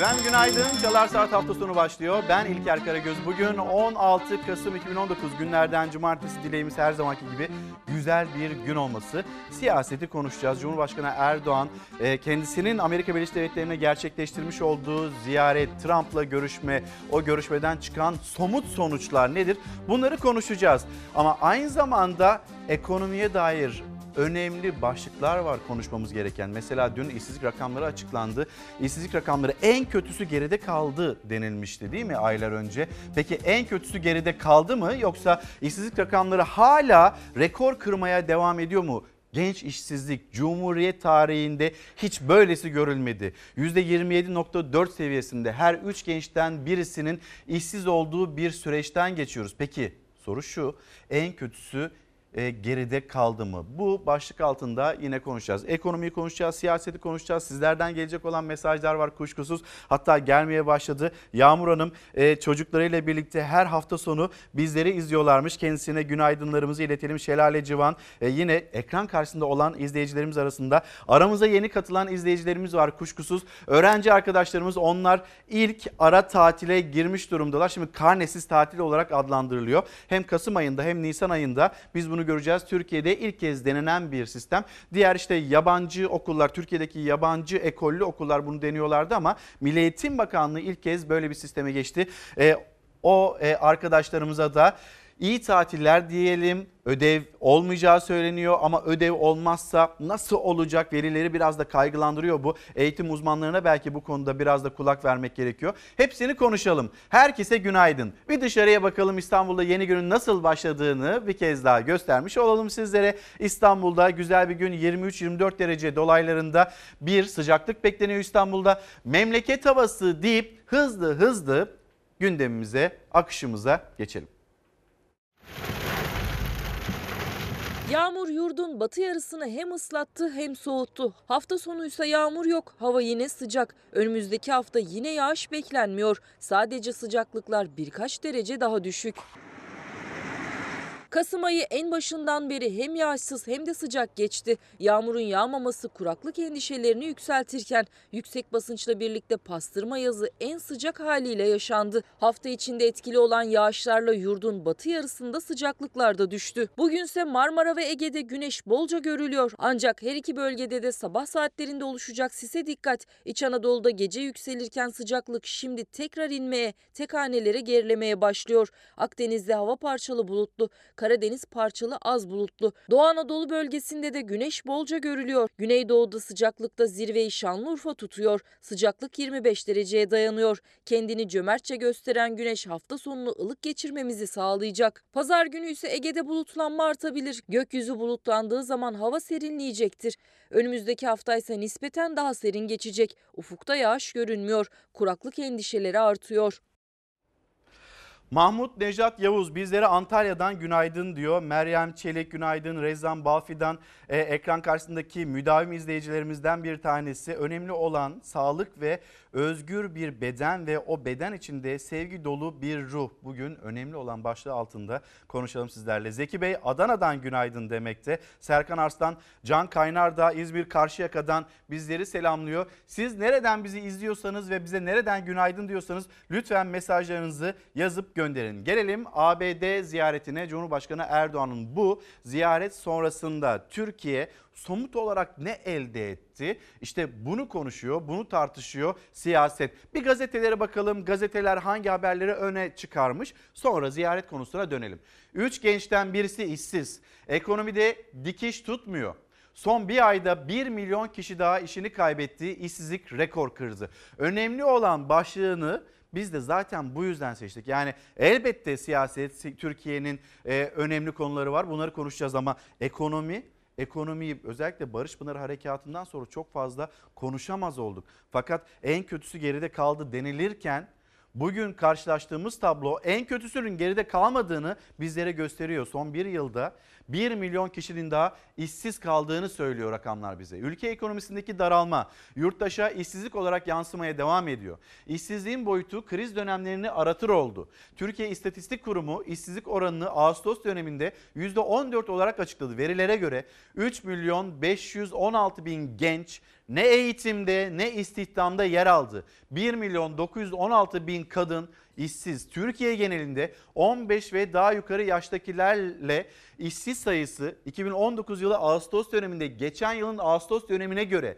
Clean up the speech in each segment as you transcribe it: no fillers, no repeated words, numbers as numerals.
Efendim günaydın. Çalar Saat hafta sonu başlıyor. Ben İlker Karagöz. Bugün 16 Kasım 2019 günlerden cumartesi, dileğimiz her zamanki gibi güzel bir gün olması. Siyaseti konuşacağız. Cumhurbaşkanı Erdoğan kendisinin Amerika Birleşik Devletleri'ne gerçekleştirmiş olduğu ziyaret, Trump'la görüşme, o görüşmeden çıkan somut sonuçlar nedir? Bunları konuşacağız. Ama aynı zamanda ekonomiye dair önemli başlıklar var konuşmamız gereken. Mesela dün işsizlik rakamları açıklandı. İşsizlik rakamları en kötüsü geride kaldı denilmişti değil mi aylar önce? Peki en kötüsü geride kaldı mı yoksa işsizlik rakamları hala rekor kırmaya devam ediyor mu? Genç işsizlik Cumhuriyet tarihinde hiç böylesi görülmedi. %27.4 seviyesinde her 3 gençten birisinin işsiz olduğu bir süreçten geçiyoruz. Peki soru şu, en kötüsü geride kaldı mı? Bu başlık altında yine konuşacağız. Ekonomiyi konuşacağız, siyaseti konuşacağız. Sizlerden gelecek olan mesajlar var kuşkusuz. Hatta gelmeye başladı. Yağmur Hanım çocuklarıyla birlikte her hafta sonu bizleri izliyorlarmış. Kendisine günaydınlarımızı iletelim. Şelale Civan yine ekran karşısında olan izleyicilerimiz arasında. Aramıza yeni katılan izleyicilerimiz var kuşkusuz. Öğrenci arkadaşlarımız, onlar ilk ara tatile girmiş durumdalar. Şimdi karnesiz tatil olarak adlandırılıyor. Hem Kasım ayında hem Nisan ayında biz bunu göreceğiz. Türkiye'de ilk kez denenen bir sistem. Diğer işte yabancı okullar, Türkiye'deki yabancı ekollü okullar bunu deniyorlardı ama Milli Eğitim Bakanlığı ilk kez böyle bir sisteme geçti. Arkadaşlarımıza da İyi tatiller diyelim. Ödev olmayacağı söyleniyor ama ödev olmazsa nasıl olacak, verileri biraz da kaygılandırıyor bu. Eğitim uzmanlarına belki bu konuda biraz da kulak vermek gerekiyor. Hepsini konuşalım. Herkese günaydın. Bir dışarıya bakalım, İstanbul'da yeni günün nasıl başladığını bir kez daha göstermiş olalım sizlere. İstanbul'da güzel bir gün, 23-24 derece dolaylarında bir sıcaklık bekleniyor İstanbul'da. Memleket havası deyip hızlı hızlı gündemimize, akışımıza geçelim. Yağmur yurdun batı yarısını hem ıslattı hem soğuttu. Hafta sonuysa yağmur yok, hava yine sıcak. Önümüzdeki hafta yine yağış beklenmiyor. Sadece sıcaklıklar birkaç derece daha düşük. Kasım ayı en başından beri hem yağışsız hem de sıcak geçti. Yağmurun yağmaması kuraklık endişelerini yükseltirken yüksek basınçla birlikte pastırma yazı en sıcak haliyle yaşandı. Hafta içinde etkili olan yağışlarla yurdun batı yarısında sıcaklıklar da düştü. Bugünse Marmara ve Ege'de güneş bolca görülüyor. Ancak her iki bölgede de sabah saatlerinde oluşacak sise dikkat. İç Anadolu'da gece yükselirken sıcaklık şimdi tekrar inmeye, tek hanelere gerilemeye başlıyor. Akdeniz'de hava parçalı bulutlu. Karadeniz parçalı az bulutlu. Doğu Anadolu bölgesinde de güneş bolca görülüyor. Güneydoğu'da sıcaklıkta zirveyi Şanlıurfa tutuyor. Sıcaklık 25 dereceye dayanıyor. Kendini cömertçe gösteren güneş hafta sonunu ılık geçirmemizi sağlayacak. Pazar günü ise Ege'de bulutlanma artabilir. Gökyüzü bulutlandığı zaman hava serinleyecektir. Önümüzdeki hafta ise nispeten daha serin geçecek. Ufukta yağış görünmüyor. Kuraklık endişeleri artıyor. Mahmut Nejat Yavuz bizlere Antalya'dan günaydın diyor. Meryem Çelik günaydın. Rezan Balfi'den ekran karşısındaki müdavim izleyicilerimizden bir tanesi. Önemli olan sağlık ve özgür bir beden ve o beden içinde sevgi dolu bir ruh. Bugün önemli olan başlığı altında konuşalım sizlerle. Zeki Bey Adana'dan günaydın demekte. Serkan Arslan, Can Kaynar da İzmir Karşıyaka'dan bizleri selamlıyor. Siz nereden bizi izliyorsanız ve bize nereden günaydın diyorsanız lütfen mesajlarınızı yazıp gönderin. Gelelim ABD ziyaretine. Cumhurbaşkanı Erdoğan'ın bu ziyaret sonrasında Türkiye somut olarak ne elde etti? İşte bunu konuşuyor, bunu tartışıyor siyaset. Bir gazetelere bakalım. Gazeteler hangi haberleri öne çıkarmış? Sonra ziyaret konusuna dönelim. 3 gençten birisi işsiz. Ekonomide dikiş tutmuyor. Son bir ayda 1 milyon kişi daha işini kaybetti. İşsizlik rekor kırdı. Önemli olan başlığını biz de zaten bu yüzden seçtik. Yani elbette siyaset, Türkiye'nin önemli konuları var. Bunları konuşacağız ama ekonomiyi özellikle Barış Pınarı Harekatı'ndan sonra çok fazla konuşamaz olduk. Fakat en kötüsü geride kaldı denilirken bugün karşılaştığımız tablo en kötüsünün geride kalmadığını bizlere gösteriyor. Son bir yılda 1 milyon kişinin daha işsiz kaldığını söylüyor rakamlar bize. Ülke ekonomisindeki daralma yurttaşa işsizlik olarak yansımaya devam ediyor. İşsizliğin boyutu kriz dönemlerini aratır oldu. Türkiye İstatistik Kurumu işsizlik oranını Ağustos döneminde %14 olarak açıkladı. Verilere göre 3 milyon 516 bin genç ne eğitimde ne istihdamda yer aldı. 1 milyon 916 bin kadın işsiz. Türkiye genelinde 15 ve daha yukarı yaştakilerle işsiz sayısı 2019 yılı Ağustos döneminde geçen yılın Ağustos dönemine göre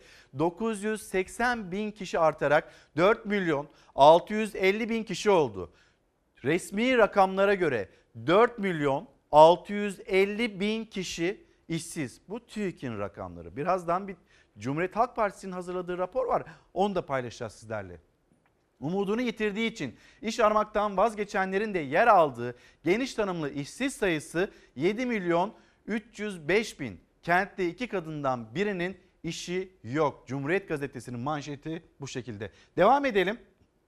980 bin kişi artarak 4 milyon 650 bin kişi oldu. Resmi rakamlara göre 4 milyon 650 bin kişi işsiz. Bu TÜİK'in rakamları. Birazdan bir Cumhuriyet Halk Partisi'nin hazırladığı rapor var. Onu da paylaşacağız sizlerle. Umudunu yitirdiği için iş aramaktan vazgeçenlerin de yer aldığı geniş tanımlı işsiz sayısı 7 milyon 305 bin. Kentte 2 kadından birinin işi yok. Cumhuriyet Gazetesi'nin manşeti bu şekilde. Devam edelim.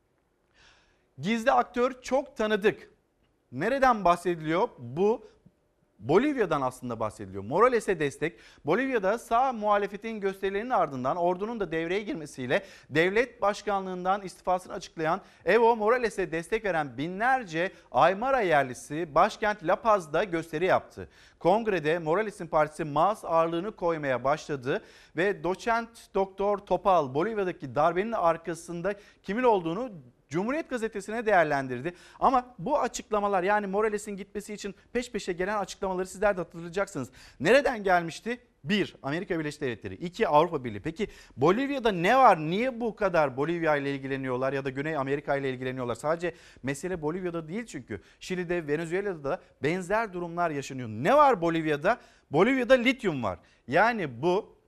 Gizli aktör çok tanıdık. Nereden bahsediliyor? Bu Bolivya'dan aslında bahsediliyor. Morales'e destek. Bolivya'da sağ muhalefetin gösterilerinin ardından ordunun da devreye girmesiyle devlet başkanlığından istifasını açıklayan Evo Morales'e destek veren binlerce Aymara yerlisi başkent La Paz'da gösteri yaptı. Kongrede Morales'in partisi MAS ağırlığını koymaya başladı ve doçent doktor Topal Bolivya'daki darbenin arkasında kimin olduğunu Cumhuriyet Gazetesi'ne değerlendirdi. Ama bu açıklamalar, yani Morales'in gitmesi için peş peşe gelen açıklamaları sizler de hatırlayacaksınız. Nereden gelmişti? 1. Amerika Birleşik Devletleri. 2. Avrupa Birliği. Peki Bolivya'da ne var? Niye bu kadar Bolivya ile ilgileniyorlar ya da Güney Amerika ile ilgileniyorlar? Sadece mesele Bolivya'da değil çünkü. Şili'de, Venezuela'da da benzer durumlar yaşanıyor. Ne var Bolivya'da? Bolivya'da lityum var. Yani bu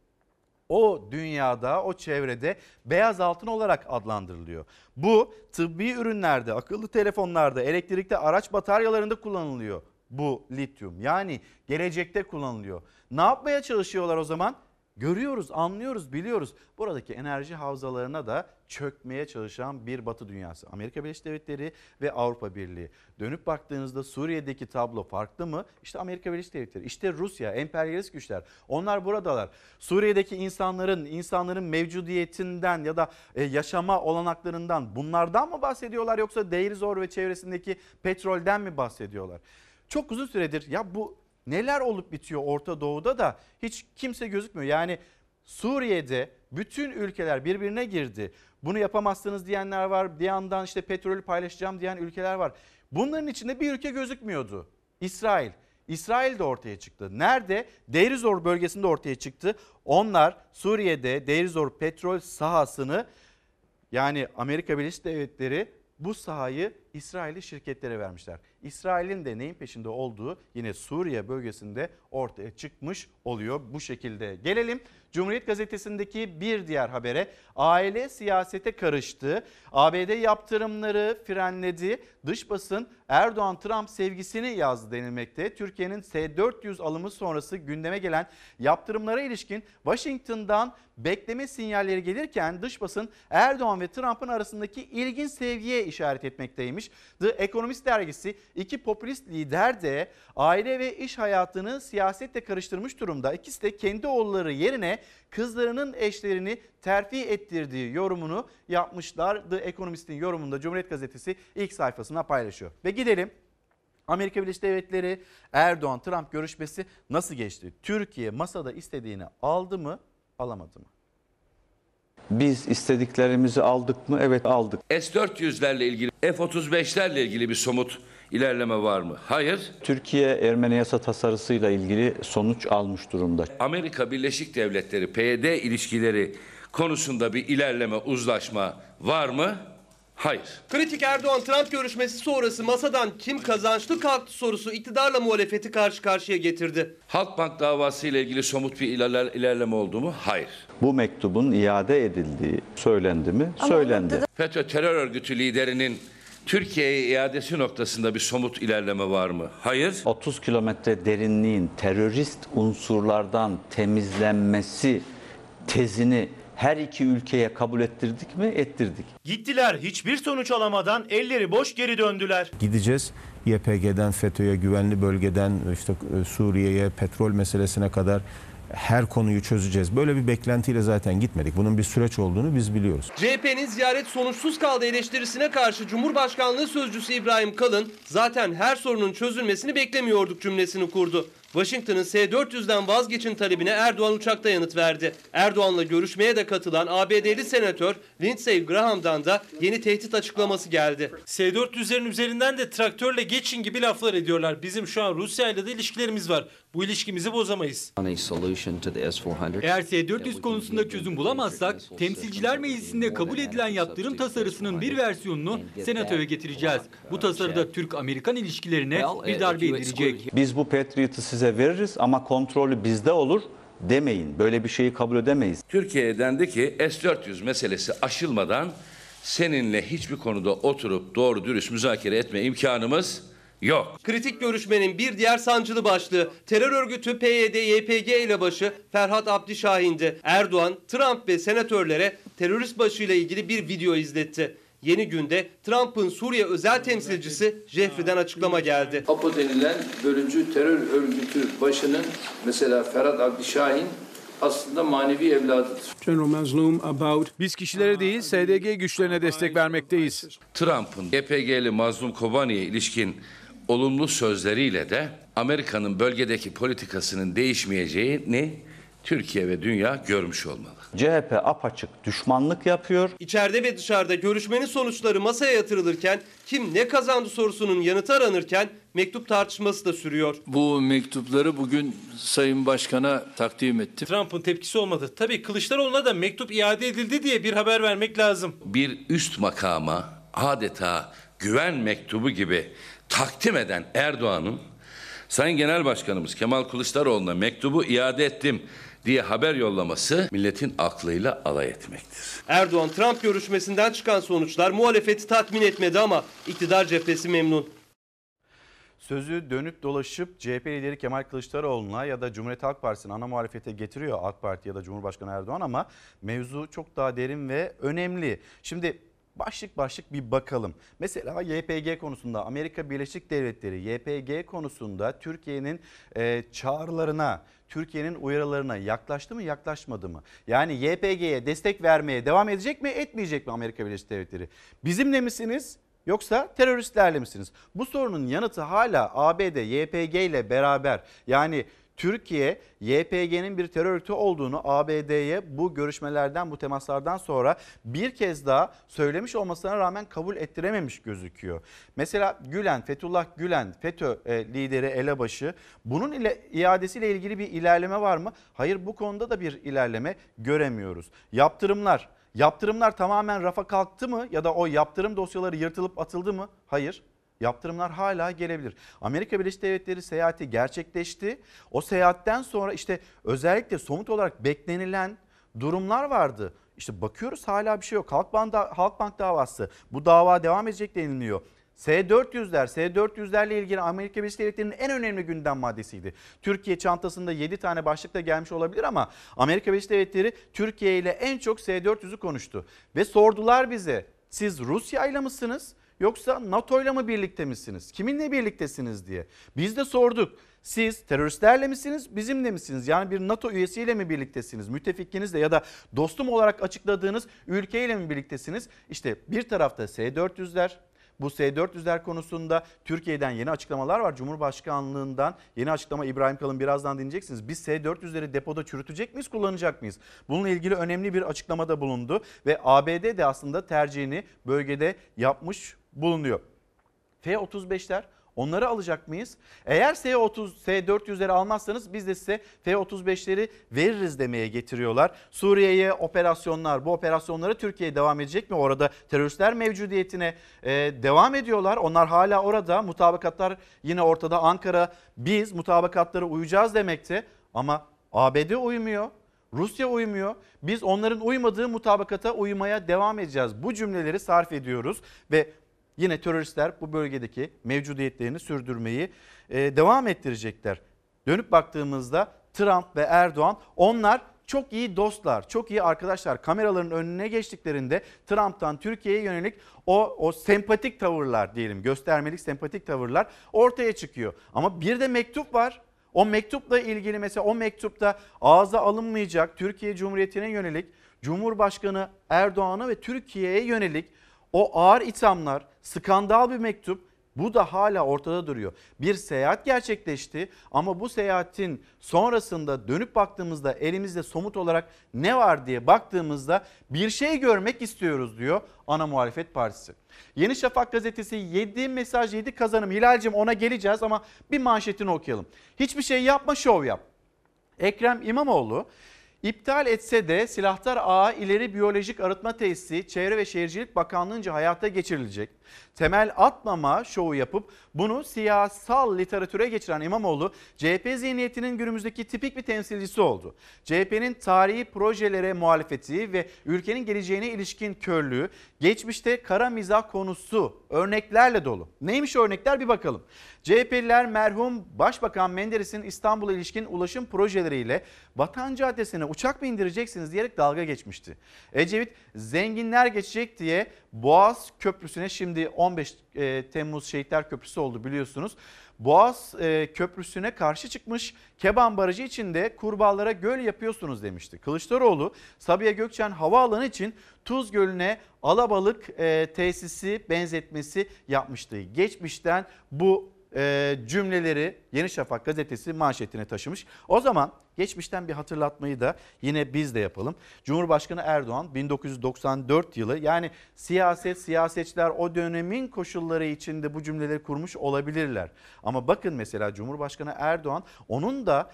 o dünyada, o çevrede beyaz altın olarak adlandırılıyor. Bu tıbbi ürünlerde, akıllı telefonlarda, elektrikli araç bataryalarında kullanılıyor bu lityum. Yani gelecekte kullanılıyor. Ne yapmaya çalışıyorlar o zaman? Görüyoruz, anlıyoruz, biliyoruz. Buradaki enerji havzalarına da çökmeye çalışan bir Batı dünyası. Amerika Birleşik Devletleri ve Avrupa Birliği. Dönüp baktığınızda Suriye'deki tablo farklı mı? İşte Amerika Birleşik Devletleri, işte Rusya, emperyalist güçler. Onlar buradalar. Suriye'deki insanların mevcudiyetinden ya da yaşama olanaklarından, bunlardan mı bahsediyorlar yoksa Deir Zor ve çevresindeki petrolden mi bahsediyorlar? Çok uzun süredir ya bu neler olup bitiyor Orta Doğu'da da hiç kimse gözükmüyor. Yani Suriye'de bütün ülkeler birbirine girdi. Bunu yapamazsınız diyenler var. Bir yandan işte petrolü paylaşacağım diyen ülkeler var. Bunların içinde bir ülke gözükmüyordu. İsrail. İsrail de ortaya çıktı. Nerede? Deir Zor bölgesinde ortaya çıktı. Onlar Suriye'de Deir Zor petrol sahasını, yani Amerika Birleşik Devletleri bu sahayı İsrailli şirketlere vermişler. İsrail'in de neyin peşinde olduğu yine Suriye bölgesinde ortaya çıkmış oluyor bu şekilde. Gelelim Cumhuriyet Gazetesi'ndeki bir diğer habere. Aile siyasete karıştı. ABD yaptırımları frenledi. Dış basın Erdoğan-Trump sevgisini yazdı denilmekte. Türkiye'nin S-400 alımı sonrası gündeme gelen yaptırımlara ilişkin Washington'dan bekleme sinyalleri gelirken dış basın Erdoğan ve Trump'ın arasındaki ilgin sevgiye işaret etmekteymiş. The Economist dergisi iki popülist lider de aile ve iş hayatını siyasetle karıştırmış durumda. İkisi de kendi oğulları yerine kızlarının eşlerini terfi ettirdiği yorumunu yapmışlar. The Economist'in yorumunda Cumhuriyet Gazetesi ilk sayfasına paylaşıyor. Ve gidelim Amerika Birleşik Devletleri Erdoğan-Trump görüşmesi nasıl geçti? Türkiye masada istediğini aldı mı, alamadı mı? Biz istediklerimizi aldık mı? Evet, aldık. S-400'lerle ilgili, F-35'lerle ilgili bir somut ilerleme var mı? Hayır. Türkiye Ermeni yasa tasarısıyla ilgili sonuç almış durumda. Amerika Birleşik Devletleri PYD ilişkileri konusunda bir ilerleme, uzlaşma var mı? Hayır. Kritik Erdoğan-Trump görüşmesi sonrası masadan kim kazançlı kalktı sorusu iktidarla muhalefeti karşı karşıya getirdi. Halkbank davası ile ilgili somut bir ilerleme oldu mu? Hayır. Bu mektubun iade edildiği söylendi mi? Söylendi. FETÖ terör örgütü liderinin Türkiye'ye iadesi noktasında bir somut ilerleme var mı? Hayır. 30 kilometre derinliğin terörist unsurlardan temizlenmesi tezini her iki ülkeye kabul ettirdik mi? Ettirdik. Gittiler, hiçbir sonuç alamadan elleri boş geri döndüler. Gideceğiz. YPG'den FETÖ'ye, güvenli bölgeden işte Suriye'ye, petrol meselesine kadar her konuyu çözeceğiz. Böyle bir beklentiyle zaten gitmedik. Bunun bir süreç olduğunu biz biliyoruz. CHP'nin ziyaret sonuçsuz kaldı eleştirisine karşı Cumhurbaşkanlığı Sözcüsü İbrahim Kalın, zaten her sorunun çözülmesini beklemiyorduk cümlesini kurdu. Washington'ın S-400'den vazgeçin talebine Erdoğan uçakta yanıt verdi. Erdoğan'la görüşmeye de katılan ABD'li senatör Lindsey Graham'dan da yeni tehdit açıklaması geldi. S-400'lerin üzerinden de traktörle geçin gibi laflar ediyorlar. Bizim şu an Rusya ile de ilişkilerimiz var. Bu ilişkimizi bozamayız. Eğer S-400 konusunda çözüm bulamazsak, Temsilciler Meclisi'nde kabul edilen yaptırım tasarısının bir versiyonunu Senato'ya getireceğiz. Bu tasarıda Türk-Amerikan ilişkilerine bir darbe indirecek. Biz bu Patriot'ı size veririz ama kontrolü bizde olur demeyin. Böyle bir şeyi kabul edemeyiz. Türkiye'ye dendi ki S-400 meselesi aşılmadan seninle hiçbir konuda oturup doğru dürüst müzakere etme imkanımız yok. Kritik görüşmenin bir diğer sancılı başlığı terör örgütü PYD-YPG elebaşı Ferhat Abdişahin'di. Erdoğan, Trump ve senatörlere terörist başıyla ilgili bir video izletti. Yeni günde Trump'ın Suriye özel temsilcisi Jeffrey'den açıklama geldi. APO denilen bölücü terör örgütü başının mesela Ferhat Abdişahin aslında manevi evladıdır. Biz kişilere değil SDG güçlerine destek vermekteyiz. Trump'ın YPG'li Mazlum Kobani'ye ilişkin olumlu sözleriyle de Amerika'nın bölgedeki politikasının değişmeyeceğini Türkiye ve dünya görmüş olmalı. CHP apaçık düşmanlık yapıyor. İçeride ve dışarıda görüşmenin sonuçları masaya yatırılırken kim ne kazandı sorusunun yanıtı aranırken mektup tartışması da sürüyor. Bu mektupları bugün Sayın Başkan'a takdim etti. Trump'ın tepkisi olmadı. Tabii Kılıçdaroğlu'na da mektup iade edildi diye bir haber vermek lazım. Bir üst makama adeta güven mektubu gibi takdim eden Erdoğan'ın Sayın Genel Başkanımız Kemal Kılıçdaroğlu'na mektubu iade ettim diye haber yollaması milletin aklıyla alay etmektir. Erdoğan-Trump görüşmesinden çıkan sonuçlar muhalefeti tatmin etmedi ama iktidar cephesi memnun. Sözü dönüp dolaşıp CHP lideri Kemal Kılıçdaroğlu'na ya da Cumhuriyet Halk Partisi'ne ana muhalefete getiriyor AK Parti ya da Cumhurbaşkanı Erdoğan ama mevzu çok daha derin ve önemli. Şimdi başlık başlık bir bakalım. Mesela YPG konusunda Amerika Birleşik Devletleri YPG konusunda Türkiye'nin çağrılarına, Türkiye'nin uyarılarına yaklaştı mı yaklaşmadı mı? Yani YPG'ye destek vermeye devam edecek mi etmeyecek mi Amerika Birleşik Devletleri? Bizimle misiniz? Yoksa teröristlerle misiniz? Bu sorunun yanıtı hala ABD, YPG ile beraber, yani Türkiye YPG'nin bir terör örgütü olduğunu ABD'ye bu görüşmelerden, bu temaslardan sonra bir kez daha söylemiş olmasına rağmen kabul ettirememiş gözüküyor. Mesela Gülen, Fethullah Gülen, FETÖ lideri elebaşı, bunun iadesiyle ilgili bir ilerleme var mı? Hayır, bu konuda da bir ilerleme göremiyoruz. Yaptırımlar tamamen rafa kalktı mı ya da o yaptırım dosyaları yırtılıp atıldı mı? Hayır. Yaptırımlar hala gelebilir. Amerika Birleşik Devletleri seyahati gerçekleşti. O seyahatten sonra işte özellikle somut olarak beklenilen durumlar vardı. İşte bakıyoruz hala bir şey yok. Halkbank davası, bu dava devam edecek deniliyor. S-400'lerle ilgili Amerika Birleşik Devletleri'nin en önemli gündem maddesiydi. Türkiye çantasında 7 tane başlıkta gelmiş olabilir ama Amerika Birleşik Devletleri Türkiye ile en çok S-400'ü konuştu. Ve sordular bize, siz Rusya ile misiniz? Yoksa NATO ile mi birlikte misiniz? Kiminle birliktesiniz diye. Biz de sorduk. Siz teröristlerle misiniz, bizimle misiniz? Yani bir NATO üyesiyle mi birliktesiniz? Müttefikinizle ya da dostum olarak açıkladığınız ülkeyle mi birliktesiniz? İşte bir tarafta S-400'ler. Bu S-400'ler konusunda Türkiye'den yeni açıklamalar var. Cumhurbaşkanlığından yeni açıklama, İbrahim Kalın birazdan dinleyeceksiniz. Biz S-400'leri depoda çürütecek miyiz, kullanacak mıyız? Bununla ilgili önemli bir açıklamada bulundu ve ABD de aslında tercihini bölgede yapmış bulunuyor. F-35'ler, onları alacak mıyız? Eğer S-400'leri almazsanız biz de size F-35'leri veririz demeye getiriyorlar. Suriye'ye operasyonlar, bu operasyonlara Türkiye devam edecek mi? Orada teröristler mevcudiyetine devam ediyorlar. Onlar hala orada. Mutabakatlar yine ortada. Ankara, biz mutabakatlara uyacağız demekte ama ABD uymuyor. Rusya uymuyor. Biz onların uymadığı mutabakata uymaya devam edeceğiz. Bu cümleleri sarf ediyoruz ve yine teröristler bu bölgedeki mevcudiyetlerini sürdürmeyi devam ettirecekler. Dönüp baktığımızda Trump ve Erdoğan, onlar çok iyi dostlar, çok iyi arkadaşlar kameraların önüne geçtiklerinde Trump'tan Türkiye'ye yönelik o sempatik tavırlar diyelim, göstermelik sempatik tavırlar ortaya çıkıyor. Ama bir de mektup var. O mektupla ilgili mesela o mektupta ağza alınmayacak Türkiye Cumhuriyeti'ne yönelik Cumhurbaşkanı Erdoğan'a ve Türkiye'ye yönelik o ağır ithamlar, skandal bir mektup. Bu da hala ortada duruyor. Bir seyahat gerçekleşti ama bu seyahatin sonrasında dönüp baktığımızda elimizde somut olarak ne var diye baktığımızda bir şey görmek istiyoruz diyor ana muhalefet partisi. Yeni Şafak gazetesi 7 mesaj 7 kazanım. Hilal'cim ona geleceğiz ama bir manşetini okuyalım. Hiçbir şey yapma, şov yap. Ekrem İmamoğlu İptal etse de Silahtar Ağa İleri Biyolojik Arıtma Tesisi Çevre ve Şehircilik Bakanlığı'nca hayata geçirilecek. Temel atmama şovu yapıp bunu siyasal literatüre geçiren İmamoğlu, CHP zihniyetinin günümüzdeki tipik bir temsilcisi oldu. CHP'nin tarihi projelere muhalefeti ve ülkenin geleceğine ilişkin körlüğü, geçmişte kara mizah konusu örneklerle dolu. Neymiş o örnekler bir bakalım. CHP'liler merhum Başbakan Menderes'in İstanbul'a ilişkin ulaşım projeleriyle Vatan Caddesi'ne uçak mı indireceksiniz diyerek dalga geçmişti. Ecevit zenginler geçecek diye Boğaz Köprüsü'ne, şimdi 15 Temmuz Şehitler Köprüsü oldu biliyorsunuz. Boğaz Köprüsü'ne karşı çıkmış, Keban Barajı için de kurbağalara göl yapıyorsunuz demişti. Kılıçdaroğlu Sabiha Gökçen Havaalanı için Tuz Gölü'ne alabalık tesisi benzetmesi yapmıştı. Geçmişten bu cümleleri Yeni Şafak gazetesi manşetine taşımış. O zaman geçmişten bir hatırlatmayı da yine biz de yapalım. Cumhurbaşkanı Erdoğan 1994 yılı, yani siyasetçiler o dönemin koşulları içinde bu cümleleri kurmuş olabilirler. Ama bakın mesela Cumhurbaşkanı Erdoğan, onun da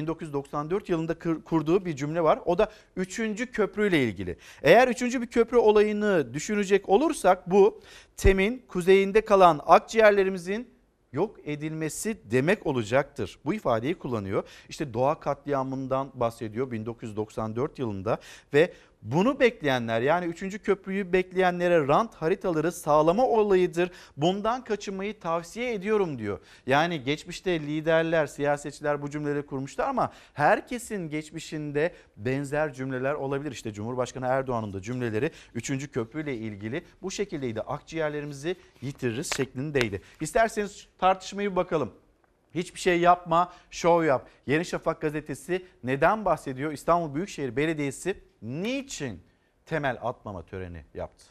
1994 yılında kurduğu bir cümle var. O da 3. köprüyle ilgili. Eğer 3. bir köprü olayını düşünecek olursak bu TEM'in kuzeyinde kalan akciğerlerimizin yok edilmesi demek olacaktır. Bu ifadeyi kullanıyor. İşte doğa katliamından bahsediyor 1994 yılında ve bunu bekleyenler, yani 3. köprüyü bekleyenlere rant haritaları sağlama olayıdır. Bundan kaçınmayı tavsiye ediyorum diyor. Yani geçmişte liderler, siyasetçiler bu cümleleri kurmuşlar ama herkesin geçmişinde benzer cümleler olabilir. İşte Cumhurbaşkanı Erdoğan'ın da cümleleri 3. köprüyle ilgili bu şekildeydi. Akciğerlerimizi yitiririz şeklindeydi. İsterseniz tartışmayı bakalım. Hiçbir şey yapma, şov yap. Yeni Şafak gazetesi neden bahsediyor? İstanbul Büyükşehir Belediyesi niçin temel atmama töreni yaptı?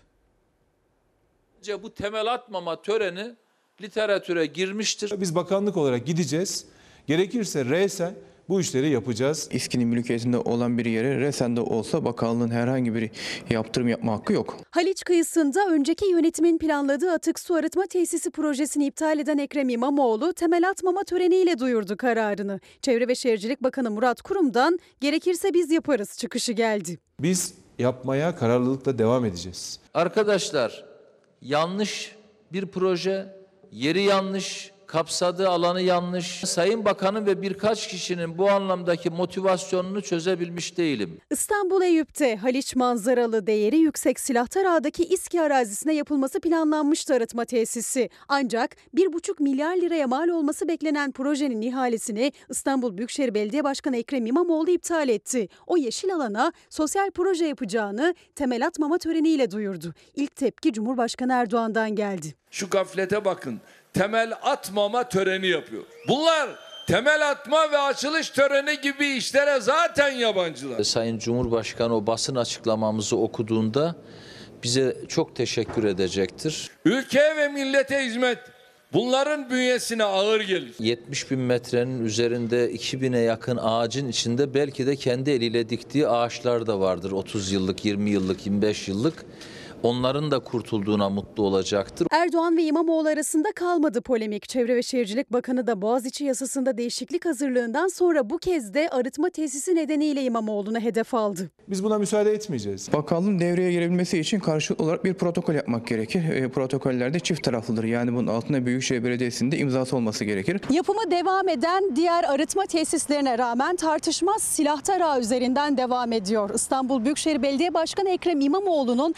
Bu temel atmama töreni literatüre girmiştir. Biz bakanlık olarak gideceğiz. Gerekirse resen bu işleri yapacağız. İSKİ'nin mülkiyetinde olan bir yere resen de olsa bakanlığın herhangi bir yaptırım yapma hakkı yok. Haliç kıyısında önceki yönetimin planladığı atık su arıtma tesisi projesini iptal eden Ekrem İmamoğlu temel atmama töreniyle duyurdu kararını. Çevre ve Şehircilik Bakanı Murat Kurum'dan gerekirse biz yaparız çıkışı geldi. Biz yapmaya kararlılıkla devam edeceğiz. Arkadaşlar, yanlış bir proje, yeri yanlış, kapsadığı alanı yanlış. Sayın Bakan'ın ve birkaç kişinin bu anlamdaki motivasyonunu çözebilmiş değilim. İstanbul Eyüp'te Haliç manzaralı, değeri yüksek Silahtar Ağa'daki İSKİ arazisine yapılması planlanmıştı arıtma tesisi. Ancak 1,5 milyar liraya mal olması beklenen projenin ihalesini İstanbul Büyükşehir Belediye Başkanı Ekrem İmamoğlu iptal etti. O yeşil alana sosyal proje yapacağını temel atmama töreniyle duyurdu. İlk tepki Cumhurbaşkanı Erdoğan'dan geldi. Şu gaflete bakın. Temel atmama töreni yapıyor. Bunlar temel atma ve açılış töreni gibi işlere zaten yabancılar. Sayın Cumhurbaşkanı o basın açıklamamızı okuduğunda bize çok teşekkür edecektir. Ülkeye ve millete hizmet bunların bünyesine ağır gelir. 70 bin metrenin üzerinde 2000'e yakın ağacın içinde belki de kendi eliyle diktiği ağaçlar da vardır. 30 yıllık, 20 yıllık, 25 yıllık. Onların da kurtulduğuna mutlu olacaktır. Erdoğan ve İmamoğlu arasında kalmadı polemik. Çevre ve Şehircilik Bakanı da Boğaziçi yasasında değişiklik hazırlığından sonra bu kez de arıtma tesisi nedeniyle İmamoğlu'na hedef aldı. Biz buna müsaade etmeyeceğiz. Bakanlığın devreye girebilmesi için karşılıklı olarak bir protokol yapmak gerekir. Protokoller de çift taraflıdır. Yani bunun altında Büyükşehir Belediyesi'nin de imzası olması gerekir. Yapımı devam eden diğer arıtma tesislerine rağmen tartışma Silahtar Ağa üzerinden devam ediyor. İstanbul Büyükşehir Belediye Başkanı Ekrem İmamoğlu'nun tam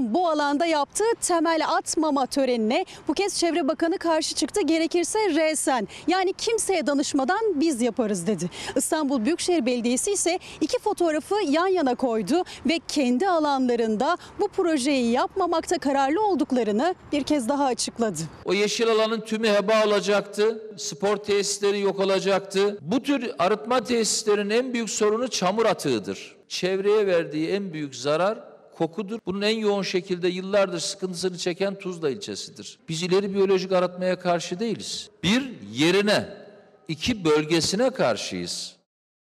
Erdoğan'ın bu alanda yaptığı temel atmama törenine bu kez Çevre Bakanı karşı çıktı. Gerekirse resen, yani kimseye danışmadan biz yaparız dedi. İstanbul Büyükşehir Belediyesi ise iki fotoğrafı yan yana koydu ve kendi alanlarında bu projeyi yapmamakta kararlı olduklarını bir kez daha açıkladı. O yeşil alanın tümü heba olacaktı. Spor tesisleri yok olacaktı. Bu tür arıtma tesislerinin en büyük sorunu çamur atığıdır. Çevreye verdiği en büyük zarar kokudur. Bunun en yoğun şekilde yıllardır sıkıntısını çeken Tuzla ilçesidir. Biz ileri biyolojik arıtmaya karşı değiliz. Bir, yerine, iki, bölgesine karşıyız.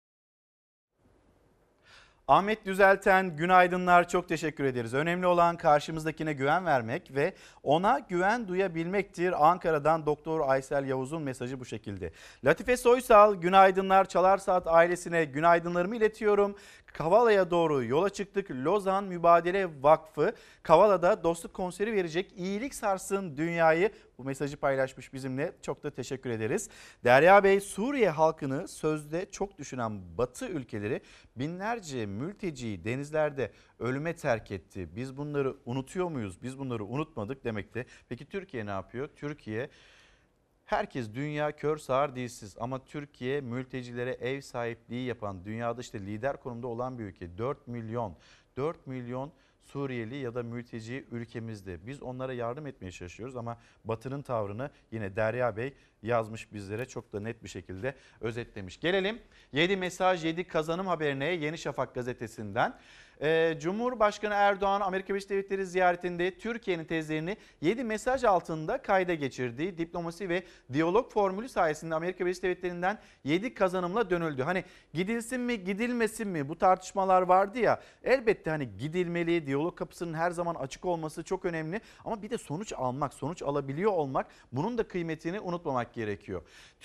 Ahmet Düzelten, günaydınlar, çok teşekkür ederiz. Önemli olan karşımızdakine güven vermek ve ona güven duyabilmektir. Ankara'dan Doktor Aysel Yavuz'un mesajı bu şekilde. Latife Soysal, günaydınlar, Çalar Saat ailesine günaydınlarımı iletiyorum. Kavala'ya doğru yola çıktık. Lozan Mübadele Vakfı Kavala'da dostluk konseri verecek. İyilik sarsın dünyayı. Bu mesajı paylaşmış bizimle. Çok da teşekkür ederiz. Derya Bey, Suriye halkını sözde çok düşünen Batı ülkeleri binlerce mülteciyi denizlerde ölüme terk etti. Biz bunları unutuyor muyuz? Biz bunları unutmadık demekte. Peki Türkiye ne yapıyor? Türkiye, herkes dünya kör sağır dilsiz ama Türkiye mültecilere ev sahipliği yapan, dünyada işte lider konumda olan bir ülke. 4 milyon Suriyeli ya da mülteci ülkemizde. Biz onlara yardım etmeye çalışıyoruz ama Batı'nın tavrını yine Derya Bey yazmış bizlere, çok da net bir şekilde özetlemiş. Gelelim 7 mesaj 7 kazanım haberine Yeni Şafak gazetesinden. Cumhurbaşkanı Erdoğan Amerika Birleşik Devletleri ziyaretinde Türkiye'nin tezlerini 7 mesaj altında kayda geçirdiği diplomasi ve diyalog formülü sayesinde Amerika Birleşik Devletleri'nden 7 kazanımla dönüldü. Hani gidilsin mi gidilmesin mi, bu tartışmalar vardı ya, elbette hani gidilmeli, diyalog kapısının her zaman açık olması çok önemli ama bir de sonuç almak, sonuç alabiliyor olmak, bunun da kıymetini unutmamak gerekiyor.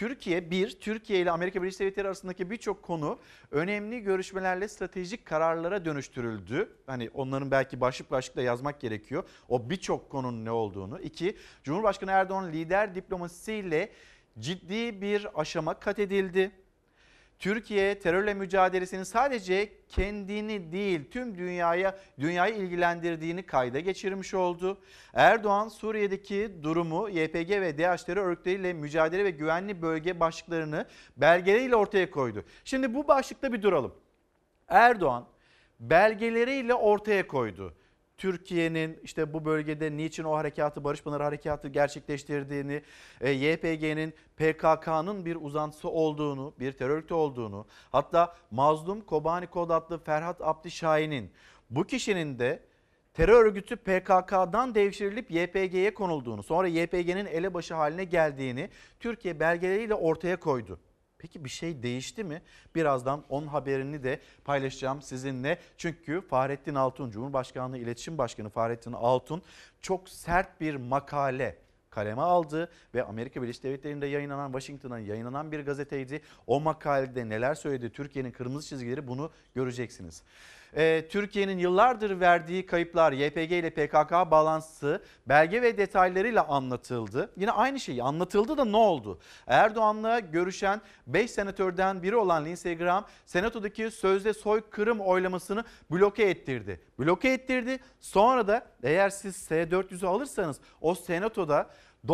Türkiye ile Amerika Birleşik Devletleri arasındaki birçok konu önemli görüşmelerle stratejik kararlara dönüştürüldü. Hani onların belki başlık başlıkla yazmak gerekiyor. O birçok konunun ne olduğunu. 2. Cumhurbaşkanı Erdoğan lider diplomasisiyle ciddi bir aşama kat edildi. Türkiye terörle mücadelesinin sadece kendini değil tüm dünyayı ilgilendirdiğini kayda geçirmiş oldu. Erdoğan Suriye'deki durumu YPG ve DAEŞ terör örgütleriyle mücadele ve güvenli bölge başlıklarını belgeleriyle ortaya koydu. Şimdi bu başlıkta bir duralım. Erdoğan belgeleriyle ortaya koydu. Türkiye'nin işte bu bölgede niçin o harekatı, Barış Pınarı Harekatı gerçekleştirdiğini, YPG'nin PKK'nın bir uzantısı olduğunu, bir terör örgütü olduğunu, hatta Mazlum Kobani Kod adlı Ferhat Abdi Şahin'in, bu kişinin de terör örgütü PKK'dan devşirilip YPG'ye konulduğunu, sonra YPG'nin elebaşı haline geldiğini Türkiye belgeleriyle ortaya koydu. Peki bir şey değişti mi? Birazdan onun haberini de paylaşacağım sizinle. Çünkü Fahrettin Altun, Cumhurbaşkanlığı İletişim Başkanı Fahrettin Altun çok sert bir makale kaleme aldı ve Amerika Birleşik Devletleri'nde yayınlanan, Washington'da yayınlanan bir gazeteydi. O makalede neler söyledi, Türkiye'nin kırmızı çizgileri, bunu göreceksiniz. Türkiye'nin yıllardır verdiği kayıplar, YPG ile PKK bağlantısı belge ve detaylarıyla anlatıldı. Yine aynı şey anlatıldı da ne oldu? Erdoğan'la görüşen 5 senatörden biri olan Lindsey Graham, senatodaki sözde soykırım oylamasını bloke ettirdi. Sonra da eğer siz S-400'ü alırsanız o senatoda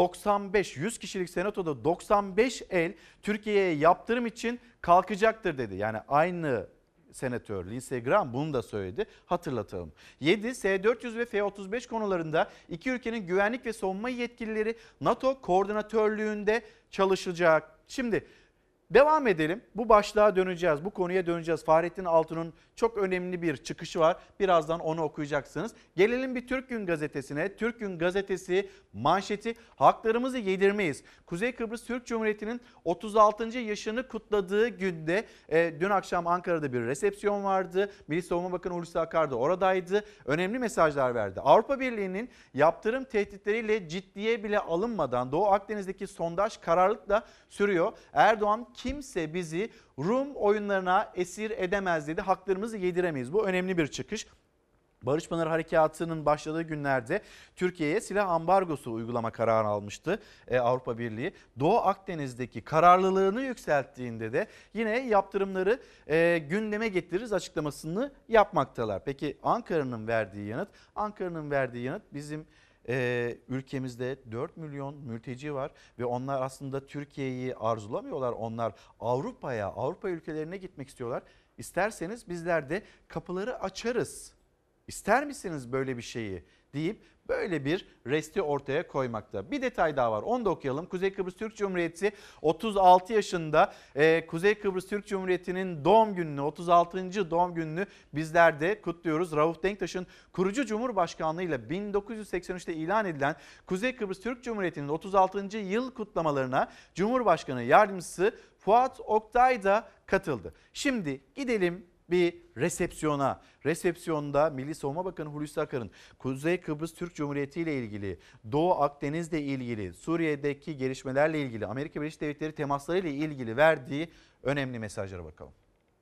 100 kişilik senatoda 95 el Türkiye'ye yaptırım için kalkacaktır dedi. Yani aynı senatör Lindsey Graham bunu da söyledi, hatırlatalım. 7. S-400 ve F-35 konularında iki ülkenin güvenlik ve savunma yetkilileri NATO koordinatörlüğünde çalışacak. Şimdi devam edelim. Bu başlığa döneceğiz. Bu konuya döneceğiz. Fahrettin Altun'un çok önemli bir çıkışı var. Birazdan onu okuyacaksınız. Gelelim bir Türk Gün Gazetesi'ne. Türk Gün Gazetesi manşeti: haklarımızı yedirmeyiz. Kuzey Kıbrıs Türk Cumhuriyeti'nin 36. yaşını kutladığı günde dün akşam Ankara'da bir resepsiyon vardı. Milli Savunma Bakanı Hulusi Akar da oradaydı. Önemli mesajlar verdi. Avrupa Birliği'nin yaptırım tehditleriyle ciddiye bile alınmadan Doğu Akdeniz'deki sondaj kararlılıkla sürüyor. Erdoğan kimse bizi Rum oyunlarına esir edemez dedi. Haklarımızı yediremeyiz. Bu önemli bir çıkış. Barış Pınarı Harekatı'nın başladığı günlerde Türkiye'ye silah ambargosu uygulama kararı almıştı Avrupa Birliği. Doğu Akdeniz'deki kararlılığını yükselttiğinde de yine yaptırımları gündeme getiririz açıklamasını yapmaktalar. Peki Ankara'nın verdiği yanıt? Ankara'nın verdiği yanıt bizim ülkemizde 4 milyon mülteci var ve onlar aslında Türkiye'yi arzulamıyorlar. Onlar Avrupa ülkelerine gitmek istiyorlar. İsterseniz bizler de kapıları açarız. İster misiniz böyle bir şeyi deyip böyle bir resti ortaya koymakta. Bir detay daha var, onu da okuyalım. Kuzey Kıbrıs Türk Cumhuriyeti 36 yaşında Kuzey Kıbrıs Türk Cumhuriyeti'nin doğum gününü, 36. doğum gününü bizler de kutluyoruz. Rauf Denktaş'ın kurucu Cumhurbaşkanlığıyla 1983'te ilan edilen Kuzey Kıbrıs Türk Cumhuriyeti'nin 36. yıl kutlamalarına Cumhurbaşkanı Yardımcısı Fuat Oktay da katıldı. Şimdi gidelim bir resepsiyona. Resepsiyonda Milli Savunma Bakanı Hulusi Akar'ın Kuzey Kıbrıs Türk Cumhuriyeti ile ilgili, Doğu Akdeniz'le ilgili, Suriye'deki gelişmelerle ilgili, Amerika Birleşik Devletleri temasları ile ilgili verdiği önemli mesajlara bakalım.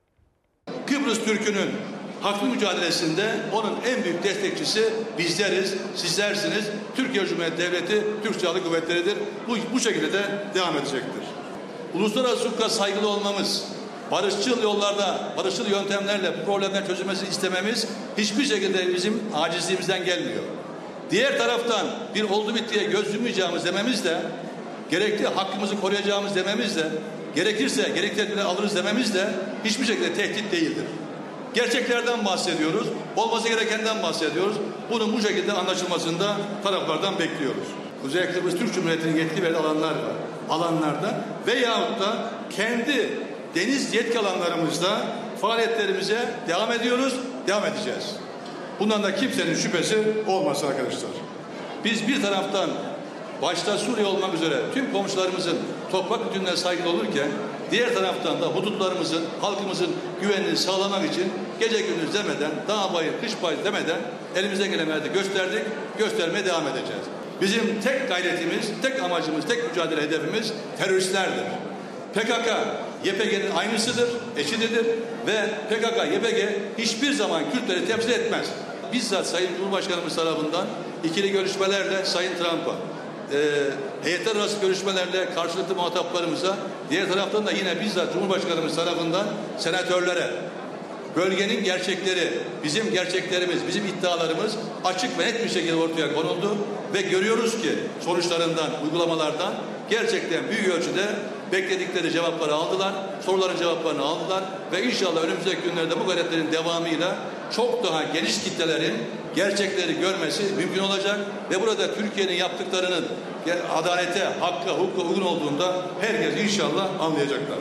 Kıbrıs Türk'ünün haklı mücadelesinde onun en büyük destekçisi bizleriz, sizlersiniz. Türkiye Cumhuriyeti Devleti, Türk Silahlı Kuvvetleri'dir. Bu şekilde de devam edecektir. Uluslararası hukuka saygılı olmamız, barışçıl yollarda, barışçıl yöntemlerle bu problemler çözülmesini istememiz hiçbir şekilde bizim acizliğimizden gelmiyor. Diğer taraftan bir oldu bittiye göz yummayacağımız dememiz de, gerekli hakkımızı koruyacağımız dememiz de, gerekirse gerekli tedbirleri alırız dememiz de hiçbir şekilde tehdit değildir. Gerçeklerden bahsediyoruz, olması gerekenden bahsediyoruz. Bunun bu şekilde anlaşılmasında taraflardan bekliyoruz. Kuzey Kıbrıs Türk Cumhuriyeti'nin yetki ve alanlarda veyahut da kendi deniz yetki alanlarımızda faaliyetlerimize devam ediyoruz, devam edeceğiz. Bundan da kimsenin şüphesi olmasın arkadaşlar. Biz bir taraftan başta Suriye olmak üzere tüm komşularımızın toprak bütünlüğüne saygılı olurken diğer taraftan da hudutlarımızın, halkımızın güvenliğini sağlamak için gece gündüz demeden, dağ bayır, kış bayır demeden elimizden gelenleri gösterdik, göstermeye devam edeceğiz. Bizim tek gayretimiz, tek amacımız, tek mücadele hedefimiz teröristlerdir. PKK, YPG'nin aynısıdır, eşidir ve PKK, YPG hiçbir zaman Kürtleri temsil etmez. Bizzat Sayın Cumhurbaşkanımız tarafından ikili görüşmelerle Sayın Trump'a, heyetler arası görüşmelerle karşılıklı muhataplarımıza, diğer taraftan da yine bizzat Cumhurbaşkanımız tarafından senatörlere, bölgenin gerçekleri, bizim gerçeklerimiz, bizim iddialarımız açık ve net bir şekilde ortaya konuldu ve görüyoruz ki sonuçlarından, uygulamalardan gerçekten büyük ölçüde bekledikleri cevapları aldılar, soruların cevaplarını aldılar ve inşallah önümüzdeki günlerde bu gayretlerin devamıyla çok daha geniş kitlelerin gerçekleri görmesi mümkün olacak ve burada Türkiye'nin yaptıklarının adalete, hakka, hukuka uygun olduğunda herkes inşallah anlayacaklar.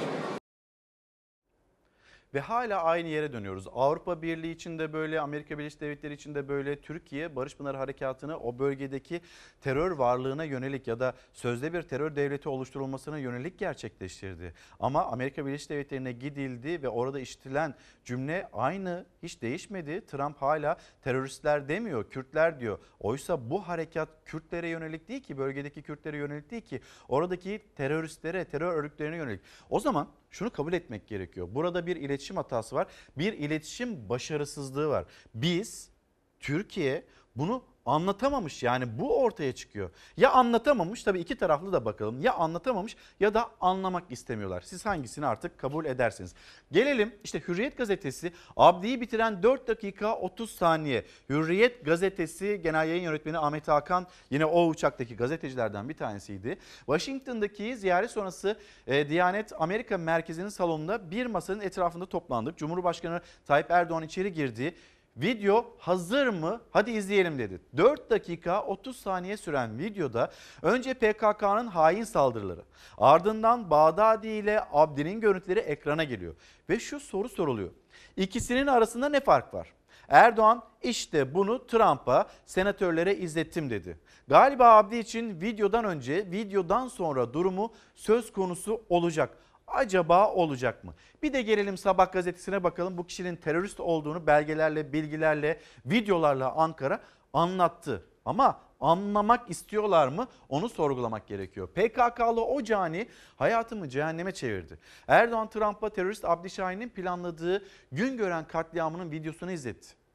Ve hala aynı yere dönüyoruz. Avrupa Birliği için de böyle, Amerika Birleşik Devletleri için de böyle. Türkiye Barış Pınarı Harekatı'nı o bölgedeki terör varlığına yönelik ya da sözde bir terör devleti oluşturulmasına yönelik gerçekleştirdi. Ama Amerika Birleşik Devletleri'ne gidildi ve orada işitilen cümle aynı, hiç değişmedi. Trump hala teröristler demiyor, Kürtler diyor. Oysa bu harekat Kürtlere yönelik değil ki, bölgedeki Kürtlere yönelik değil ki. Oradaki teröristlere, terör örgütlerine yönelik. O zaman şunu kabul etmek gerekiyor. Burada bir iletişim hatası var. Bir iletişim başarısızlığı var. Biz, Türkiye bunu anlatamamış, yani bu ortaya çıkıyor. Ya anlatamamış, tabii iki taraflı da bakalım. Ya anlatamamış ya da anlamak istemiyorlar. Siz hangisini artık kabul edersiniz. Gelelim işte Hürriyet Gazetesi Abdi'yi bitiren 4 dakika 30 saniye. Hürriyet Gazetesi Genel Yayın Yönetmeni Ahmet Hakan yine o uçaktaki gazetecilerden bir tanesiydi. Washington'daki ziyaret sonrası Diyanet Amerika Merkezi'nin salonunda bir masanın etrafında toplandık. Cumhurbaşkanı Tayyip Erdoğan içeri girdi. Video hazır mı? Hadi izleyelim dedi. 4 dakika 30 saniye süren videoda önce PKK'nın hain saldırıları, ardından Bağdadi ile Abdi'nin görüntüleri ekrana geliyor. Ve şu soru soruluyor. İkisinin arasında ne fark var? Erdoğan işte bunu Trump'a, senatörlere izlettim dedi. Galiba Abdi için videodan önce, videodan sonra durumu söz konusu olacak. Acaba olacak mı? Bir de gelelim Sabah gazetesine bakalım. Bu kişinin terörist olduğunu belgelerle, bilgilerle, videolarla Ankara anlattı. Ama anlamak istiyorlar mı? Onu sorgulamak gerekiyor. PKK'lı o cani hayatımı cehenneme çevirdi. Erdoğan Trump'a terörist Abdi Şahin'in planladığı Güngören katliamının videosunu izletti.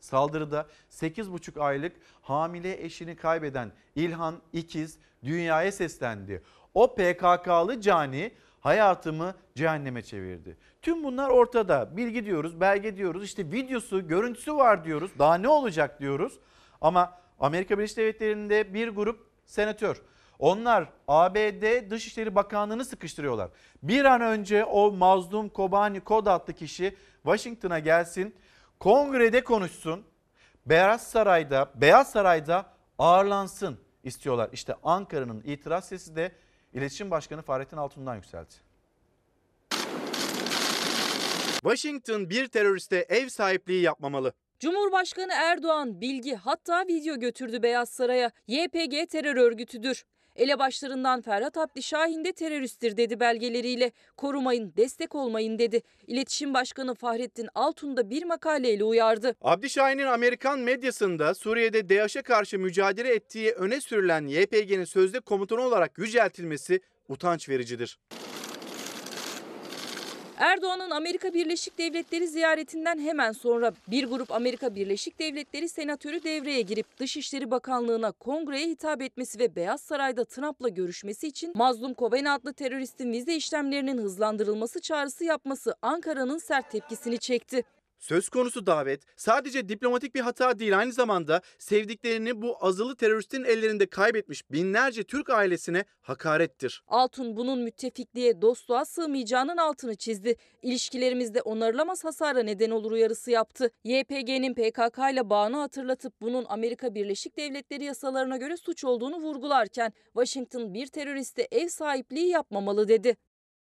Saldırıda 8,5 aylık hamile eşini kaybeden İlhan İkiz dünyaya seslendi. O PKK'lı cani hayatımı cehenneme çevirdi. Tüm bunlar ortada. Bilgi diyoruz, belge diyoruz, işte videosu, görüntüsü var diyoruz. Daha ne olacak diyoruz. Ama Amerika Birleşik Devletleri'nde bir grup senatör. Onlar ABD Dışişleri Bakanlığı'nı sıkıştırıyorlar. Bir an önce o Mazlum Kobani Kod adlı kişi Washington'a gelsin, kongrede konuşsun, Beyaz Saray'da ağırlansın istiyorlar. İşte Ankara'nın itiraz sesi de İletişim Başkanı Fahrettin Altun'dan yükseldi. Washington bir teröriste ev sahipliği yapmamalı. Cumhurbaşkanı Erdoğan bilgi hatta video götürdü Beyaz Saray'a. YPG terör örgütüdür. Elebaşlarından Ferhat Abdi Şahin de teröristtir dedi belgeleriyle. Korumayın, destek olmayın dedi. İletişim Başkanı Fahrettin Altun da bir makaleyle uyardı. Abdi Şahin'in Amerikan medyasında Suriye'de DAEŞ'e karşı mücadele ettiği öne sürülen YPG'nin sözde komutanı olarak yüceltilmesi utanç vericidir. Erdoğan'ın Amerika Birleşik Devletleri ziyaretinden hemen sonra bir grup Amerika Birleşik Devletleri senatörü devreye girip Dışişleri Bakanlığı'na kongreye hitap etmesi ve Beyaz Saray'da Trump'la görüşmesi için Mazlum Kobani adlı teröristin vize işlemlerinin hızlandırılması çağrısı yapması Ankara'nın sert tepkisini çekti. Söz konusu davet sadece diplomatik bir hata değil, aynı zamanda sevdiklerini bu azılı teröristin ellerinde kaybetmiş binlerce Türk ailesine hakarettir. Altun bunun müttefikliğe, dostluğa sığmayacağının altını çizdi. İlişkilerimizde onarılamaz hasara neden olur uyarısı yaptı. YPG'nin PKK ile bağını hatırlatıp bunun Amerika Birleşik Devletleri yasalarına göre suç olduğunu vurgularken Washington bir teröriste ev sahipliği yapmamalı dedi.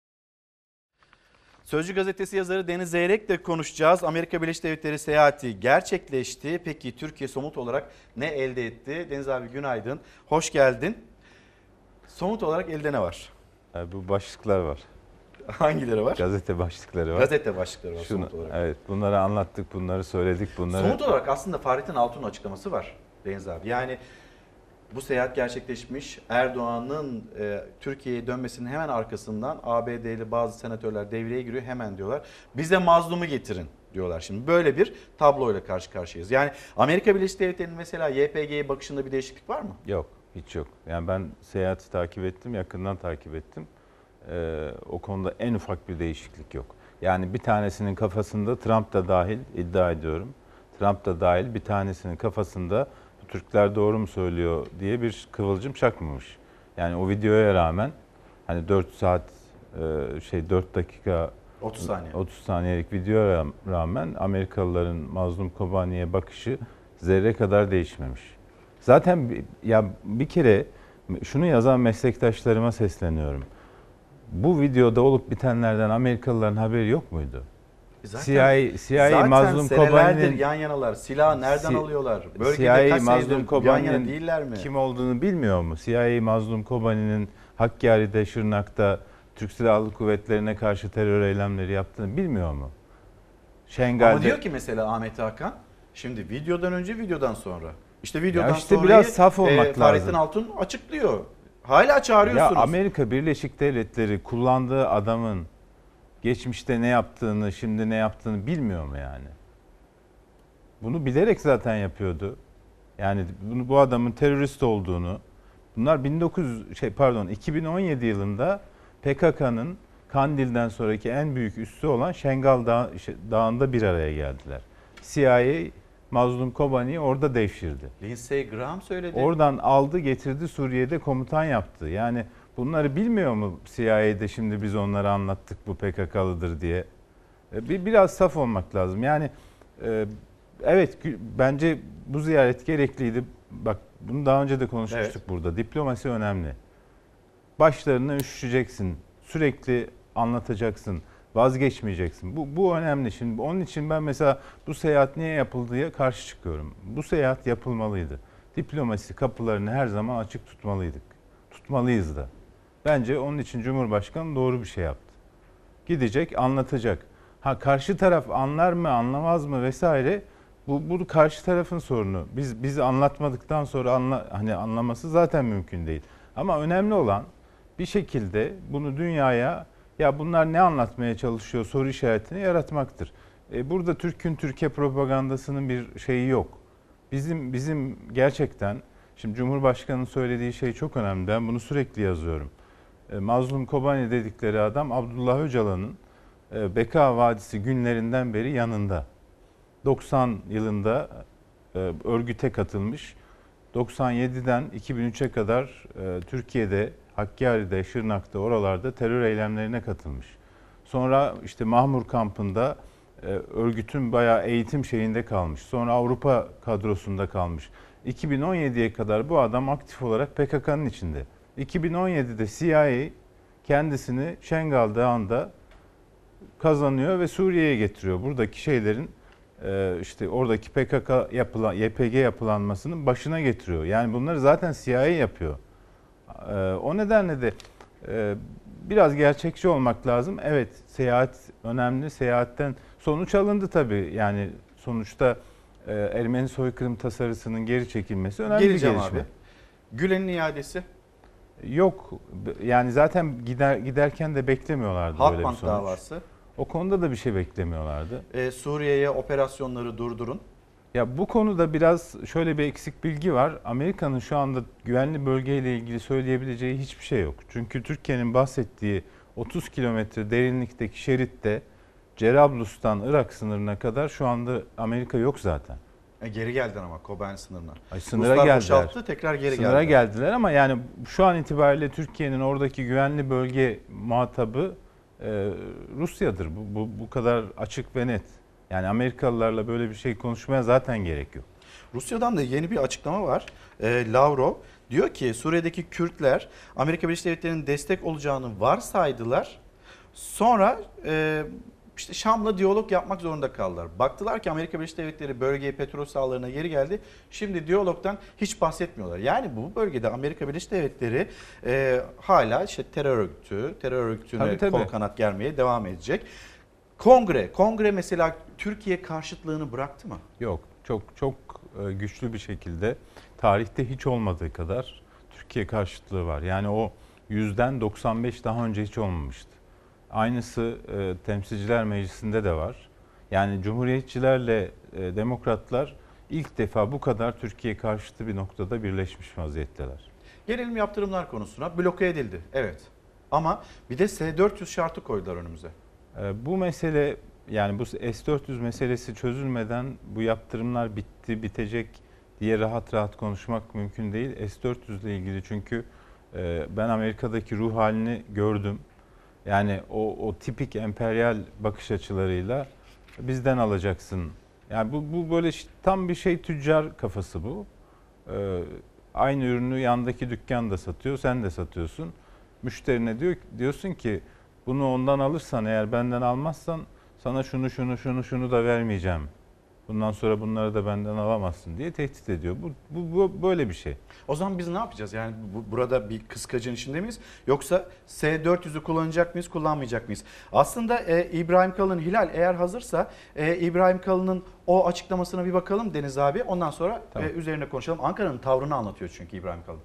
Sözcü gazetesi yazarı Deniz Zeyrek'le konuşacağız. Amerika Birleşik Devletleri seyahati gerçekleşti. Peki Türkiye somut olarak ne elde etti? Deniz abi günaydın. Hoş geldin. Somut olarak elde ne var? Bu başlıklar var. Hangileri var? Gazete başlıkları var. Gazete başlıkları var somut olarak. Evet, bunları anlattık, bunları söyledik. Somut olarak aslında Fahrettin Altun'un açıklaması var Deniz abi. Yani bu seyahat gerçekleşmiş. Erdoğan'ın Türkiye'ye dönmesinin hemen arkasından ABD'li bazı senatörler devreye giriyor. Hemen diyorlar bize mazlumu getirin diyorlar. Şimdi böyle bir tabloyla karşı karşıyayız. Yani Amerika Birleşik Devletleri'nin mesela YPG'ye bakışında bir değişiklik var mı? Yok, hiç yok. Yani ben seyahati takip ettim, yakından takip ettim. O konuda en ufak bir değişiklik yok. Yani bir tanesinin kafasında, Trump da dahil, iddia ediyorum, Trump da dahil bir tanesinin kafasında Türkler doğru mu söylüyor diye bir kıvılcım çakmamış. Yani o videoya rağmen hani 4 dakika 30 saniyelik videoya rağmen Amerikalıların Mazlum Kobani'ye bakışı zerre kadar değişmemiş. Zaten ya bir kere şunu yazan meslektaşlarıma sesleniyorum. Bu videoda olup bitenlerden Amerikalıların haberi yok muydu? CIA Mazlum Kobani'nin yan yanalar. Silahı nereden alıyorlar? Bölgede CIA Mazlum Kobani'nin değiller mi? Kim olduğunu bilmiyor mu? CIA Mazlum Kobani'nin Hakkari'de, Şırnak'ta Türk Silahlı Kuvvetleri'ne karşı terör eylemleri yaptığını bilmiyor mu? Şengal'de... Ama diyor ki mesela Ahmet Hakan, şimdi videodan önce, videodan sonra. İşte videodan sonra biraz saf olmak lazım. Fahrettin Altun açıklıyor. Hala çağırıyorsunuz. Ya Amerika Birleşik Devletleri kullandığı adamın geçmişte ne yaptığını, şimdi ne yaptığını bilmiyor mu yani? Bunu bilerek zaten yapıyordu. Yani bu adamın terörist olduğunu, bunlar 2017 yılında PKK'nın Kandil'den sonraki en büyük üssü olan Şengal Dağı'nda bir araya geldiler. CIA Mazlum Kobani'yi orada devşirdi. Lindsey Graham söyledi. Oradan aldı getirdi, Suriye'de komutan yaptı. Yani bunları bilmiyor mu CIA'de, şimdi biz onlara anlattık bu PKK'lıdır diye. Biraz saf olmak lazım. Yani evet, bence bu ziyaret gerekliydi. Bak bunu daha önce de konuşmuştuk burada. Diplomasi önemli. Başlarına üşüşeceksin. Sürekli anlatacaksın. Vazgeçmeyeceksin. Bu önemli. Şimdi onun için ben mesela bu seyahat niye yapıldı diye karşı çıkıyorum. Bu seyahat yapılmalıydı. Diplomasi kapılarını her zaman açık tutmalıydık. Tutmalıyız da. Bence onun için Cumhurbaşkanı doğru bir şey yaptı. Gidecek, anlatacak. Karşı taraf anlar mı, anlamaz mı vesaire, bu karşı tarafın sorunu. Biz anlatmadıktan sonra anlaması zaten mümkün değil. Ama önemli olan bir şekilde bunu dünyaya, ya bunlar ne anlatmaya çalışıyor soru işaretini yaratmaktır. Burada Türk'ün Türkiye propagandasının bir şeyi yok. Bizim gerçekten, şimdi Cumhurbaşkanı'nın söylediği şey çok önemli. Ben bunu sürekli yazıyorum. Mazlum Kobani dedikleri adam Abdullah Öcalan'ın Beka Vadisi günlerinden beri yanında. 90 yılında örgüte katılmış. 97'den 2003'e kadar Türkiye'de, Hakkari'de, Şırnak'ta, oralarda terör eylemlerine katılmış. Sonra işte Mahmur kampında örgütün bayağı eğitim şeyinde kalmış. Sonra Avrupa kadrosunda kalmış. 2017'ye kadar bu adam aktif olarak PKK'nın içinde. 2017'de CIA kendisini Şengal Dağı'nda kazanıyor ve Suriye'ye getiriyor. Buradaki şeylerin işte oradaki PKK YPG yapılanmasının başına getiriyor. Yani bunları zaten CIA yapıyor. O nedenle de biraz gerçekçi olmak lazım. Evet, seyahat önemli. Seyahatten sonuç alındı tabii. Yani sonuçta Ermeni soykırım tasarısının geri çekilmesi önemli bir gelişme. Abi. Gülen'in iadesi? Yok. Yani zaten giderken de beklemiyorlardı böyle bir Halkbank sonuç. davası. O konuda da bir şey beklemiyorlardı. Suriye'ye operasyonları durdurun. Ya bu konuda biraz şöyle bir eksik bilgi var. Amerika'nın şu anda güvenli bölgeyle ilgili söyleyebileceği hiçbir şey yok. Çünkü Türkiye'nin bahsettiği 30 kilometre derinlikteki şeritte Cerablus'tan Irak sınırına kadar şu anda Amerika yok zaten. Geri geldiler ama Kobani sınırına. Sınıra Ruslar geldiler. boşalttı, tekrar geri Sınıra geldiler ama yani şu an itibariyle Türkiye'nin oradaki güvenli bölge muhatabı Rusya'dır. Bu kadar açık ve net. Yani Amerikalılarla böyle bir şey konuşmaya zaten gerek yok. Rusya'dan da yeni bir açıklama var. Lavrov diyor ki Suriye'deki Kürtler Amerika Birleşik Devletleri'nin destek olacağını varsaydılar. Sonra işte Şam'la diyalog yapmak zorunda kaldılar. Baktılar ki Amerika Birleşik Devletleri bölgeye petrol sahalarına geri geldi. Şimdi diyalogdan hiç bahsetmiyorlar. Yani bu bölgede Amerika Birleşik Devletleri hala işte terör örgütüne kol kanat germeye devam edecek. Kongre mesela Türkiye karşıtlığını bıraktı mı? Yok. Çok güçlü bir şekilde tarihte hiç olmadığı kadar Türkiye karşıtlığı var. Yani o %95 daha önce hiç olmamıştı. Aynısı Temsilciler Meclisi'nde de var. Yani Cumhuriyetçilerle Demokratlar ilk defa bu kadar Türkiye karşıtı bir noktada birleşmiş vaziyetteler. Gelelim yaptırımlar konusuna. Bloke edildi. Evet. Ama bir de S-400 şartı koydular önümüze. Bu mesele, yani bu S-400 meselesi çözülmeden bu yaptırımlar bitecek diye rahat konuşmak mümkün değil. S-400 ile ilgili çünkü ben Amerika'daki ruh halini gördüm. Yani o tipik emperyal bakış açılarıyla bizden alacaksın. Yani bu böyle tam bir şey, tüccar kafası bu. Aynı ürünü yandaki dükkan da satıyor, sen de satıyorsun. Müşterine diyorsun ki bunu ondan alırsan, eğer benden almazsan sana şunu da vermeyeceğim. Bundan sonra bunları da benden alamazsın diye tehdit ediyor. Bu böyle bir şey. O zaman biz ne yapacağız? Yani burada bir kıskacın içinde miyiz? Yoksa S-400'ü kullanacak mıyız, kullanmayacak mıyız? Aslında İbrahim Kalın, Hilal eğer hazırsa İbrahim Kalın'ın o açıklamasına bir bakalım Deniz abi. Ondan sonra üzerine konuşalım. Ankara'nın tavrını anlatıyor çünkü İbrahim Kalın.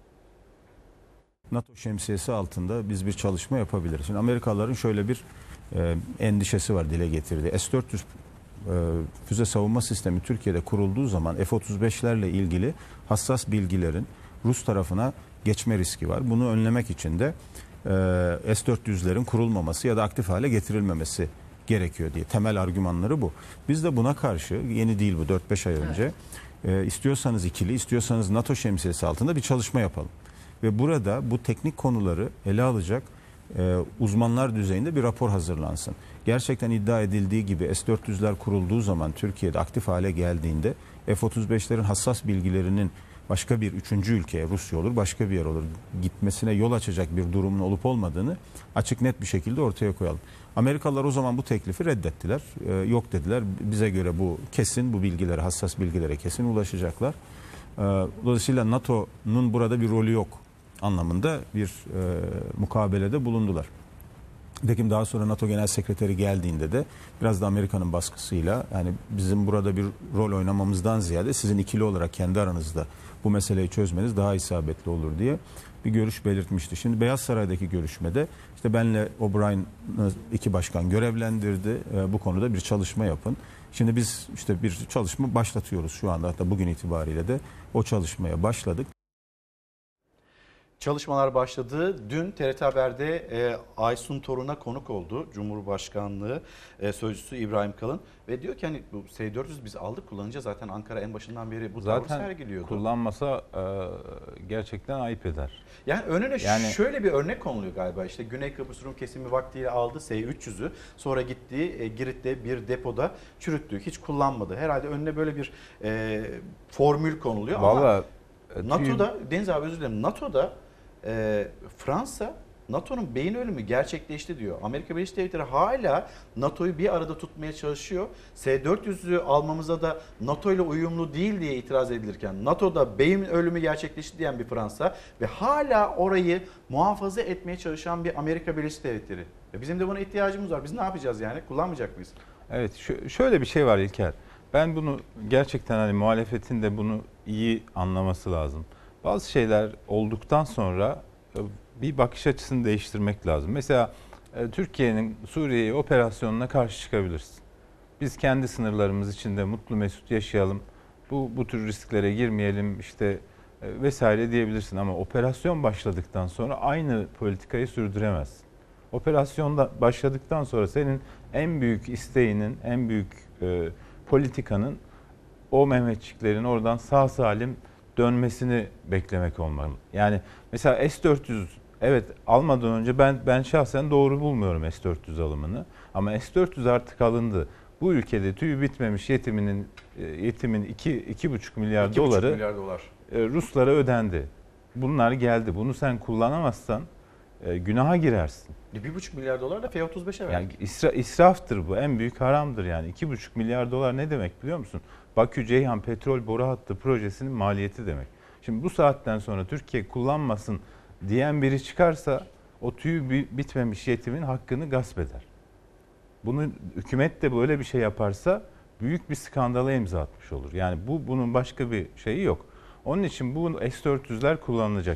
NATO şemsiyesi altında biz bir çalışma yapabiliriz. Şimdi Amerikalıların şöyle bir endişesi var, dile getirdiği. S-400 füze savunma sistemi Türkiye'de kurulduğu zaman F-35'lerle ilgili hassas bilgilerin Rus tarafına geçme riski var. Bunu önlemek için de S-400'lerin kurulmaması ya da aktif hale getirilmemesi gerekiyor diye. Temel argümanları bu. Biz de buna karşı, yeni değil bu, 4-5 ay önce, istiyorsanız ikili, istiyorsanız NATO şemsiyesi altında bir çalışma yapalım. Ve burada bu teknik konuları ele alacak uzmanlar düzeyinde bir rapor hazırlansın. Gerçekten iddia edildiği gibi S-400'ler kurulduğu zaman, Türkiye'de aktif hale geldiğinde F-35'lerin hassas bilgilerinin başka bir üçüncü ülkeye, Rusya olur, başka bir yer olur, gitmesine yol açacak bir durumun olup olmadığını açık net bir şekilde ortaya koyalım. Amerikalılar o zaman bu teklifi reddettiler. Yok dediler. Bize göre bu kesin, bu bilgilere, hassas bilgilere kesin ulaşacaklar. Dolayısıyla NATO'nun burada bir rolü yok anlamında bir mukabelede bulundular. Nitekim daha sonra NATO Genel Sekreteri geldiğinde de biraz da Amerika'nın baskısıyla, yani bizim burada bir rol oynamamızdan ziyade sizin ikili olarak kendi aranızda bu meseleyi çözmeniz daha isabetli olur diye bir görüş belirtmişti. Şimdi Beyaz Saray'daki görüşmede işte benle O'Brien'ı iki başkan görevlendirdi. Bu konuda bir çalışma yapın. Şimdi biz işte bir çalışma başlatıyoruz şu anda, hatta bugün itibariyle de o çalışmaya başladık. Çalışmalar başladı. Dün TRT Haber'de Aysun Torun'a konuk oldu Cumhurbaşkanlığı Sözcüsü İbrahim Kalın. Ve diyor ki hani bu S-400 biz aldık, kullanacağız. Zaten Ankara en başından beri bu tavrı sergiliyordu. Zaten kullanmasa gerçekten ayıp eder. Yani önüne şöyle bir örnek konuluyor galiba. İşte Güney Kıbrıs Rum kesimi vaktiyle aldı S-300'ü. Sonra gitti Girit'te bir depoda çürüttü. Hiç kullanmadı. Herhalde önüne böyle bir formül konuluyor. Vallahi, ama NATO'da, Deniz abi özür dilerim, NATO'da Fransa NATO'nun beyin ölümü gerçekleşti diyor. Amerika Birleşik Devletleri hala NATO'yu bir arada tutmaya çalışıyor. S-400'ü almamıza da NATO ile uyumlu değil diye itiraz edilirken NATO'da beyin ölümü gerçekleşti diyen bir Fransa ve hala orayı muhafaza etmeye çalışan bir Amerika Birleşik Devletleri. Bizim de buna ihtiyacımız var. Biz ne yapacağız yani? Kullanmayacak mıyız? Evet, şöyle bir şey var İlker. Ben bunu gerçekten hani muhalefetin de bunu iyi anlaması lazım. Bazı şeyler olduktan sonra bir bakış açısını değiştirmek lazım. Mesela Türkiye'nin Suriye operasyonuna karşı çıkabilirsin. Biz kendi sınırlarımız içinde mutlu mesut yaşayalım. Bu tür risklere girmeyelim işte vesaire diyebilirsin ama operasyon başladıktan sonra aynı politikayı sürdüremezsin. Operasyonda başladıktan sonra senin en büyük isteğinin, en büyük politikanın o Mehmetçiklerin oradan sağ salim dönmesini beklemek olmalı. Yani mesela S-400 evet almadan önce ben şahsen doğru bulmuyorum S-400 alımını. Ama S-400 artık alındı. Bu ülkede tüyü bitmemiş yetimin 2,5 milyar doları Ruslara ödendi. Bunlar geldi. Bunu sen kullanamazsan günaha girersin. 1,5 milyar dolar da F-35'e verdik. Yani israftır bu. En büyük haramdır yani. 2,5 milyar dolar ne demek biliyor musun? Bakü-Ceyhan petrol boru hattı projesinin maliyeti demek. Şimdi bu saatten sonra Türkiye kullanmasın diyen biri çıkarsa o tüyü bitmemiş yetimin hakkını gasp eder. Bunu hükümet de böyle bir şey yaparsa büyük bir skandala imza atmış olur. Yani bunun başka bir şeyi yok. Onun için bu S-400'ler kullanılacak.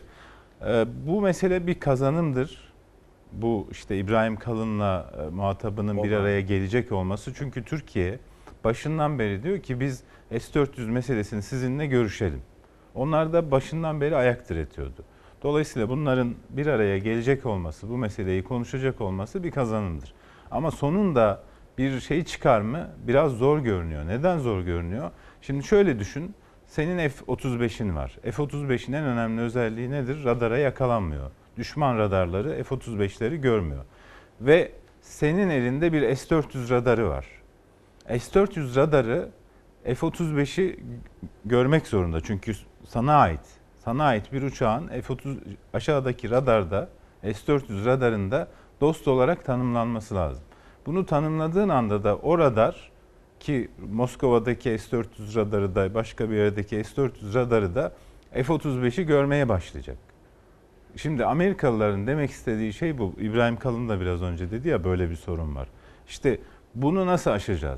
Bu mesele bir kazanımdır. Bu işte İbrahim Kalın'la muhatabının bir araya gelecek olması. Çünkü Türkiye başından beri diyor ki biz S-400 meselesini sizinle görüşelim. Onlar da başından beri ayak diretiyordu. Dolayısıyla bunların bir araya gelecek olması, bu meseleyi konuşacak olması bir kazanımdır. Ama sonunda bir şey çıkar mı? Biraz zor görünüyor. Neden zor görünüyor? Şimdi şöyle düşün. Senin F-35'in var. F-35'in en önemli özelliği nedir? Radara yakalanmıyor. Düşman radarları F-35'leri görmüyor. Ve senin elinde bir S-400 radarı var. S-400 radarı F-35'i görmek zorunda. Çünkü sana ait. Sana ait bir uçağın F-30 aşağıdaki radarda, S-400 radarında dost olarak tanımlanması lazım. Bunu tanımladığın anda da o radar ki Moskova'daki S-400 radarı da başka bir yerdeki S-400 radarı da F-35'i görmeye başlayacak. Şimdi Amerikalıların demek istediği şey bu. İbrahim Kalın da biraz önce dedi ya böyle bir sorun var. İşte bunu nasıl aşacağız?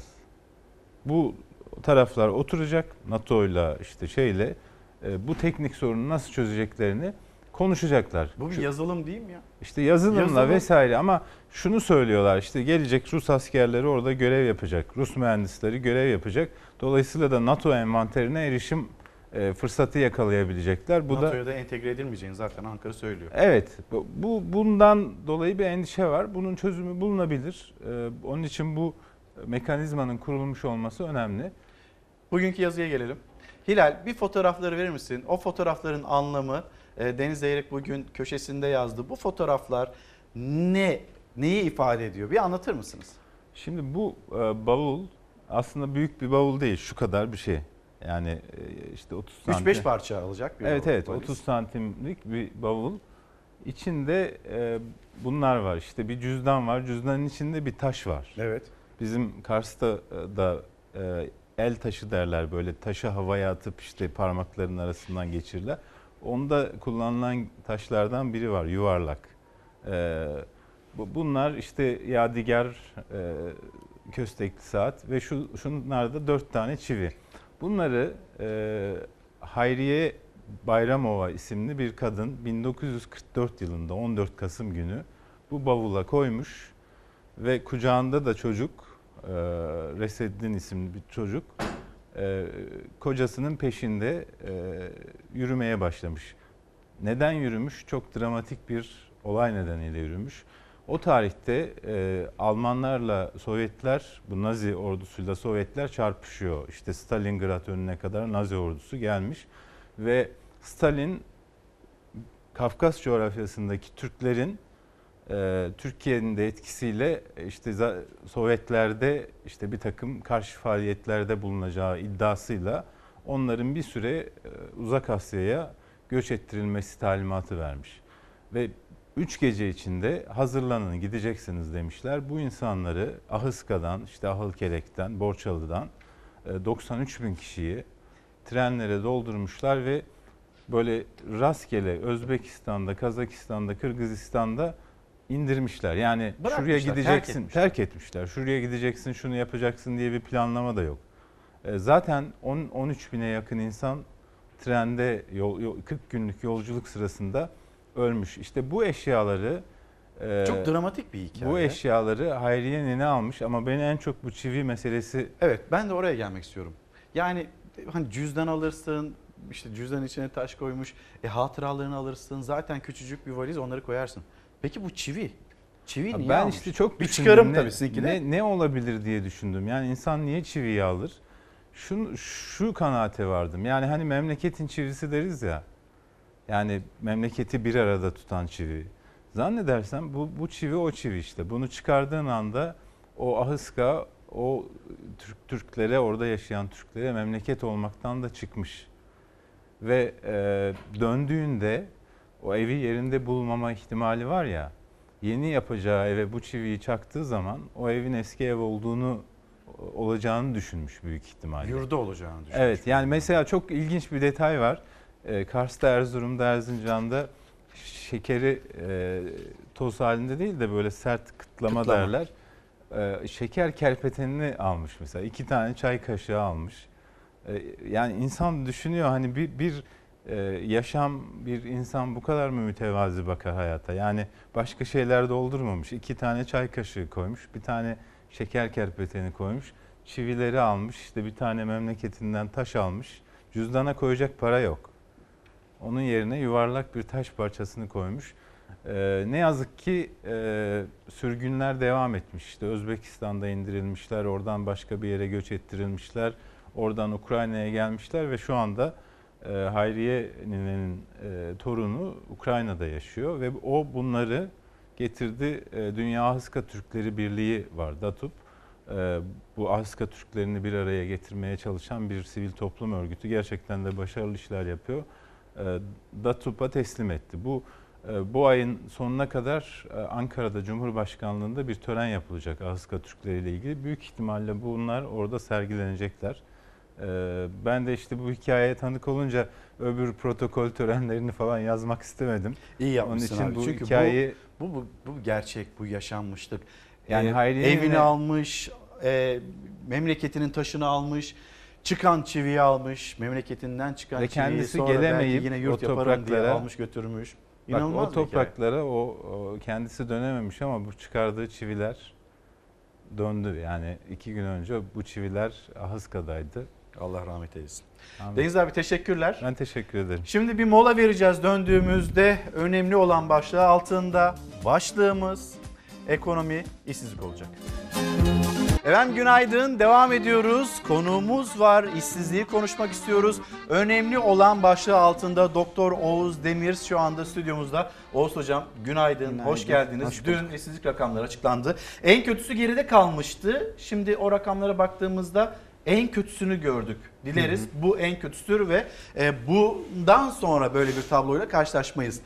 Bu taraflar oturacak NATO'yla işte bu teknik sorunu nasıl çözeceklerini konuşacaklar. Bu bir yazılım değil mi ya? İşte yazılımla vesaire ama şunu söylüyorlar işte gelecek Rus askerleri orada görev yapacak. Rus mühendisleri görev yapacak. Dolayısıyla da NATO envanterine erişim fırsatı yakalayabilecekler. Bu NATO'ya da entegre edilmeyeceğini zaten Ankara söylüyor. Evet. Bundan dolayı bir endişe var. Bunun çözümü bulunabilir. Onun için bu mekanizmanın kurulmuş olması önemli. Bugünkü yazıya gelelim. Hilal bir fotoğrafları verir misin? O fotoğrafların anlamı Deniz Zeyrek bugün köşesinde yazdı. Bu fotoğraflar neyi ifade ediyor? Bir anlatır mısınız? Şimdi bu bavul aslında büyük bir bavul değil. Şu kadar bir şey. Yani işte 30 santim. 3-5 parça alacak bir bavul. Evet 30 santimlik bir bavul. İçinde bunlar var. İşte bir cüzdan var. Cüzdanın içinde bir taş var. Evet. Bizim Kars'ta da el taşı derler. Böyle taşı havaya atıp işte parmakların arasından geçirirler. Onda kullanılan taşlardan biri var. Yuvarlak. Bunlar işte yadigar köstekli saat ve şunlarda 4 tane çivi. Bunları hayriye Bayramova isimli bir kadın 1944 yılında 14 Kasım günü bu bavula koymuş ve kucağında da çocuk, Reseddin isimli bir çocuk, kocasının peşinde yürümeye başlamış. Neden yürümüş? Çok dramatik bir olay nedeniyle yürümüş. O tarihte Almanlarla Sovyetler, bu Nazi ordusuyla Sovyetler çarpışıyor. İşte Stalingrad önüne kadar Nazi ordusu gelmiş ve Stalin Kafkas coğrafyasındaki Türklerin Türkiye'nin de etkisiyle işte Sovyetlerde işte bir takım karşı faaliyetlerde bulunacağı iddiasıyla onların bir süre Uzak Asya'ya göç ettirilmesi talimatı vermiş. Ve 3 gece içinde hazırlanın gideceksiniz demişler. Bu insanları Ahıska'dan, işte Ahılkelek'ten, Borçalı'dan 93 bin kişiyi trenlere doldurmuşlar ve böyle rastgele Özbekistan'da, Kazakistan'da, Kırgızistan'da indirmişler. Yani şuraya gideceksin, terk etmişler. Şuraya gideceksin, şunu yapacaksın diye bir planlama da yok. Zaten 13 bine yakın insan trende 40 günlük yolculuk sırasında ölmüş. İşte bu eşyaları çok dramatik bir hikaye. Bu eşyaları Hayriye Nene almış ama beni en çok bu çivi meselesi... Evet, ben de oraya gelmek istiyorum. Yani hani cüzdan alırsın, işte cüzdan içine taş koymuş, hatıralarını alırsın, zaten küçücük bir valiz, onları koyarsın. Peki bu çivi? Çivi niye ben almış? işte çok bir çıkarım tabii sizinkine. Ne olabilir diye düşündüm. Yani insan niye çiviyi alır? Şu kanaate vardım. Yani hani memleketin çivisi deriz ya. Yani memleketi bir arada tutan çivi. Zannedersem bu çivi o çivi işte. Bunu çıkardığın anda o Ahıska o Türklere, orada yaşayan Türklere memleket olmaktan da çıkmış. Ve döndüğünde o evi yerinde bulmama ihtimali var ya, yeni yapacağı eve bu çiviyi çaktığı zaman o evin eski ev olacağını düşünmüş büyük ihtimalle. Yurda olacağını düşünmüş. Evet, yani mesela çok ilginç bir detay var. Kars'ta, Erzurum'da, Erzincan'da şekeri toz halinde değil de böyle sert kıtlama derler. Şeker kerpetenini almış mesela. 2 tane çay kaşığı almış. Yani insan düşünüyor hani bir insan bu kadar mı mütevazi bakar hayata? Yani başka şeyler doldurmamış. 2 tane çay kaşığı koymuş. Bir tane şeker kerpeteni koymuş. Çivileri almış. İşte bir tane memleketinden taş almış. Cüzdana koyacak para yok. Onun yerine yuvarlak bir taş parçasını koymuş. Ne yazık ki sürgünler devam etmiş. İşte Özbekistan'da indirilmişler, oradan başka bir yere göç ettirilmişler, oradan Ukrayna'ya gelmişler ve şu anda Hayriye Nine'nin torunu Ukrayna'da yaşıyor ve o bunları getirdi. Dünya Ahıska Türkleri Birliği var, DATUP. Bu Ahıska Türklerini bir araya getirmeye çalışan bir sivil toplum örgütü, gerçekten de başarılı işler yapıyor. DATUP'a teslim etti. Bu ayın sonuna kadar Ankara'da Cumhurbaşkanlığında bir tören yapılacak Ahıska Türkleri ile ilgili. Büyük ihtimalle bunlar orada sergilenecekler. Ben de işte bu hikayeye tanık olunca öbür protokol törenlerini falan yazmak istemedim. İyi yapmışsın. Onun için abi. bu Çünkü hikayeyi... bu gerçek, bu yaşanmışlık. Yani evini almış, memleketinin taşını almış, çıkan çiviyi almış, memleketinden çıkan ve çiviyi kendisi sonra gelemeyip belki yine yurt yaparım diye almış götürmüş. İnanılmaz o topraklara o kendisi dönememiş ama bu çıkardığı çiviler döndü. Yani 2 gün önce bu çiviler Ahıska'daydı. Allah rahmet eylesin. Amin. Deniz abi teşekkürler. Ben teşekkür ederim. Şimdi bir mola vereceğiz, döndüğümüzde önemli olan başlığı altında. Başlığımız ekonomi, işsizlik olacak. Efendim günaydın, devam ediyoruz. Konuğumuz var, işsizliği konuşmak istiyoruz. Önemli olan başlığı altında Doktor Oğuz Demir şu anda stüdyomuzda. Oğuz hocam günaydın, hoş geldiniz. Hoş Dün işsizlik rakamları açıklandı. En kötüsü geride kalmıştı. Şimdi o rakamlara baktığımızda en kötüsünü gördük. Dileriz bu en kötüsüdür ve bundan sonra böyle bir tabloyla karşılaşmayız.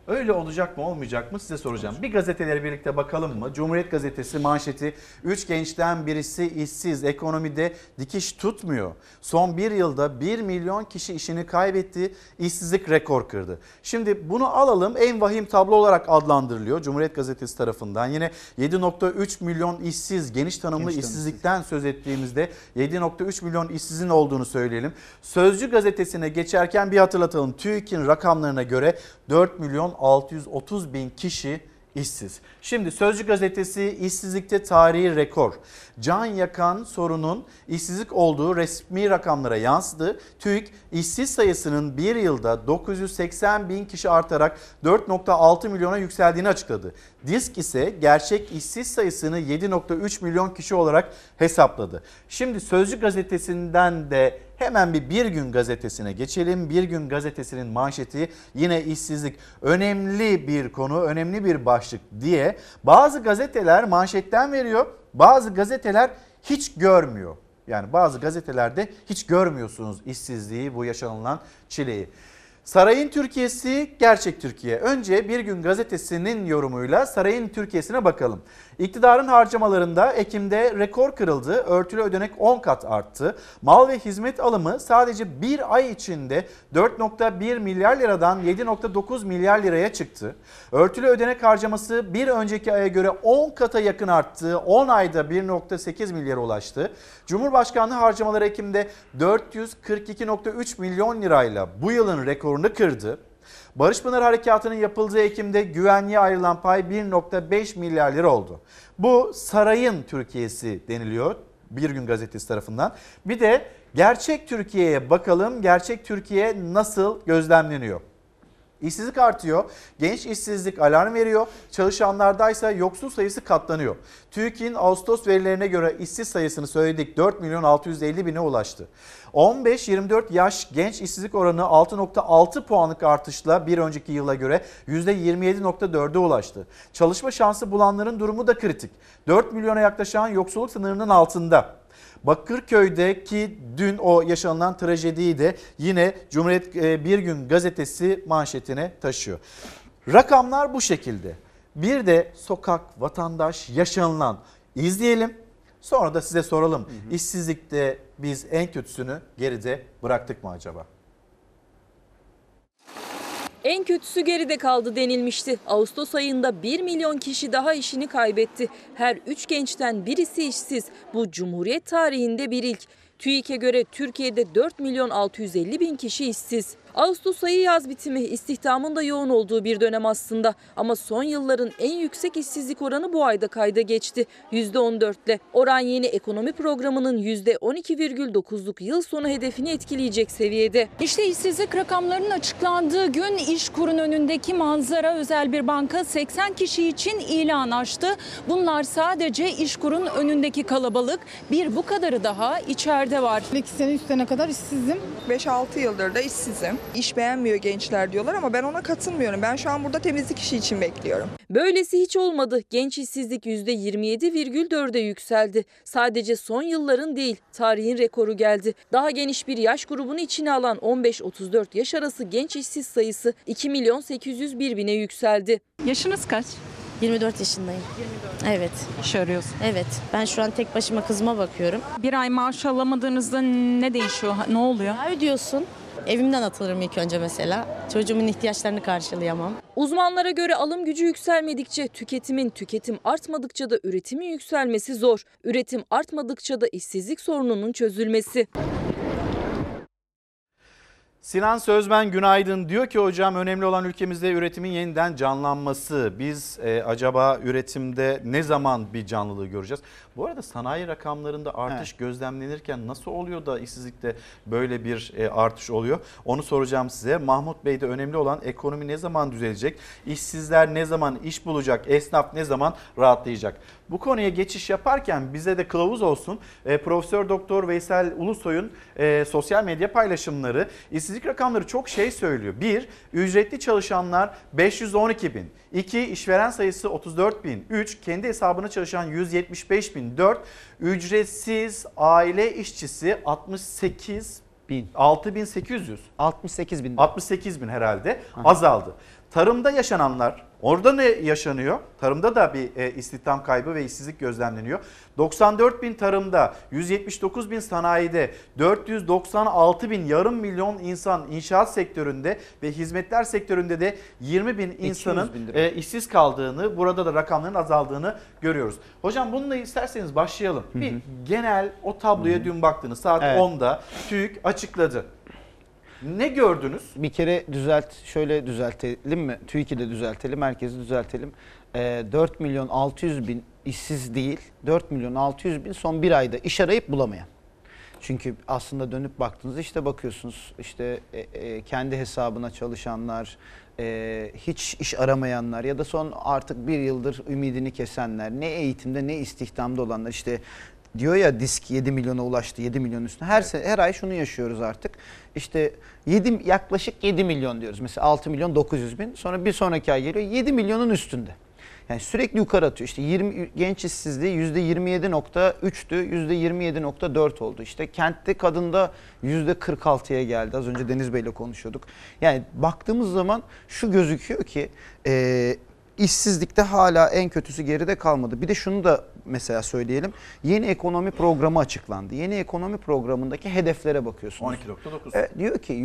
Öyle olacak mı olmayacak mı size soracağım. Bir gazeteleri birlikte bakalım mı? Cumhuriyet Gazetesi manşeti 3 gençten birisi işsiz, ekonomide dikiş tutmuyor. Son bir yılda 1 milyon kişi işini kaybetti, işsizlik rekor kırdı. Şimdi bunu alalım, en vahim tablo olarak adlandırılıyor Cumhuriyet Gazetesi tarafından. Yine 7.3 milyon işsiz, geniş tanımlı işsizlikten söz ettiğimizde 7.3 milyon işsizin olduğunu söyleyelim. Sözcü Gazetesi'ne geçerken bir hatırlatalım. TÜİK'in rakamlarına göre 4 milyon 630 bin kişi işsiz. Şimdi Sözcü Gazetesi işsizlikte tarihi rekor. Can yakan sorunun işsizlik olduğu resmi rakamlara yansıdı. TÜİK işsiz sayısının bir yılda 980 bin kişi artarak 4.6 milyona yükseldiğini açıkladı. Disk ise gerçek işsiz sayısını 7.3 milyon kişi olarak hesapladı. Şimdi Sözcü Gazetesi'nden de hemen Bir Gün Gazetesi'ne geçelim. Bir Gün Gazetesi'nin manşeti yine işsizlik. Önemli bir konu, önemli bir başlık diye bazı gazeteler manşetten veriyor, bazı gazeteler hiç görmüyor. Yani bazı gazetelerde hiç görmüyorsunuz işsizliği, bu yaşanılan çileyi. Sarayın Türkiye'si, gerçek Türkiye. Önce Bir Gün Gazetesi'nin yorumuyla sarayın Türkiye'sine bakalım. İktidarın harcamalarında Ekim'de rekor kırıldı. Örtülü ödenek 10 kat arttı. Mal ve hizmet alımı sadece bir ay içinde 4.1 milyar liradan 7.9 milyar liraya çıktı. Örtülü ödenek harcaması bir önceki aya göre 10 kata yakın arttı. 10 ayda 1.8 milyara ulaştı. Cumhurbaşkanlığı harcamaları Ekim'de 442.3 milyon lirayla bu yılın rekorunu kırdı. Barış Pınar Harekatı'nın yapıldığı Ekim'de güvenliğe ayrılan pay 1.5 milyar lira oldu. Bu sarayın Türkiye'si deniliyor Bir Gün Gazetesi tarafından. Bir de gerçek Türkiye'ye bakalım. Gerçek Türkiye nasıl gözlemleniyor? İşsizlik artıyor, genç işsizlik alarm veriyor, çalışanlardaysa yoksul sayısı katlanıyor. TÜİK'in Ağustos verilerine göre işsiz sayısını söyledik, 4 milyon 650 bine ulaştı. 15-24 yaş genç işsizlik oranı 6.6 puanlık artışla bir önceki yıla göre %27.4'e ulaştı. Çalışma şansı bulanların durumu da kritik. 4 milyona yaklaşan yoksulluk sınırının altında. Bakırköy'deki dün o yaşanılan trajediyi de yine Cumhuriyet Bir Gün Gazetesi manşetine taşıyor. Rakamlar bu şekilde. Bir de sokak, vatandaş, yaşanılan izleyelim. Sonra da size soralım. İşsizlikte biz en kötüsünü geride bıraktık mı acaba? En kötüsü geride kaldı denilmişti. Ağustos ayında 1 milyon kişi daha işini kaybetti. Her 3 gençten birisi işsiz. Bu Cumhuriyet tarihinde bir ilk. TÜİK'e göre Türkiye'de 4 milyon 650 bin kişi işsiz. Ağustos ayı yaz bitimi, istihdamın da yoğun olduğu bir dönem aslında. Ama son yılların en yüksek işsizlik oranı bu ayda kayda geçti. %14'le. Oran yeni ekonomi programının %12,9'luk yıl sonu hedefini etkileyecek seviyede. İşte işsizlik rakamlarının açıklandığı gün İşkur'un önündeki manzara. Özel bir banka 80 kişi için ilan açtı. Bunlar sadece İşkur'un önündeki kalabalık. Bir bu kadarı daha içeride var. 2 sene 3 sene kadar işsizim. 5-6 yıldır da işsizim. İş beğenmiyor gençler diyorlar ama ben ona katılmıyorum. Ben şu an burada temizlik işi için bekliyorum. Böylesi hiç olmadı. Genç işsizlik %27,4'e yükseldi. Sadece son yılların değil, tarihin rekoru geldi. Daha geniş bir yaş grubunu içine alan 15-34 yaş arası genç işsiz sayısı 2 milyon 801 bine yükseldi. Yaşınız kaç? 24 yaşındayım. 24. Evet. İş arıyorsun. Evet. Ben şu an tek başıma kızıma bakıyorum. Bir ay maaş alamadığınızda ne değişiyor? Ne oluyor? Ne ödüyorsun? Evimden atılırım ilk önce mesela. Çocuğumun ihtiyaçlarını karşılayamam. Uzmanlara göre alım gücü yükselmedikçe tüketim artmadıkça da üretimin yükselmesi zor. Üretim artmadıkça da işsizlik sorununun çözülmesi. Sinan Sözmen günaydın. Diyor ki hocam önemli olan ülkemizde üretimin yeniden canlanması. Biz acaba üretimde ne zaman bir canlılığı göreceğiz? Bu arada sanayi rakamlarında artış gözlemlenirken nasıl oluyor da işsizlikte böyle bir artış oluyor? Onu soracağım size. Mahmut Bey de önemli olan ekonomi ne zaman düzelecek? İşsizler ne zaman iş bulacak? Esnaf ne zaman rahatlayacak? Bu konuya geçiş yaparken bize de kılavuz olsun. Profesör Doktor Veysel Ulusoy'un sosyal medya paylaşımları işsizlik rakamları çok şey söylüyor. 1. Ücretli çalışanlar 512 bin. 2. İşveren sayısı 34 bin. 3. Kendi hesabına çalışan 175 bin. 4. Ücretsiz aile işçisi 68 bin. 6800. 68 bin. 68 bin herhalde azaldı. Tarımda yaşananlar, orada ne yaşanıyor? Tarımda da bir istihdam kaybı ve işsizlik gözlemleniyor. 94 bin tarımda, 179 bin sanayide, 496 bin yarım milyon insan inşaat sektöründe ve hizmetler sektöründe de 20 bin insanın işsiz kaldığını, burada da rakamların azaldığını görüyoruz. Hocam bununla isterseniz başlayalım. Bir genel o tabloya dün baktınız. Saat 10'da TÜİK açıkladı. Ne gördünüz? Bir kere şöyle düzeltelim mi? TÜİK'i de düzeltelim, herkesi düzeltelim. 4 milyon 600 bin işsiz değil, 4 milyon 600 bin son bir ayda iş arayıp bulamayan. Çünkü aslında dönüp baktığınızda işte bakıyorsunuz işte kendi hesabına çalışanlar, hiç iş aramayanlar ya da son artık bir yıldır ümidini kesenler, ne eğitimde ne istihdamda olanlar işte diyor ya disk 7 milyona ulaştı, 7 milyon üstüne. Her ay şunu yaşıyoruz artık. İşte yaklaşık 7 milyon diyoruz. Mesela 6 milyon 900 bin. Sonra bir sonraki ay geliyor 7 milyonun üstünde. Yani sürekli yukarı atıyor. İşte genç işsizliği %27.3'tü, %27.4 oldu. İşte kentte kadında %46'ya geldi. Az önce Deniz Bey'le konuşuyorduk. Yani baktığımız zaman şu gözüküyor ki işsizlikte hala en kötüsü geride kalmadı. Bir de şunu da mesela söyleyelim. Yeni ekonomi programı açıklandı. Yeni ekonomi programındaki hedeflere bakıyorsunuz. 12.9. Diyor ki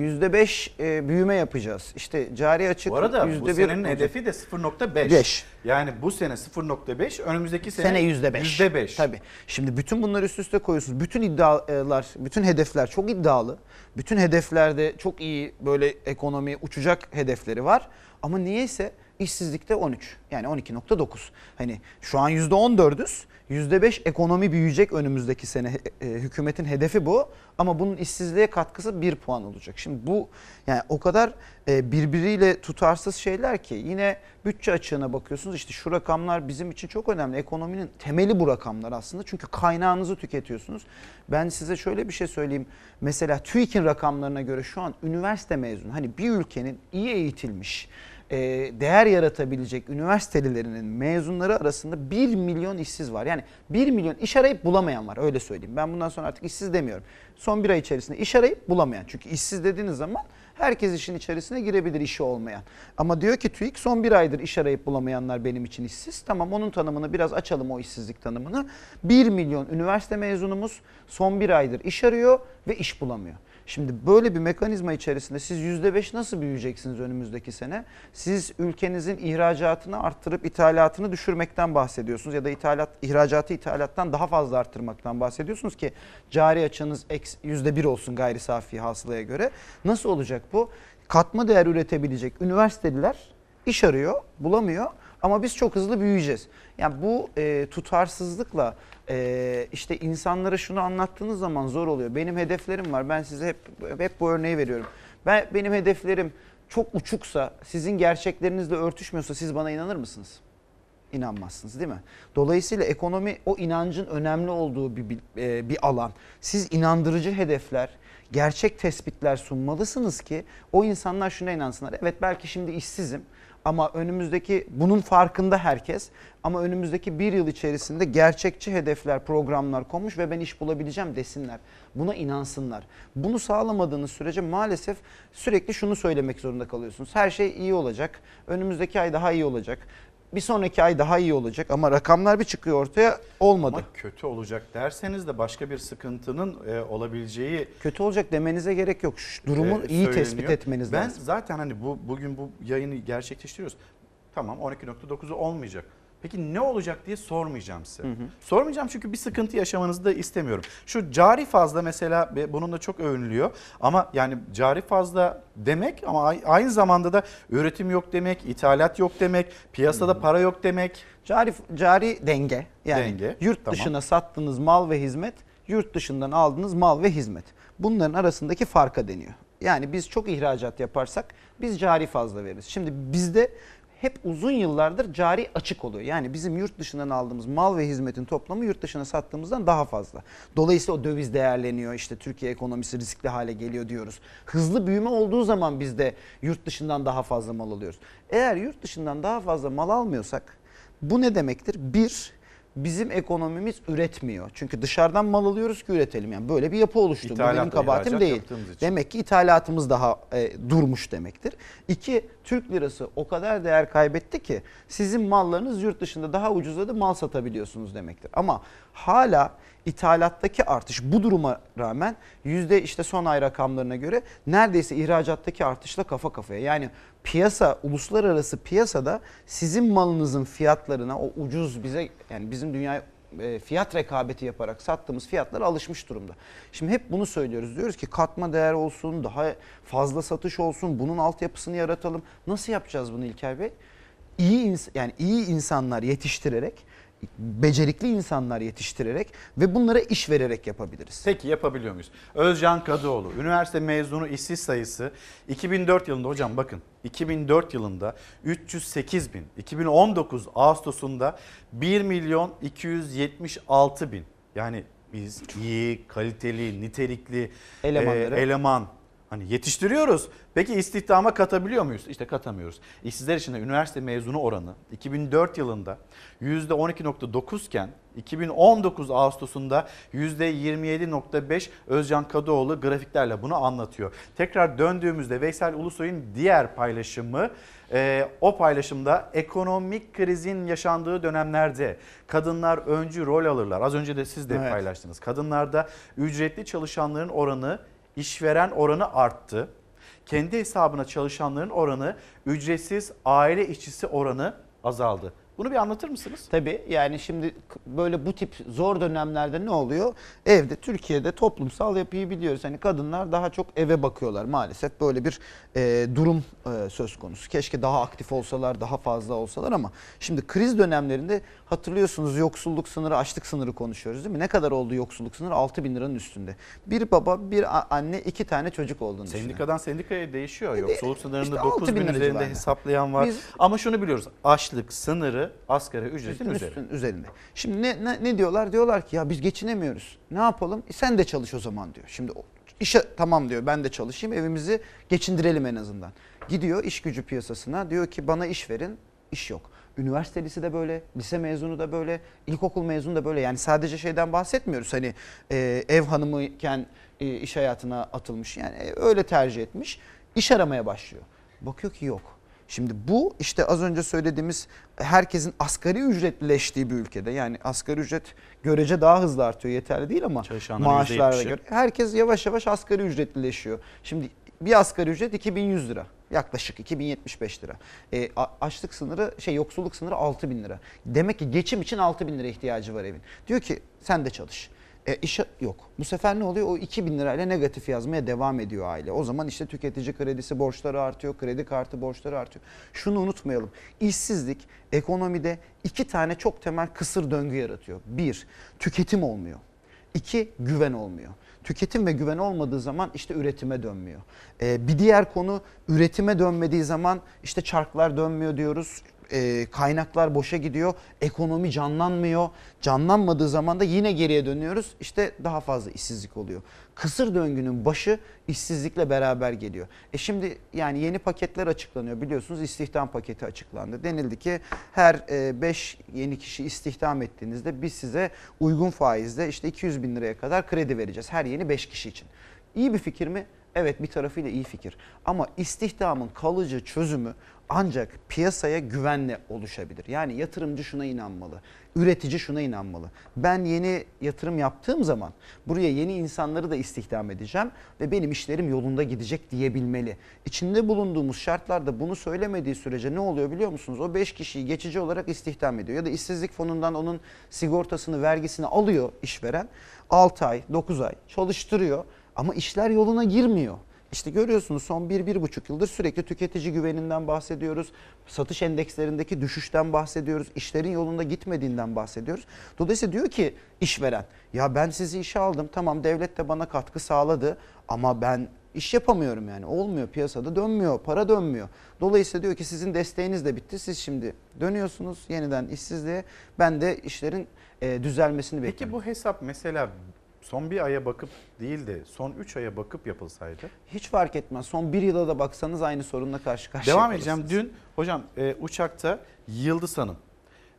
%5 büyüme yapacağız. İşte cari açık bu arada %1 bu senenin hedefi de 0.5. Yani bu sene 0.5, önümüzdeki sene %5. Tabii. Şimdi bütün bunları üst üste koyuyorsunuz. Bütün iddialar, bütün hedefler çok iddialı. Bütün hedeflerde çok iyi böyle ekonomi uçacak hedefleri var. Ama niyeyse işsizlikte 13. Yani 12.9. Hani şu an %14'üz. %5 ekonomi büyüyecek önümüzdeki sene. Hükümetin hedefi bu. Ama bunun işsizliğe katkısı 1 puan olacak. Şimdi bu yani o kadar birbiriyle tutarsız şeyler ki yine bütçe açığına bakıyorsunuz. İşte şu rakamlar bizim için çok önemli. Ekonominin temeli bu rakamlar aslında. Çünkü kaynağınızı tüketiyorsunuz. Ben size şöyle bir şey söyleyeyim. Mesela TÜİK'in rakamlarına göre şu an üniversite mezunu, hani bir ülkenin iyi eğitilmiş, değer yaratabilecek üniversitelilerinin mezunları arasında 1 milyon işsiz var. Yani 1 milyon iş arayıp bulamayan var, öyle söyleyeyim. Ben bundan sonra artık işsiz demiyorum. Son bir ay içerisinde iş arayıp bulamayan. Çünkü işsiz dediğiniz zaman herkes işin içerisine girebilir, işi olmayan. Ama diyor ki TÜİK son bir aydır iş arayıp bulamayanlar benim için işsiz. Tamam, onun tanımını biraz açalım, o işsizlik tanımını. 1 milyon üniversite mezunumuz son bir aydır iş arıyor ve iş bulamıyor. Şimdi böyle bir mekanizma içerisinde siz %5 nasıl büyüyeceksiniz önümüzdeki sene? Siz ülkenizin ihracatını arttırıp ithalatını düşürmekten bahsediyorsunuz ya da ihracatı ithalattan daha fazla arttırmaktan bahsediyorsunuz ki cari açığınız %1 olsun gayri safi hasılaya göre. Nasıl olacak bu? Katma değer üretebilecek üniversiteliler iş arıyor, bulamıyor. Ama biz çok hızlı büyüyeceğiz. Yani bu tutarsızlıkla işte insanlara şunu anlattığınız zaman zor oluyor. Benim hedeflerim var. Ben size hep bu örneği veriyorum. Benim hedeflerim çok uçuksa, sizin gerçeklerinizle örtüşmüyorsa siz bana inanır mısınız? İnanmazsınız, değil mi? Dolayısıyla ekonomi o inancın önemli olduğu bir alan. Siz inandırıcı hedefler, gerçek tespitler sunmalısınız ki o insanlar şuna inansınlar. Evet, belki şimdi işsizim. Ama bunun farkında herkes, ama önümüzdeki bir yıl içerisinde gerçekçi hedefler, programlar konmuş ve ben iş bulabileceğim desinler. Buna inansınlar. Bunu sağlamadığınız sürece maalesef sürekli şunu söylemek zorunda kalıyorsunuz. Her şey iyi olacak, önümüzdeki ay daha iyi olacak, bir sonraki ay daha iyi olacak ama rakamlar bir çıkıyor ortaya, olmadı. Ama kötü olacak derseniz de başka bir sıkıntının olabileceği... Kötü olacak demenize gerek yok. Şu durumu iyi tespit etmeniz lazım. Ben zaten hani bugün bu yayını gerçekleştiriyoruz. Tamam, 12.9'u olmayacak. Peki ne olacak diye sormayacağım size. Sormayacağım çünkü bir sıkıntı yaşamanızı da istemiyorum. Şu cari fazla mesela bununla çok övünülüyor. Ama yani cari fazla demek ama aynı zamanda da üretim yok demek, ithalat yok demek, piyasada para yok demek. Cari denge. Yani yurt dışına sattığınız mal ve hizmet, yurt dışından aldığınız mal ve hizmet. Bunların arasındaki farka deniyor. Yani biz çok ihracat yaparsak biz cari fazla veririz. Şimdi bizde hep uzun yıllardır cari açık oluyor. Yani bizim yurt dışından aldığımız mal ve hizmetin toplamı yurt dışına sattığımızdan daha fazla. Dolayısıyla o döviz değerleniyor, işte Türkiye ekonomisi riskli hale geliyor diyoruz. Hızlı büyüme olduğu zaman biz de yurt dışından daha fazla mal alıyoruz. Eğer yurt dışından daha fazla mal almıyorsak bu ne demektir? Bir, bizim ekonomimiz üretmiyor. Çünkü dışarıdan mal alıyoruz ki üretelim. Yani böyle bir yapı oluştu. Bu benim kabahatim değil. Demek ki ithalatımız daha durmuş demektir. 2, Türk lirası o kadar değer kaybetti ki sizin mallarınız yurt dışında daha ucuza da mal satabiliyorsunuz demektir. Ama hala ithalattaki artış bu duruma rağmen işte son ay rakamlarına göre neredeyse ihracattaki artışla kafa kafaya. Yani piyasa, uluslararası piyasada sizin malınızın fiyatlarına o ucuz bize, yani bizim dünya fiyat rekabeti yaparak sattığımız fiyatlara alışmış durumda. Şimdi hep bunu söylüyoruz. Diyoruz ki katma değer olsun, daha fazla satış olsun, bunun altyapısını yaratalım. Nasıl yapacağız bunu İlker Bey? İyi insanlar yetiştirerek, becerikli insanlar yetiştirerek ve bunlara iş vererek yapabiliriz. Peki yapabiliyor muyuz? Özcan Kadıoğlu, üniversite mezunu işsiz sayısı 2004 yılında hocam bakın 2004 yılında 308 bin, 2019 Ağustos'unda 1.276.000. Yani biz iyi, kaliteli, nitelikli eleman hani yetiştiriyoruz. Peki istihdama katabiliyor muyuz? İşte katamıyoruz. İşsizler için de üniversite mezunu oranı 2004 yılında %12.9 iken 2019 Ağustos'unda %27.5. Özcan Kadıoğlu grafiklerle bunu anlatıyor. Tekrar döndüğümüzde Veysel Ulusoy'un diğer paylaşımı, o paylaşımda ekonomik krizin yaşandığı dönemlerde kadınlar öncü rol alırlar. Az önce de siz de paylaştınız. Kadınlarda ücretli çalışanların oranı, işveren oranı arttı. Kendi hesabına çalışanların oranı, ücretsiz aile işçisi oranı azaldı. Bunu bir anlatır mısınız? Tabii, yani şimdi böyle bu tip zor dönemlerde ne oluyor? Evde, Türkiye'de toplumsal yapıyı biliyoruz. Hani kadınlar daha çok eve bakıyorlar maalesef. Böyle bir durum söz konusu. Keşke daha aktif olsalar, daha fazla olsalar ama şimdi kriz dönemlerinde hatırlıyorsunuz yoksulluk sınırı, açlık sınırı konuşuyoruz değil mi? Ne kadar oldu yoksulluk sınırı? 6.000 liranın üstünde. Bir baba, bir anne, 2 tane çocuk olduğunu düşünün. Sendikadan sendikaya değişiyor. Yoksulluk sınırında işte 9.000 üzerinde hesaplayan var. Ama şunu biliyoruz. Açlık sınırı asgari ücretin üzerinde. Şimdi ne diyorlar? Diyorlar ki ya biz geçinemiyoruz. Ne yapalım? Sen de çalış o zaman diyor. Şimdi işe tamam diyor, ben de çalışayım, evimizi geçindirelim en azından. Gidiyor iş gücü piyasasına, diyor ki bana iş verin, iş yok. Üniversitelisi de böyle, lise mezunu da böyle, ilkokul mezunu da böyle. Yani sadece şeyden bahsetmiyoruz. Hani ev hanımıyken iş hayatına atılmış, yani öyle tercih etmiş. İş aramaya başlıyor. Bakıyor ki yok. Şimdi bu işte az önce söylediğimiz herkesin asgari ücretleştiği bir ülkede, yani asgari ücret görece daha hızlı artıyor, yeterli değil ama maaşlara göre herkes yavaş yavaş asgari ücretlileşiyor. Şimdi bir asgari ücret 2100 lira yaklaşık 2075 lira. Açlık sınırı yoksulluk sınırı 6.000 lira. Demek ki geçim için 6.000 lira ihtiyacı var evin. Diyor ki sen de çalış. İş yok. Bu sefer ne oluyor? O 2.000 lirayla negatif yazmaya devam ediyor aile. O zaman işte tüketici kredisi borçları artıyor, kredi kartı borçları artıyor. Şunu unutmayalım. İşsizlik ekonomide 2 tane çok temel kısır döngü yaratıyor. 1, tüketim olmuyor. 2, güven olmuyor. Tüketim ve güven olmadığı zaman işte üretime dönmüyor. Bir diğer konu, üretime dönmediği zaman işte çarklar dönmüyor diyoruz. Kaynaklar boşa gidiyor, ekonomi canlanmıyor. Canlanmadığı zaman da yine geriye dönüyoruz. İşte daha fazla işsizlik oluyor. Kısır döngünün başı işsizlikle beraber geliyor. Şimdi yani yeni paketler açıklanıyor. Biliyorsunuz istihdam paketi açıklandı. Denildi ki her 5 yeni kişi istihdam ettiğinizde biz size uygun faizle işte 200.000 liraya kadar kredi vereceğiz. Her yeni 5 kişi için. İyi bir fikir mi? Evet, bir tarafıyla iyi fikir. Ama istihdamın kalıcı çözümü ancak piyasaya güvenle oluşabilir. Yani yatırımcı şuna inanmalı, üretici şuna inanmalı. Ben yeni yatırım yaptığım zaman buraya yeni insanları da istihdam edeceğim ve benim işlerim yolunda gidecek diyebilmeli. İçinde bulunduğumuz şartlarda bunu söylemediği sürece ne oluyor biliyor musunuz? O 5 kişiyi geçici olarak istihdam ediyor ya da işsizlik fonundan onun sigortasını, vergisini alıyor işveren. 6 ay, 9 ay çalıştırıyor ama işler yoluna girmiyor. İşte görüyorsunuz son 1-1,5 yıldır sürekli tüketici güveninden bahsediyoruz. Satış endekslerindeki düşüşten bahsediyoruz. İşlerin yolunda gitmediğinden bahsediyoruz. Dolayısıyla diyor ki işveren, ya ben sizi işe aldım, tamam devlet de bana katkı sağladı ama ben iş yapamıyorum, yani olmuyor, piyasada dönmüyor, para dönmüyor. Dolayısıyla diyor ki sizin desteğiniz de bitti, siz şimdi dönüyorsunuz yeniden işsizliğe, ben de işlerin düzelmesini bekliyorum. Peki bu hesap mesela son bir aya bakıp değil de son 3 aya bakıp yapılsaydı? Hiç fark etmez. Son 1 yıla da baksanız aynı sorunla karşı karşıya Devam edeceğim. Dün hocam uçakta Yıldız Hanım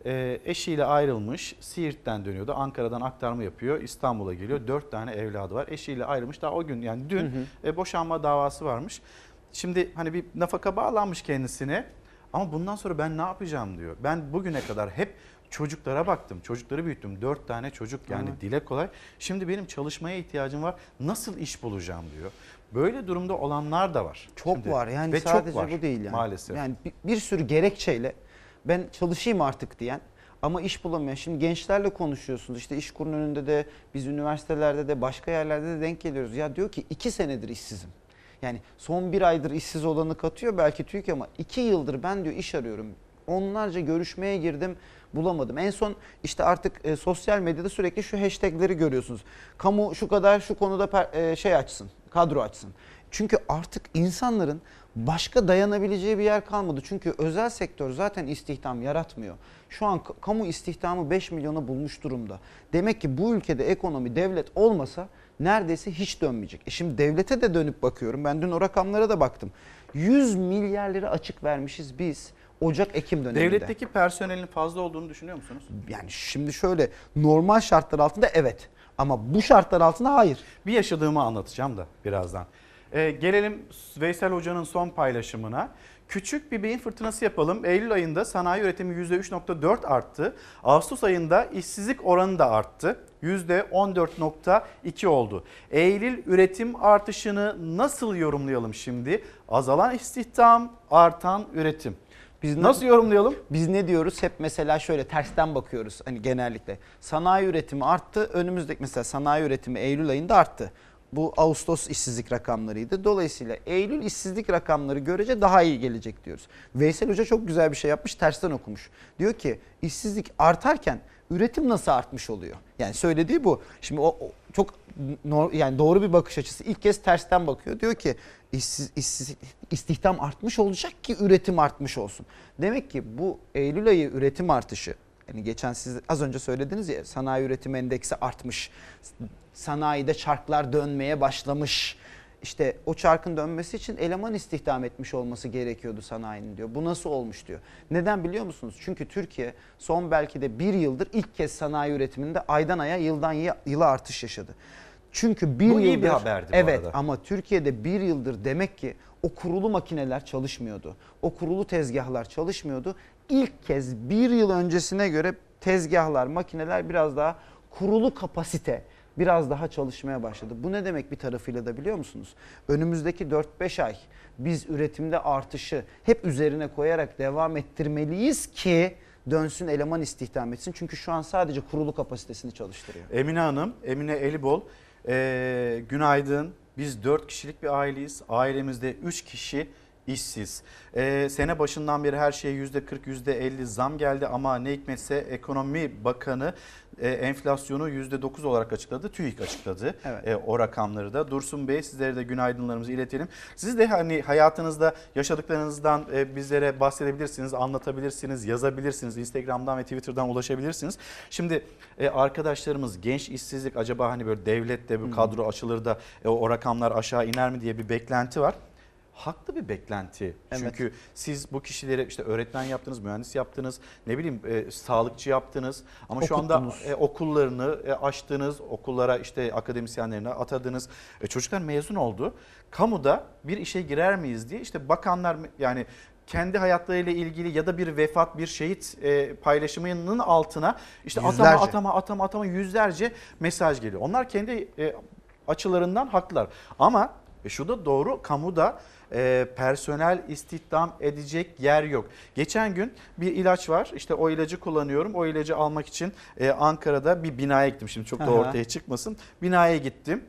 Eşiyle ayrılmış, Siirt'ten dönüyordu. Ankara'dan aktarma yapıyor, İstanbul'a geliyor. 4 tane evladı var. Eşiyle ayrılmış. Daha o gün yani dün boşanma davası varmış. Şimdi hani bir nafaka bağlanmış kendisine. Ama bundan sonra ben ne yapacağım diyor. Ben bugüne kadar hep çocuklara baktım. Çocukları büyüttüm. 4 tane çocuk yani dile kolay. Şimdi benim çalışmaya ihtiyacım var. Nasıl iş bulacağım diyor. Böyle durumda olanlar da var. Çok Şimdi, var yani ve sadece çok var, bu değil yani. Maalesef. Yani bir sürü gerekçeyle ben çalışayım artık diyen ama iş bulamayan. Şimdi gençlerle konuşuyorsunuz. İşte İşkur'un önünde de biz üniversitelerde de başka yerlerde de denk geliyoruz. Ya diyor ki 2 senedir işsizim. Yani son 1 aydır işsiz olanı katıyor belki TÜİK ama 2 yıldır ben diyor iş arıyorum. Onlarca görüşmeye girdim bulamadım. En son işte artık sosyal medyada sürekli şu hashtagleri görüyorsunuz. Kamu şu kadar şu konuda şey açsın, kadro açsın. Çünkü artık insanların başka dayanabileceği bir yer kalmadı. Çünkü özel sektör zaten istihdam yaratmıyor. Şu an kamu istihdamı 5 milyonu bulmuş durumda. Demek ki bu ülkede ekonomi, devlet olmasa neredeyse hiç dönmeyecek. Şimdi devlete de dönüp bakıyorum. Ben dün o rakamlara da baktım. 100 milyar lira açık vermişiz biz Ocak-Ekim döneminde. Devletteki personelin fazla olduğunu düşünüyor musunuz? Yani şimdi şöyle normal şartlar altında evet. Ama bu şartlar altında hayır. Bir yaşadığımı anlatacağım da birazdan. Gelelim Veysel Hoca'nın son paylaşımına. Küçük bir beyin fırtınası yapalım. Eylül ayında sanayi üretimi %3.4 arttı. Ağustos ayında işsizlik oranı da arttı. %14.2 oldu. Eylül üretim artışını nasıl yorumlayalım şimdi? Azalan istihdam, artan üretim. Biz nasıl yorumlayalım? Biz ne diyoruz? Hep mesela şöyle tersten bakıyoruz hani genellikle. Sanayi üretimi arttı. Önümüzdeki mesela sanayi üretimi Eylül ayında arttı. Bu Ağustos işsizlik rakamlarıydı. Dolayısıyla Eylül işsizlik rakamları görece daha iyi gelecek diyoruz. Veysel Hoca çok güzel bir şey yapmış, tersten okumuş. Diyor ki işsizlik artarken üretim nasıl artmış oluyor? Yani söylediği bu. Şimdi o çok yani doğru bir bakış açısı. İlk kez tersten bakıyor. Diyor ki istihdam artmış olacak ki üretim artmış olsun. Demek ki bu Eylül ayı üretim artışı, yani geçen siz az önce söylediniz ya, sanayi üretim endeksi artmış. Sanayide çarklar dönmeye başlamış. İşte o çarkın dönmesi için eleman istihdam etmiş olması gerekiyordu sanayinin diyor. Bu nasıl olmuş diyor. Neden biliyor musunuz? Çünkü Türkiye son belki de 1 yıldır ilk kez sanayi üretiminde aydan aya yıldan yıla artış yaşadı. Çünkü bir yıldır, iyi bir haberdi bu evet arada. Ama Türkiye'de 1 yıldır demek ki o kurulu makineler çalışmıyordu. O kurulu tezgahlar çalışmıyordu. İlk kez 1 yıl öncesine göre tezgahlar, makineler biraz daha kurulu kapasite, biraz daha çalışmaya başladı. Bu ne demek bir tarafıyla da biliyor musunuz? Önümüzdeki 4-5 ay biz üretimde artışı hep üzerine koyarak devam ettirmeliyiz ki dönsün eleman istihdam etsin. Çünkü şu an sadece kurulu kapasitesini çalıştırıyor. Emine Hanım, Emine Elibol, günaydın. Biz 4 kişilik bir aileyiz. Ailemizde 3 kişi işsiz. Sene başından beri her şeye %40, %50 zam geldi ama ne hikmetse Ekonomi Bakanı enflasyonu %9 olarak açıkladı. TÜİK açıkladı o rakamları da. Dursun Bey, sizlere de günaydınlarımızı iletelim. Siz de hani hayatınızda yaşadıklarınızdan bizlere bahsedebilirsiniz, anlatabilirsiniz, yazabilirsiniz. Instagram'dan ve Twitter'dan ulaşabilirsiniz. Şimdi arkadaşlarımız genç işsizlik acaba hani böyle devlette bir kadro açılır da o rakamlar aşağı iner mi diye bir beklenti var. Haklı bir beklenti. Evet. Çünkü siz bu kişileri işte öğretmen yaptınız, mühendis yaptınız, ne bileyim sağlıkçı yaptınız. Ama şu anda okullarını açtınız, okullara işte akademisyenlerine atadınız. Çocuklar mezun oldu. Kamuda bir işe girer miyiz diye işte bakanlar yani kendi hayatlarıyla ilgili ya da bir vefat, bir şehit paylaşımının altına işte yüzlerce. atama yüzlerce mesaj geliyor. Onlar kendi açılarından haklılar. Ama şu da doğru, kamuda personel istihdam edecek yer yok. Geçen gün bir ilaç var, işte o ilacı kullanıyorum. O ilacı almak için Ankara'da bir binaya gittim. Şimdi çok da ortaya çıkmasın. Binaya gittim.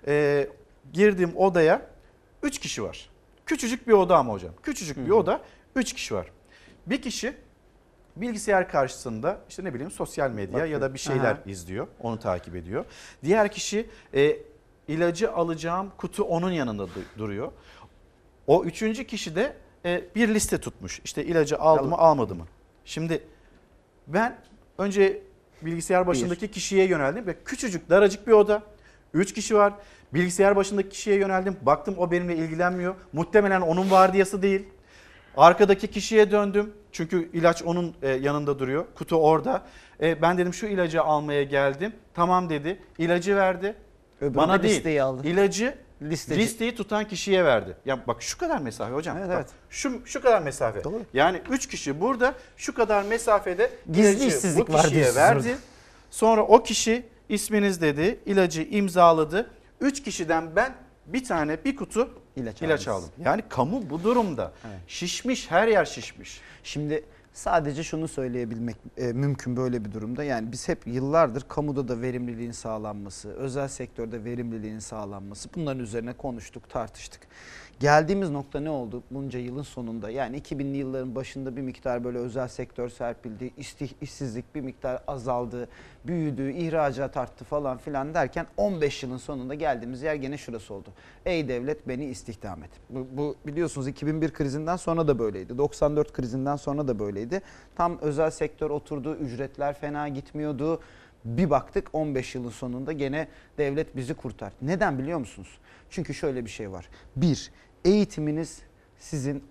Girdim odaya, 3 kişi var. Küçücük bir oda ama hocam. Küçücük bir oda, 3 kişi var. Bir kişi bilgisayar karşısında işte ne bileyim sosyal medya ya da bir şeyler izliyor. Onu takip ediyor. Diğer kişi ilacı alacağım kutu onun yanında duruyor. O 3. kişi de bir liste tutmuş. İşte ilacı aldı mı almadı mı? Şimdi ben önce bilgisayar başındaki kişiye yöneldim ve küçücük daracık bir oda. 3 kişi var. Bilgisayar başındaki kişiye yöneldim. Baktım o benimle ilgilenmiyor. Muhtemelen onun vardiyası değil. Arkadaki kişiye döndüm. Çünkü ilaç onun yanında duruyor. Kutu orada. Ben dedim şu ilacı almaya geldim. Tamam dedi. İlacı verdi. Öbürü Bana de değil. listeyi aldı. İlacı Listeci. listeyi tutan kişiye verdi. Ya bak şu kadar mesafe hocam. Evet, bak, evet. Şu kadar mesafe. Doğru. Yani 3 kişi burada şu kadar mesafede Gizli ilacı işsizlik bu var kişiye diyorsunuz verdi. orada. Sonra o kişi isminiz dedi. İlacı imzaladı. 3 kişiden ben bir kutu ilaç aldım. Yani kamu bu durumda. Evet. Şişmiş, her yer şişmiş. Şimdi sadece şunu söyleyebilmek mümkün böyle bir durumda. Yani biz hep yıllardır kamuda da verimliliğin sağlanması, özel sektörde verimliliğin sağlanması, bunların üzerine konuştuk, tartıştık. Geldiğimiz nokta ne oldu bunca yılın sonunda? Yani 2000'li yılların başında bir miktar böyle özel sektör serpildi, işsizlik bir miktar azaldı, büyüdü, ihracat arttı falan filan derken 15 yılın sonunda geldiğimiz yer gene şurası oldu. Ey devlet beni istihdam et. Bu biliyorsunuz 2001 krizinden sonra da böyleydi. 94 krizinden sonra da böyleydi. Tam özel sektör oturdu, ücretler fena gitmiyordu. Bir baktık 15 yılın sonunda gene devlet bizi kurtar. Neden biliyor musunuz? Çünkü şöyle bir şey var. Bir, eğitiminiz sizin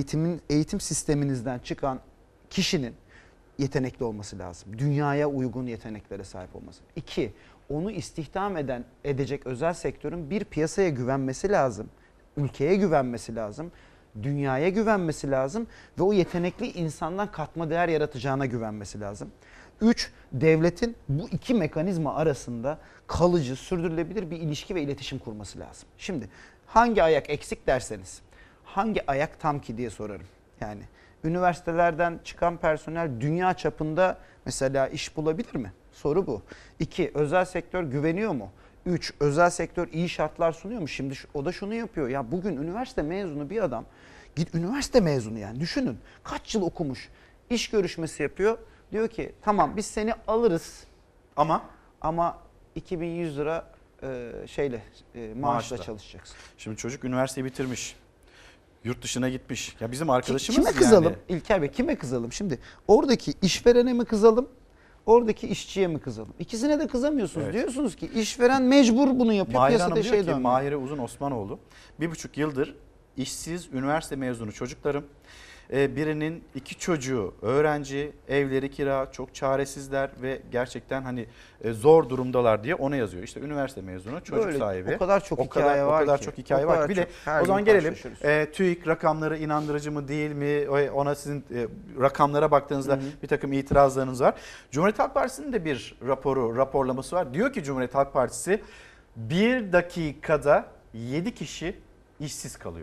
eğitim sisteminizden çıkan kişinin yetenekli olması lazım. Dünyaya uygun yeteneklere sahip olması. İki, onu istihdam edecek özel sektörün bir piyasaya güvenmesi lazım. Ülkeye güvenmesi lazım. Dünyaya güvenmesi lazım ve o yetenekli insandan katma değer yaratacağına güvenmesi lazım. 3. Devletin bu iki mekanizma arasında kalıcı, sürdürülebilir bir ilişki ve iletişim kurması lazım. Şimdi hangi ayak eksik derseniz, hangi ayak tam ki diye sorarım. Yani üniversitelerden çıkan personel dünya çapında mesela iş bulabilir mi? Soru bu. 2. Özel sektör güveniyor mu? 3. Özel sektör iyi şartlar sunuyor mu? Şimdi o da şunu yapıyor. Ya bugün üniversite mezunu bir adam, git üniversite mezunu yani düşünün. Kaç yıl okumuş, iş görüşmesi yapıyor. Diyor ki tamam biz seni alırız ama 2100 lira maaşla çalışacaksın. Şimdi çocuk üniversiteyi bitirmiş. Yurt dışına gitmiş. Ya bizim arkadaşımız kime kızalım İlker Bey, kime kızalım? Şimdi oradaki işverene mi kızalım? Oradaki işçiye mi kızalım? İkisine de kızamıyorsunuz. Evet. Diyorsunuz ki işveren mecbur bunu yapıyor. Mahir Piyasada Hanım diyor ki dönüyor. Mahire Uzun Osmanoğlu 1,5 yıldır işsiz üniversite mezunu çocuklarım. Birinin 2 çocuğu öğrenci, evleri kira, çok çaresizler ve gerçekten hani zor durumdalar diye ona yazıyor. İşte üniversite mezunu, çocuk böyle, sahibi. O kadar çok hikaye var. O kadar çok hikaye var. Bir de o zaman gelelim. TÜİK rakamları inandırıcı mı değil mi? Ona sizin rakamlara baktığınızda bir takım itirazlarınız var. Cumhuriyet Halk Partisi'nin de bir raporlaması var. Diyor ki Cumhuriyet Halk Partisi 1 dakikada 7 kişi işsiz kalıyor.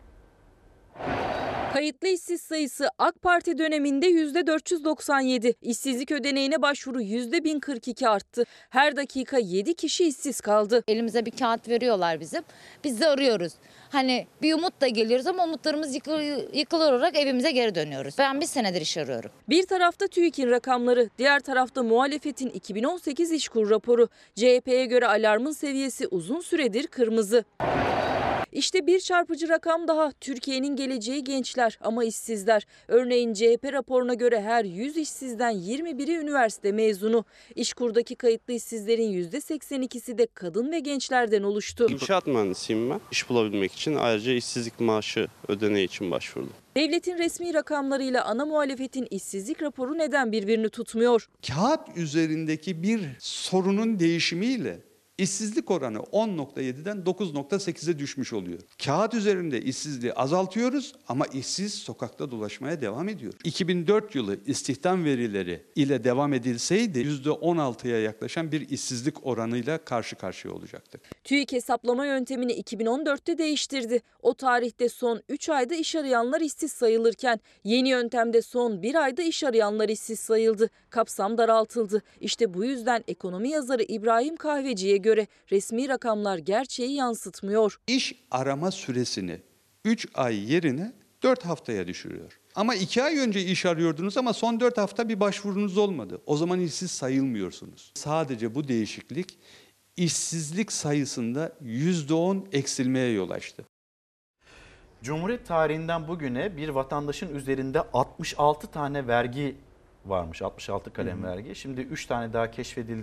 Kayıtlı işsiz sayısı AK Parti döneminde %497, işsizlik ödeneğine başvuru %1042 arttı. Her dakika 7 kişi işsiz kaldı. Elimize bir kağıt veriyorlar bizim. Biz de arıyoruz. Hani bir umutla geliyoruz ama umutlarımız yıkılır olarak evimize geri dönüyoruz. Ben bir senedir iş arıyorum. Bir tarafta TÜİK'in rakamları, diğer tarafta muhalefetin 2018 İşkur raporu. CHP'ye göre alarmın seviyesi uzun süredir kırmızı. İşte bir çarpıcı rakam daha. Türkiye'nin geleceği gençler ama işsizler. Örneğin CHP raporuna göre her 100 işsizden 21'i üniversite mezunu. İşkur'daki kayıtlı işsizlerin %82'si de kadın ve gençlerden oluştu. İnşaat mühendisiyim ben. İş bulabilmek için ayrıca işsizlik maaşı ödeneği için başvurdum. Devletin resmi rakamlarıyla ana muhalefetin işsizlik raporu neden birbirini tutmuyor? Kağıt üzerindeki bir sorunun değişimiyle İşsizlik oranı 10.7'den 9.8'e düşmüş oluyor. Kağıt üzerinde işsizliği azaltıyoruz ama işsiz sokakta dolaşmaya devam ediyor. 2004 yılı istihdam verileri ile devam edilseydi %16'ya yaklaşan bir işsizlik oranıyla karşı karşıya olacaktık. TÜİK hesaplama yöntemini 2014'te değiştirdi. O tarihte son 3 ayda iş arayanlar işsiz sayılırken yeni yöntemde son 1 ayda iş arayanlar işsiz sayıldı. Kapsam daraltıldı. İşte bu yüzden ekonomi yazarı İbrahim Kahveci'ye göre resmi rakamlar gerçeği yansıtmıyor. İş arama süresini 3 ay yerine 4 haftaya düşürüyor. Ama 2 ay önce iş arıyordunuz ama son 4 hafta bir başvurunuz olmadı. O zaman işsiz sayılmıyorsunuz. Sadece bu değişiklik işsizlik sayısında %10 eksilmeye yol açtı. Cumhuriyet tarihinden bugüne bir vatandaşın üzerinde 66 tane vergi varmış. 66 kalem vergi. Şimdi 3 tane daha keşfedildiği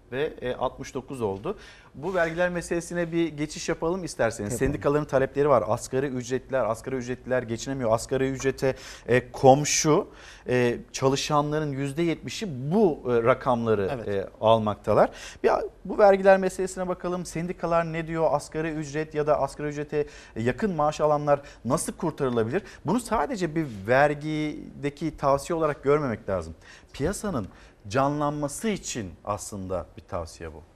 ve 69 oldu. Bu vergiler meselesine bir geçiş yapalım isterseniz. Sendikaların talepleri var. Asgari ücretliler geçinemiyor. Asgari ücrete komşu çalışanların %70'i bu rakamları almaktalar. Bu vergiler meselesine bakalım. Sendikalar ne diyor? Asgari ücret ya da asgari ücrete yakın maaş alanlar nasıl kurtarılabilir? Bunu sadece bir vergideki tavsiye olarak görmemek lazım. Piyasanın canlanması için aslında bir tavsiye bu.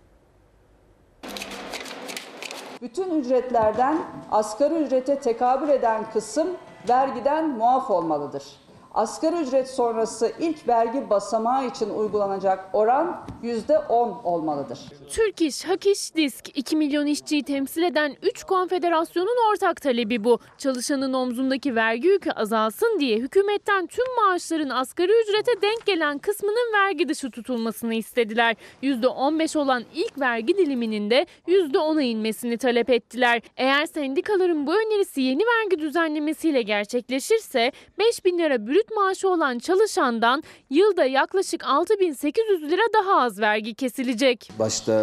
Bütün ücretlerden asgari ücrete tekabül eden kısım vergiden muaf olmalıdır. Asgari ücret sonrası ilk vergi basamağı için uygulanacak oran %10 olmalıdır. Türk İş, Hak İş, DİSK 2 milyon işçiyi temsil eden 3 konfederasyonun ortak talebi bu. Çalışanın omzundaki vergi yükü azalsın diye hükümetten tüm maaşların asgari ücrete denk gelen kısmının vergi dışı tutulmasını istediler. %15 olan ilk vergi diliminin de %10'a inmesini talep ettiler. Eğer sendikaların bu önerisi yeni vergi düzenlemesiyle gerçekleşirse 5.000 lira brüt maaşı olan çalışandan yılda yaklaşık 6.800 lira daha az vergi kesilecek. Başta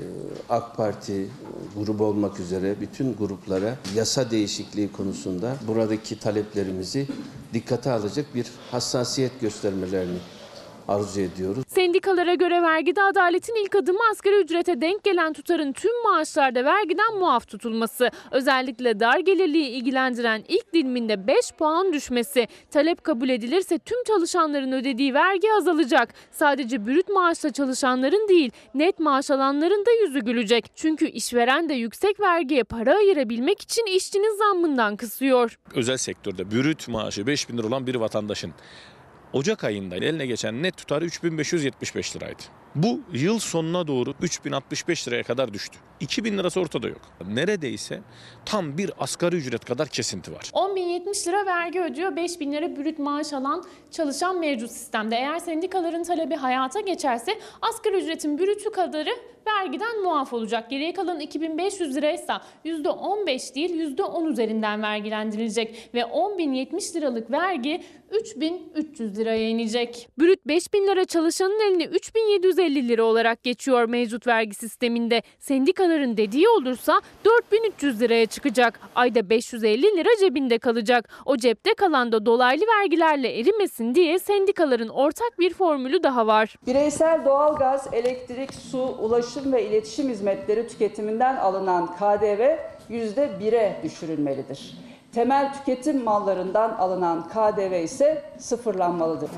AK Parti grubu olmak üzere bütün gruplara yasa değişikliği konusunda buradaki taleplerimizi dikkate alacak bir hassasiyet göstermelerini arzu ediyoruz. Sendikalara göre vergide adaletin ilk adımı asgari ücrete denk gelen tutarın tüm maaşlarda vergiden muaf tutulması. Özellikle dar gelirliği ilgilendiren ilk diliminde 5 puan düşmesi. Talep kabul edilirse tüm çalışanların ödediği vergi azalacak. Sadece brüt maaşla çalışanların değil, net maaş alanların da yüzü gülecek. Çünkü işveren de yüksek vergiye para ayırabilmek için işçinin zammından kısıyor. Özel sektörde brüt maaşı 5.000 lira olan bir vatandaşın Ocak ayında eline geçen net tutarı 3.575 liraydı. Bu yıl sonuna doğru 3.065 liraya kadar düştü. 2.000 lirası ortada yok. Neredeyse tam bir asgari ücret kadar kesinti var. 10.070 lira vergi ödüyor, 5.000 lira brüt maaş alan çalışan mevcut sistemde. Eğer sendikaların talebi hayata geçerse asgari ücretin brütü kadarı vergiden muaf olacak. Geriye kalan 2.500 liraysa %15 değil %10 üzerinden vergilendirilecek ve 10.070 liralık vergi 3.300 liraya inecek. Brüt 5.000 lira çalışanın eline 3.750 lira olarak geçiyor mevcut vergi sisteminde. Sendikaların dediği olursa 4.300 liraya çıkacak. Ayda 550 lira cebinde kalacak. O cepte kalan da dolaylı vergilerle erimesin diye sendikaların ortak bir formülü daha var. Bireysel doğalgaz, elektrik, su, ulaşım ve iletişim hizmetleri tüketiminden alınan KDV %1'e düşürülmelidir. Temel tüketim mallarından alınan KDV ise sıfırlanmalıdır.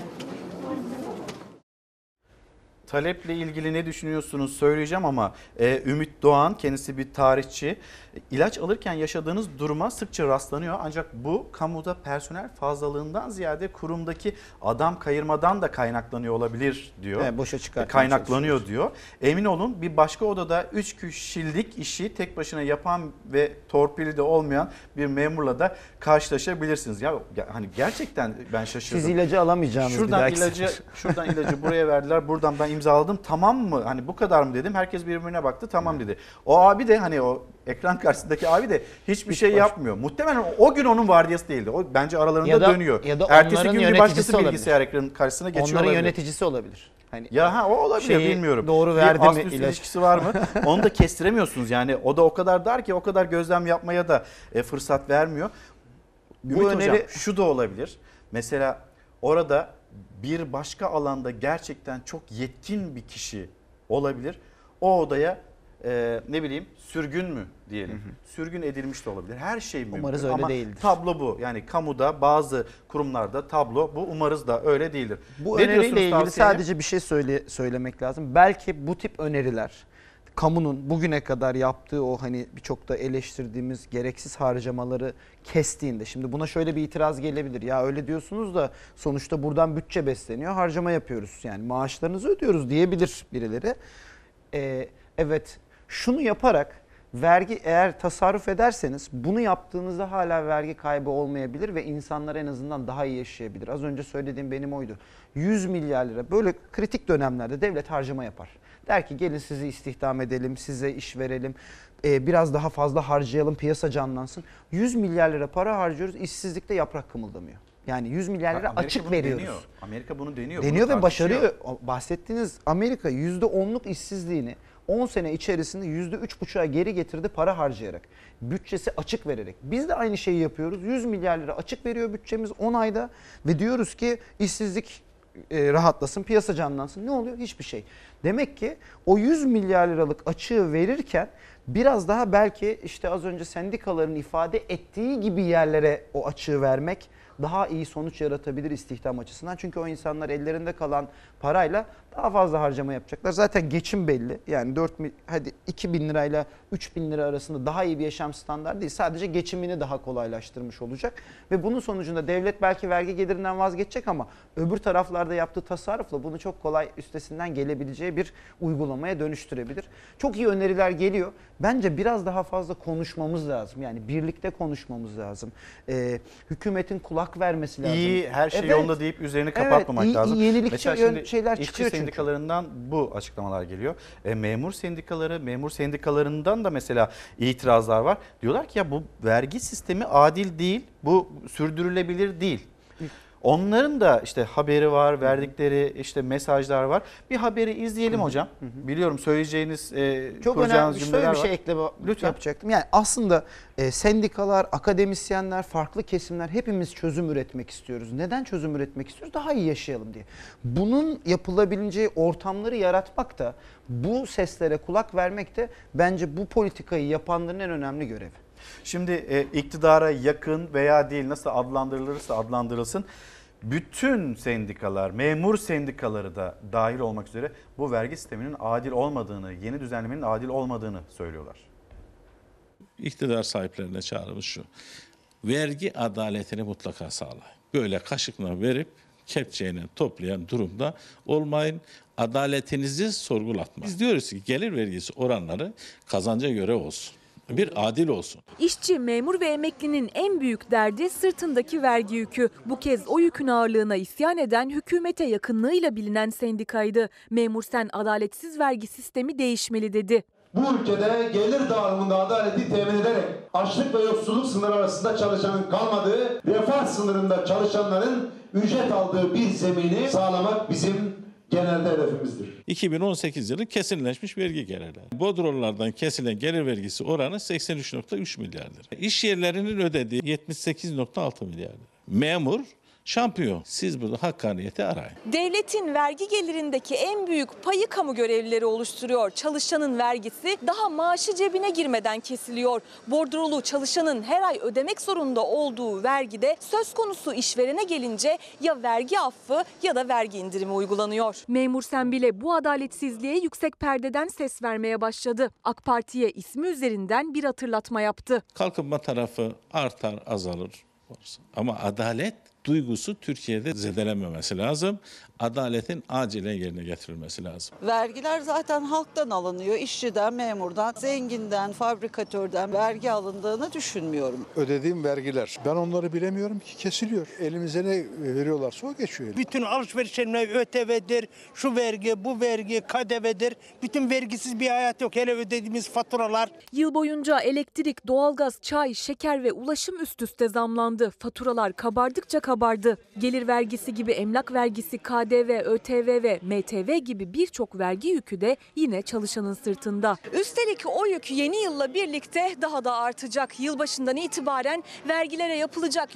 Taleple ilgili ne düşünüyorsunuz söyleyeceğim ama Ümit Doğan kendisi bir tarihçi. İlaç alırken yaşadığınız duruma sıkça rastlanıyor ancak bu kamuda personel fazlalığından ziyade kurumdaki adam kayırmadan da kaynaklanıyor olabilir diyor. Boşa çıkartmaya kaynaklanıyor diyor. Emin olun bir başka odada 3 kişilik işi tek başına yapan ve torpili de olmayan bir memurla da karşılaşabilirsiniz. Ya hani gerçekten ben şaşırdım. Siz ilacı alamayacağınız şuradan ilacı buraya verdiler. Buradan ben imzaladım. Tamam mı? Hani bu kadar mı dedim. Herkes birbirine baktı. Tamam dedi. O abi de hani o ekran karşısındaki abi de hiçbir şey yapmıyor. Muhtemelen o gün onun vardiyası değildi. O bence aralarında dönüyor. Ya da ertesi gün bir başkası bilgisayar ekranının karşısına geçiyor onların olabilir. Yöneticisi olabilir. Hani o olabilir bilmiyorum. Doğru verdi mi ilaç? İlişkisi var mı? Onu da kestiremiyorsunuz yani. O da o kadar dar ki o kadar gözlem yapmaya da fırsat vermiyor. Bu öneri hocam, şu da olabilir. Mesela orada bir başka alanda gerçekten çok yetkin bir kişi olabilir. O odaya sürgün mü diyelim. Sürgün edilmiş de olabilir. Her şey mümkün. Umarız öyle ama değildir. Tablo bu. Yani kamuda bazı kurumlarda tablo bu. Umarız da öyle değildir. Bu öneriyle ilgili sadece bir şey söylemek lazım. Belki bu tip öneriler kamunun bugüne kadar yaptığı o hani birçok da eleştirdiğimiz gereksiz harcamaları kestiğinde, şimdi buna şöyle bir itiraz gelebilir. Ya öyle diyorsunuz da sonuçta buradan bütçe besleniyor, harcama yapıyoruz. Yani maaşlarınızı ödüyoruz diyebilir birileri. Evet, şunu yaparak vergi eğer tasarruf ederseniz bunu yaptığınızda hala vergi kaybı olmayabilir ve insanlar en azından daha iyi yaşayabilir. Az önce söylediğim benim oydu. 100 milyar lira böyle kritik dönemlerde devlet harcama yapar. Der ki gelin sizi istihdam edelim, size iş verelim, biraz daha fazla harcayalım, piyasa canlansın. 100 milyar lira para harcıyoruz, işsizlikte yaprak kımıldamıyor. Yani 100 milyar lira Amerika açık bunu veriyoruz. deniyor. Amerika bunu deniyor. Deniyor bunu ve tartışıyor. başarıyor. Bahsettiğiniz Amerika %10'luk işsizliğini 10 sene içerisinde %3,5'a geri getirdi para harcayarak. Bütçesi açık vererek. Biz de aynı şeyi yapıyoruz. 100 milyar lira açık veriyor bütçemiz 10 ayda ve diyoruz ki işsizlik rahatlasın, piyasa canlansın. Ne oluyor? Hiçbir şey. Demek ki o 100 milyar liralık açığı verirken biraz daha belki işte az önce sendikaların ifade ettiği gibi yerlere o açığı vermek daha iyi sonuç yaratabilir istihdam açısından. Çünkü o insanlar ellerinde kalan parayla daha fazla harcama yapacaklar. Zaten geçim belli. Yani 2.000 lirayla 3.000 lira arasında daha iyi bir yaşam standartı değil. Sadece geçimini daha kolaylaştırmış olacak. Ve bunun sonucunda devlet belki vergi gelirinden vazgeçecek ama öbür taraflarda yaptığı tasarrufla bunu çok kolay üstesinden gelebileceği bir uygulamaya dönüştürebilir. Çok iyi öneriler geliyor. Bence biraz daha fazla konuşmamız lazım. Yani birlikte konuşmamız lazım. Hükümetin kulak vermesi lazım. İyi, her şey yolunda deyip üzerini kapatmamak lazım. İyi yenilikçi Mesela şeyler işçi çıkıyor çünkü. sendikalarından bu açıklamalar geliyor. Memur sendikalarından da mesela itirazlar var. Diyorlar ki ya bu vergi sistemi adil değil, bu sürdürülebilir değil. Onların da işte haberi var, verdikleri işte mesajlar var. Bir haberi izleyelim hocam. Biliyorum söyleyeceğiniz, çok önemli bir şey Lütfen. yapacaktım. Yani aslında sendikalar, akademisyenler, farklı kesimler hepimiz çözüm üretmek istiyoruz. Neden çözüm üretmek istiyoruz? Daha iyi yaşayalım diye. Bunun yapılabileceği ortamları yaratmak da, bu seslere kulak vermek de bence bu politikayı yapanların en önemli görevi. Şimdi iktidara yakın veya değil nasıl adlandırılırsa adlandırılsın bütün sendikalar, memur sendikaları da dahil olmak üzere bu vergi sisteminin adil olmadığını, yeni düzenlemenin adil olmadığını söylüyorlar. İktidar sahiplerine çağrımız şu: vergi adaletini mutlaka sağlayın. Böyle kaşıkla verip kepçeyle toplayan durumda olmayın. Adaletinizi sorgulatmayın. Biz diyoruz ki gelir vergisi oranları kazanca göre olsun. Bir adil olsun. İşçi, memur ve emeklinin en büyük derdi sırtındaki vergi yükü. Bu kez o yükün ağırlığına isyan eden, hükümete yakınlığıyla bilinen sendikaydı. Memur Sen adaletsiz vergi sistemi değişmeli dedi. Bu ülkede gelir dağılımında adaleti temin ederek açlık ve yoksulluk sınırı arasında çalışanın kalmadığı, refah sınırında çalışanların ücret aldığı bir zemini sağlamak bizim genelde hedefimizdir. 2018 yılı kesinleşmiş vergi gelirleri. Bodrollardan kesilen gelir vergisi oranı 83,3 milyar lira. İş yerlerinin ödediği 78,6 milyar lira. Memur şampiyon. Siz burada hakkaniyeti arayın. Devletin vergi gelirindeki en büyük payı kamu görevlileri oluşturuyor. Çalışanın vergisi daha maaşı cebine girmeden kesiliyor. Bordrolu çalışanın her ay ödemek zorunda olduğu vergide söz konusu işverene gelince ya vergi affı ya da vergi indirimi uygulanıyor. Memur Sen bile bu adaletsizliğe yüksek perdeden ses vermeye başladı. AK Parti'ye ismi üzerinden bir hatırlatma yaptı. Kalkınma tarafı artar, azalır. Ama adalet duygusu Türkiye'de zedelenmemesi lazım. Adaletin acilen yerine getirilmesi lazım. Vergiler zaten halktan alınıyor. İşçiden, memurdan, zenginden, fabrikatörden vergi alındığını düşünmüyorum. Ödediğim vergiler, ben onları bilemiyorum ki, kesiliyor. Elimize ne veriyorlarsa o geçiyor. Bütün alışverişlerine ÖTV'dir, şu vergi, bu vergi, KDV'dir. Bütün vergisiz bir hayat yok. Hele ödediğimiz faturalar. Yıl boyunca elektrik, doğalgaz, çay, şeker ve ulaşım üst üste zamlandı. Faturalar kabardıkça kabardı. Gelir vergisi gibi emlak vergisi, KDV, ÖTV ve MTV gibi birçok vergi yükü de yine çalışanın sırtında. Üstelik o yük yeni yılla birlikte daha da artacak. Yılbaşından itibaren vergilere yapılacak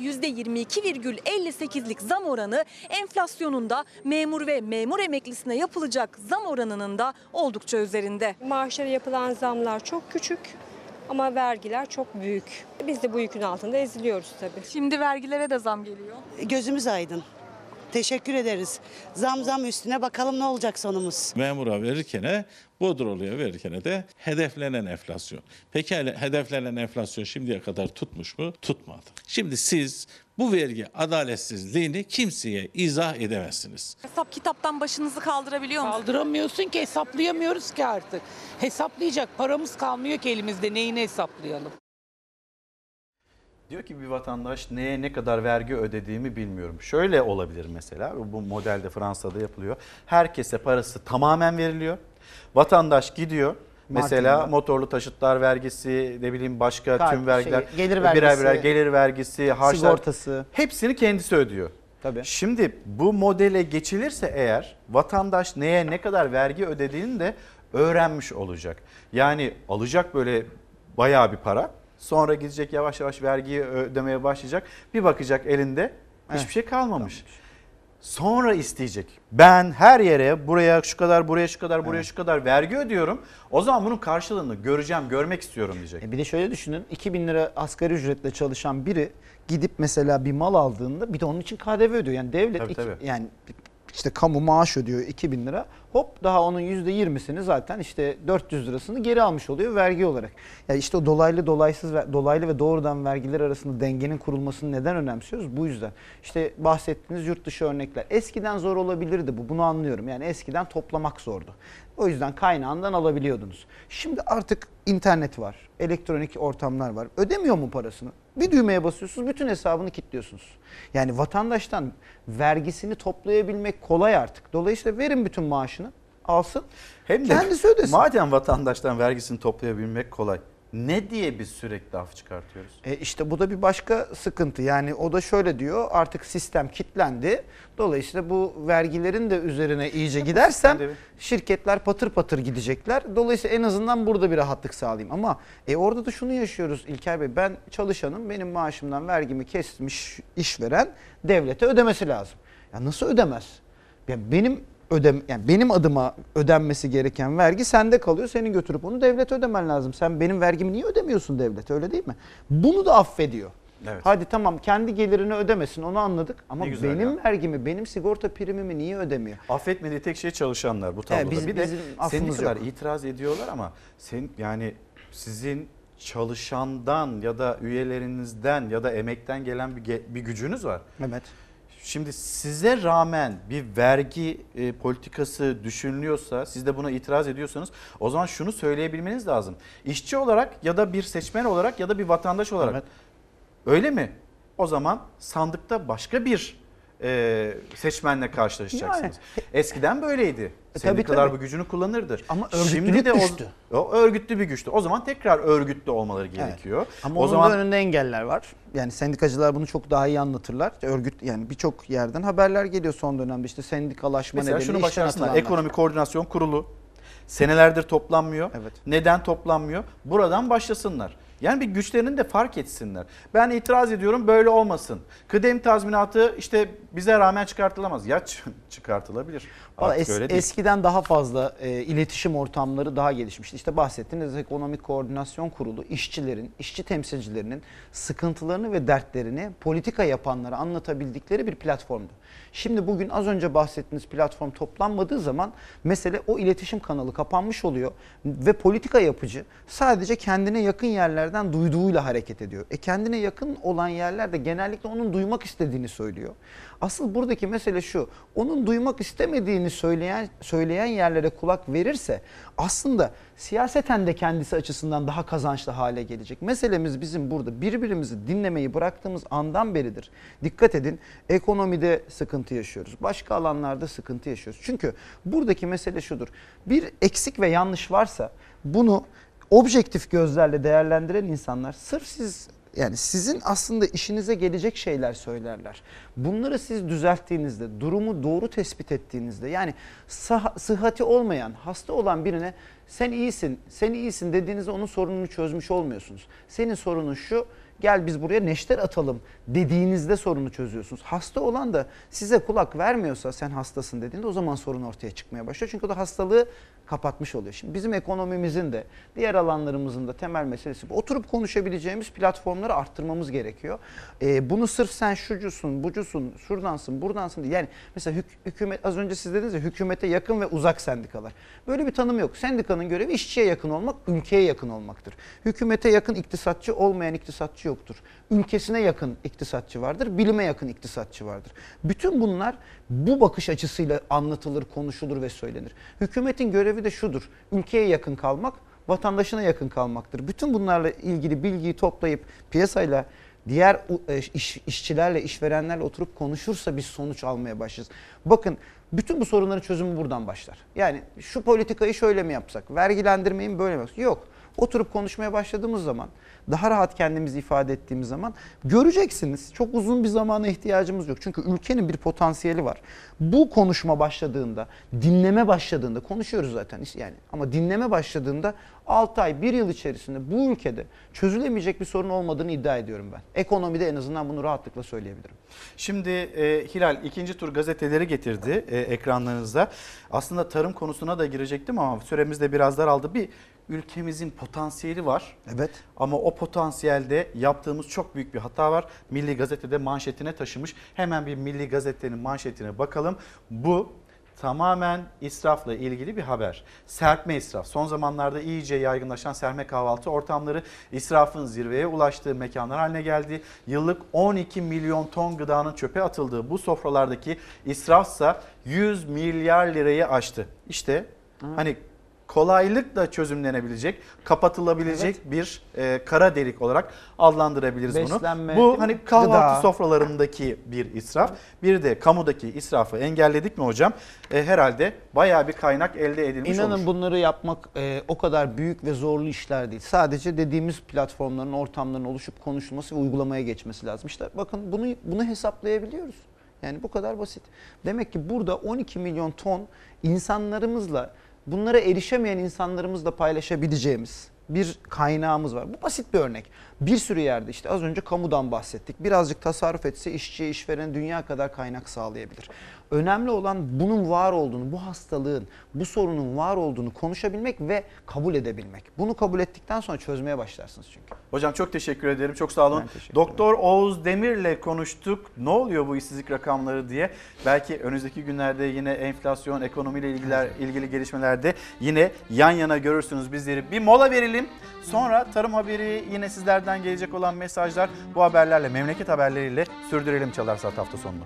%22,58'lik zam oranı enflasyonun da memur ve memur emeklisine yapılacak zam oranının da oldukça üzerinde. Maaşlara yapılan zamlar çok küçük ama vergiler çok büyük. Biz de bu yükün altında eziliyoruz tabii. Şimdi vergilere de zam geliyor. Gözümüz aydın. Teşekkür ederiz. Zam üstüne bakalım ne olacak sonumuz. Memura verirken, Bodrolu'ya verirken de hedeflenen enflasyon. Peki hedeflenen enflasyon şimdiye kadar tutmuş mu? Tutmadı. Şimdi siz bu vergi adaletsizliğini kimseye izah edemezsiniz. Hesap kitaptan başınızı kaldırabiliyor musunuz? Kaldıramıyorsun ki, hesaplayamıyoruz ki artık. Hesaplayacak paramız kalmıyor ki elimizde, neyini hesaplayalım? Diyor ki bir vatandaş neye ne kadar vergi ödediğimi bilmiyorum. Şöyle olabilir mesela, bu modelde Fransa'da yapılıyor. Herkese parası tamamen veriliyor. Vatandaş gidiyor Mesela Mart'ında. motorlu taşıtlar vergisi, ne bileyim başka Kart, tüm vergiler, gelir vergisi, birer gelir vergisi, harçlar, sigortası. hepsini kendisi ödüyor. Tabii. Şimdi bu modele geçilirse eğer vatandaş neye ne kadar vergi ödediğini de öğrenmiş olacak. Yani alacak böyle bayağı bir para. Sonra gidecek yavaş yavaş vergiyi ödemeye başlayacak. Bir bakacak elinde hiçbir şey kalmamış. Sonra isteyecek. Ben her yere buraya şu kadar, buraya şu kadar, buraya şu kadar vergi ödüyorum. O zaman bunun karşılığını göreceğim, görmek istiyorum diyecek. Bir de şöyle düşünün, 2000 lira asgari ücretle çalışan biri gidip mesela bir mal aldığında bir de onun için KDV ödüyor. Yani devlet yani işte kamu maaş ödüyor 2000 lira. Hop daha onun %20'sini zaten işte 400 lirasını geri almış oluyor vergi olarak. Yani işte o dolaylı ve doğrudan vergiler arasında dengenin kurulmasını neden önemsiyoruz? Bu yüzden. İşte bahsettiğiniz yurt dışı örnekler. Eskiden zor olabilirdi bu. Bunu anlıyorum. Yani eskiden toplamak zordu. O yüzden kaynağından alabiliyordunuz. Şimdi artık internet var, elektronik ortamlar var. Ödemiyor mu parasını? Bir düğmeye basıyorsunuz, bütün hesabını kilitliyorsunuz. Yani vatandaştan vergisini toplayabilmek kolay artık. Dolayısıyla verin bütün maaşını, alsın, Hem de kendisi ödesin. Madem vatandaştan vergisini toplayabilmek kolay, ne diye biz sürekli af çıkartıyoruz? İşte bu da bir başka sıkıntı. Yani o da şöyle diyor, artık sistem kilitlendi. Dolayısıyla bu vergilerin de üzerine iyice gidersem şirketler patır patır gidecekler. Dolayısıyla en azından burada bir rahatlık sağlayayım. Ama orada da şunu yaşıyoruz İlker Bey. Ben çalışanım, benim maaşımdan vergimi kesmiş işveren devlete ödemesi lazım. Ya nasıl ödemez? Yani benim adıma ödenmesi gereken vergi sende kalıyor. Senin götürüp onu devlete ödemen lazım. Sen benim vergimi niye ödemiyorsun devlete, öyle değil mi? Bunu da affediyor. Evet. Hadi tamam kendi gelirini ödemesin, onu anladık. Ama benim ya. vergimi, benim sigorta primimi niye ödemiyor? Affetmediği tek şey çalışanlar bu tabloda. Bir de sendikalar itiraz ediyorlar ama yani sizin çalışandan ya da üyelerinizden ya da emekten gelen bir gücünüz var. Evet. Şimdi size rağmen bir vergi politikası düşünülüyorsa, siz de buna itiraz ediyorsanız o zaman şunu söyleyebilmeniz lazım. İşçi olarak ya da bir seçmen olarak ya da bir vatandaş olarak. Evet. Öyle mi? O zaman sandıkta başka bir seçmenle karşılaşacaksınız. Yani. Eskiden böyleydi. Sendikalar bu gücünü kullanırdı. Ama örgütlülük Şimdi de güçtü. O örgütlü bir güçtü. O zaman tekrar örgütlü olmaları gerekiyor. Evet. Ama onun da önünde engeller var. Yani sendikacılar bunu çok daha iyi anlatırlar. Yani birçok yerden haberler geliyor son dönemde. İşte sendikalaşma nedeniyle işten şunu başarsınlar. Ekonomi Koordinasyon Kurulu senelerdir toplanmıyor. Evet. Neden toplanmıyor? Buradan başlasınlar. Yani bir güçlerini de fark etsinler. Ben itiraz ediyorum, böyle olmasın. Kıdem tazminatı işte bize rağmen çıkartılamaz. Ya çıkartılabilir. Eskiden daha fazla iletişim ortamları daha gelişmişti. İşte bahsettiğiniz Ekonomik Koordinasyon Kurulu işçilerin, işçi temsilcilerinin sıkıntılarını ve dertlerini politika yapanlara anlatabildikleri bir platformdu. Şimdi bugün az önce bahsettiğiniz platform toplanmadığı zaman mesele o iletişim kanalı kapanmış oluyor ve politika yapıcı sadece kendine yakın yerlerden duyduğuyla hareket ediyor. Kendine yakın olan yerlerde genellikle onun duymak istediğini söylüyor. Asıl buradaki mesele şu, onun duymak istemediğini söyleyen yerlere kulak verirse aslında siyaseten de kendisi açısından daha kazançlı hale gelecek. Meselemiz bizim burada birbirimizi dinlemeyi bıraktığımız andan beridir. Dikkat edin, ekonomide sıkıntı yaşıyoruz. Başka alanlarda sıkıntı yaşıyoruz. Çünkü buradaki mesele şudur. Bir eksik ve yanlış varsa bunu objektif gözlerle değerlendiren insanlar sırf sizin aslında işinize gelecek şeyler söylerler. Bunları siz düzelttiğinizde, durumu doğru tespit ettiğinizde, yani sıhhati olmayan, hasta olan birine sen iyisin dediğinizde onun sorununu çözmüş olmuyorsunuz. Senin sorunun şu, gel biz buraya neşter atalım dediğinizde sorunu çözüyorsunuz. Hasta olan da size kulak vermiyorsa, sen hastasın dediğinde o zaman sorun ortaya çıkmaya başlıyor. Çünkü o da hastalığı kapatmış oluyor. Şimdi bizim ekonomimizin de diğer alanlarımızın da temel meselesi bu. Oturup konuşabileceğimiz platformları arttırmamız gerekiyor. Bunu sırf sen şucusun, bucusun, şuradansın, buradansın diye. Yani mesela hükümet, az önce siz dediniz ya, hükümete yakın ve uzak sendikalar. Böyle bir tanım yok. Sendikanın görevi işçiye yakın olmak, ülkeye yakın olmaktır. Hükümete yakın iktisatçı olmayan iktisatçı yoktur. Ülkesine yakın iktisatçı vardır, bilime yakın iktisatçı vardır. Bütün bunlar bu bakış açısıyla anlatılır, konuşulur ve söylenir. Hükümetin görevi de şudur, ülkeye yakın kalmak, vatandaşına yakın kalmaktır. Bütün bunlarla ilgili bilgiyi toplayıp piyasayla diğer işçilerle, işverenlerle oturup konuşursa biz sonuç almaya başlarız. Bakın bütün bu sorunların çözümü buradan başlar. Yani şu politikayı şöyle mi yapsak, vergilendirmeyi mi böyle mi yapsak? Yok. Oturup konuşmaya başladığımız zaman, daha rahat kendimizi ifade ettiğimiz zaman göreceksiniz. Çok uzun bir zamana ihtiyacımız yok. Çünkü ülkenin bir potansiyeli var. Bu konuşma başladığında, dinleme başladığında, konuşuyoruz zaten yani, ama dinleme başladığında 6 ay, 1 yıl içerisinde bu ülkede çözülemeyecek bir sorun olmadığını iddia ediyorum ben. Ekonomide en azından bunu rahatlıkla söyleyebilirim. Şimdi Hilal ikinci tur gazeteleri getirdi ekranlarınıza. Aslında tarım konusuna da girecektim ama süremiz de biraz daraldı. Bir ülkemizin potansiyeli var. Evet. Ama o potansiyelde yaptığımız çok büyük bir hata var. Milli Gazete'de manşetine taşımış. Hemen bir Milli Gazete'nin manşetine bakalım. Bu tamamen israfla ilgili bir haber. Serpme israf. Son zamanlarda iyice yaygınlaşan serpme kahvaltı ortamları israfın zirveye ulaştığı mekanlar haline geldi. Yıllık 12 milyon ton gıdanın çöpe atıldığı bu sofralardaki israfsa 100 milyar lirayı aştı. İşte hani kolaylıkla çözümlenebilecek, kapatılabilecek bir kara delik olarak adlandırabiliriz Beslenme, bunu. Bu hani kahvaltı gıda sofralarındaki bir israf, bir de kamudaki israfı engelledik mi hocam? Herhalde bayağı bir kaynak elde edilmiş olur. İnanın bunları yapmak o kadar büyük ve zorlu işler değil. Sadece dediğimiz platformların, ortamların oluşup konuşulması ve uygulamaya geçmesi lazım. İşte bakın bunu hesaplayabiliyoruz. Yani bu kadar basit. Demek ki burada 12 milyon ton insanlarımızla, bunlara erişemeyen insanlarımızla paylaşabileceğimiz bir kaynağımız var. Bu basit bir örnek. Bir sürü yerde işte az önce kamudan bahsettik. Birazcık tasarruf etse işçiye, işveren dünya kadar kaynak sağlayabilir. Önemli olan bunun var olduğunu, bu hastalığın, bu sorunun var olduğunu konuşabilmek ve kabul edebilmek. Bunu kabul ettikten sonra çözmeye başlarsınız çünkü. Hocam çok teşekkür ederim. Çok sağ olun. Doktor Oğuz Demir'le konuştuk. Ne oluyor bu işsizlik rakamları diye. Belki önümüzdeki günlerde yine enflasyon, ekonomiyle ilgili gelişmelerde yine yan yana görürsünüz bizleri. Bir mola verelim. Sonra tarım haberi, yine sizlerden gelecek olan mesajlar, bu haberlerle, memleket haberleriyle sürdürelim Çalar Saat hafta sonunu.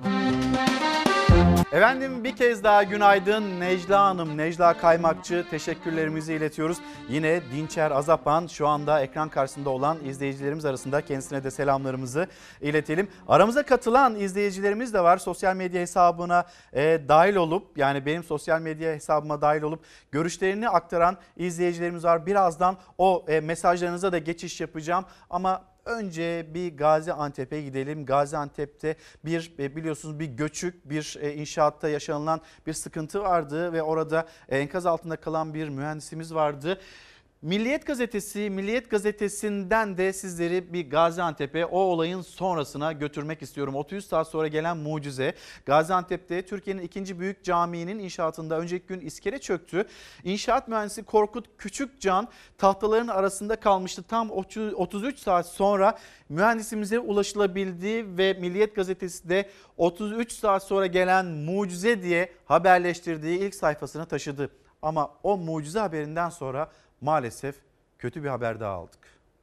Efendim bir kez daha günaydın. Necla Hanım, Necla Kaymakçı, teşekkürlerimizi iletiyoruz. Yine Dinçer Azapan şu anda ekran karşısında olan izleyicilerimiz arasında, kendisine de selamlarımızı iletelim. Aramıza katılan izleyicilerimiz de var. Sosyal medya hesabına dahil olup, yani benim sosyal medya hesabıma dahil olup görüşlerini aktaran izleyicilerimiz var. Birazdan o mesajlarınıza da geçiş yapacağım ama önce bir Gaziantep'e gidelim. Gaziantep'te biliyorsunuz bir göçük, bir inşaatta yaşanılan bir sıkıntı vardı ve orada enkaz altında kalan bir mühendisimiz vardı. Milliyet Gazetesi'nden de sizleri bir Gaziantep'e, o olayın sonrasına götürmek istiyorum. 33 saat sonra gelen mucize. Gaziantep'te Türkiye'nin ikinci büyük camiinin inşaatında önceki gün iskele çöktü. İnşaat mühendisi Korkut Küçükcan tahtaların arasında kalmıştı. Tam 33 saat sonra mühendisimize ulaşılabildi ve Milliyet Gazetesi de 33 saat sonra gelen mucize diye haberleştirdiği ilk sayfasına taşıdı. Ama o mucize haberinden sonra maalesef kötü bir haber daha aldık.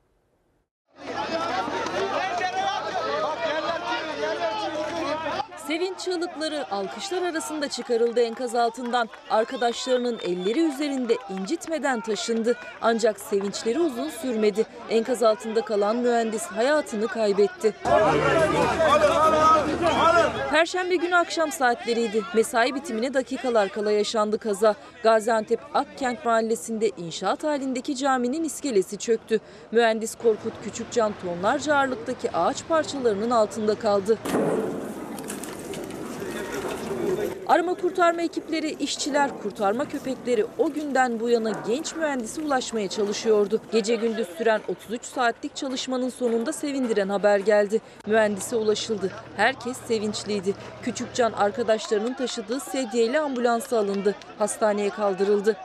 Sevinç çığlıkları, alkışlar arasında çıkarıldı enkaz altından. Arkadaşlarının elleri üzerinde incitmeden taşındı. Ancak sevinçleri uzun sürmedi. Enkaz altında kalan mühendis hayatını kaybetti. Perşembe günü akşam saatleriydi. Mesai bitimine dakikalar kala yaşandı kaza. Gaziantep Akkent mahallesinde inşaat halindeki caminin iskelesi çöktü. Mühendis Korkut Küçükcan tonlarca ağırlıktaki ağaç parçalarının altında kaldı. Arama kurtarma ekipleri, işçiler, kurtarma köpekleri o günden bu yana genç mühendise ulaşmaya çalışıyordu. Gece gündüz süren 33 saatlik çalışmanın sonunda sevindiren haber geldi. Mühendise ulaşıldı. Herkes sevinçliydi. Küçükcan arkadaşlarının taşıdığı sedyeyle ambulansa alındı. Hastaneye kaldırıldı.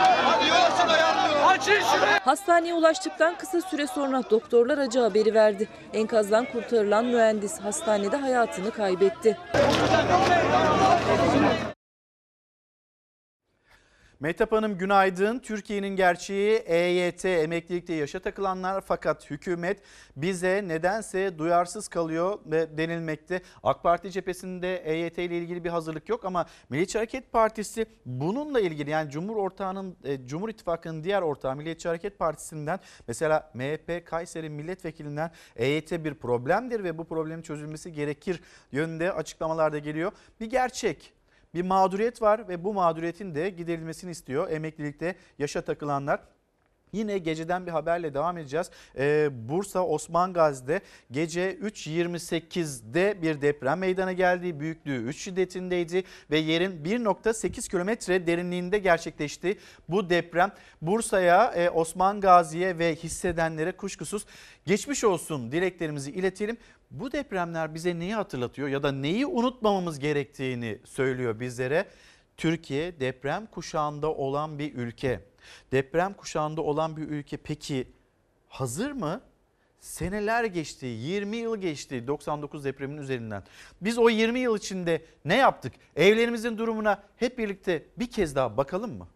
Hastaneye ulaştıktan kısa süre sonra doktorlar acı haberi verdi. Enkazdan kurtarılan mühendis hastanede hayatını kaybetti. Mehtap Hanım günaydın. Türkiye'nin gerçeği EYT, emeklilikte yaşa takılanlar, fakat hükümet bize nedense duyarsız kalıyor ve denilmekte. AK Parti cephesinde EYT ile ilgili bir hazırlık yok ama Milliyetçi Hareket Partisi bununla ilgili, yani Cumhur İttifakı'nın diğer ortağı Milliyetçi Hareket Partisi'nden, mesela MHP Kayseri Milletvekilinden EYT bir problemdir ve bu problemin çözülmesi gerekir yönünde açıklamalar da geliyor. Bir gerçek. Bir mağduriyet var ve bu mağduriyetin de giderilmesini istiyor emeklilikte yaşa takılanlar. Yine geceden bir haberle devam edeceğiz. Bursa Osman Gazi'de gece 3.28'de bir deprem meydana geldi. Büyüklüğü 3 şiddetindeydi ve yerin 1.8 kilometre derinliğinde gerçekleşti. Bu deprem Bursa'ya, Osman Gazi'ye ve hissedenlere kuşkusuz geçmiş olsun dileklerimizi iletelim. Bu depremler bize neyi hatırlatıyor ya da neyi unutmamamız gerektiğini söylüyor bizlere. Türkiye deprem kuşağında olan bir ülke. Deprem kuşağında olan bir ülke peki hazır mı? Seneler geçti, 20 yıl geçti 99 depremin üzerinden. Biz o 20 yıl içinde ne yaptık? Evlerimizin durumuna hep birlikte bir kez daha bakalım mı?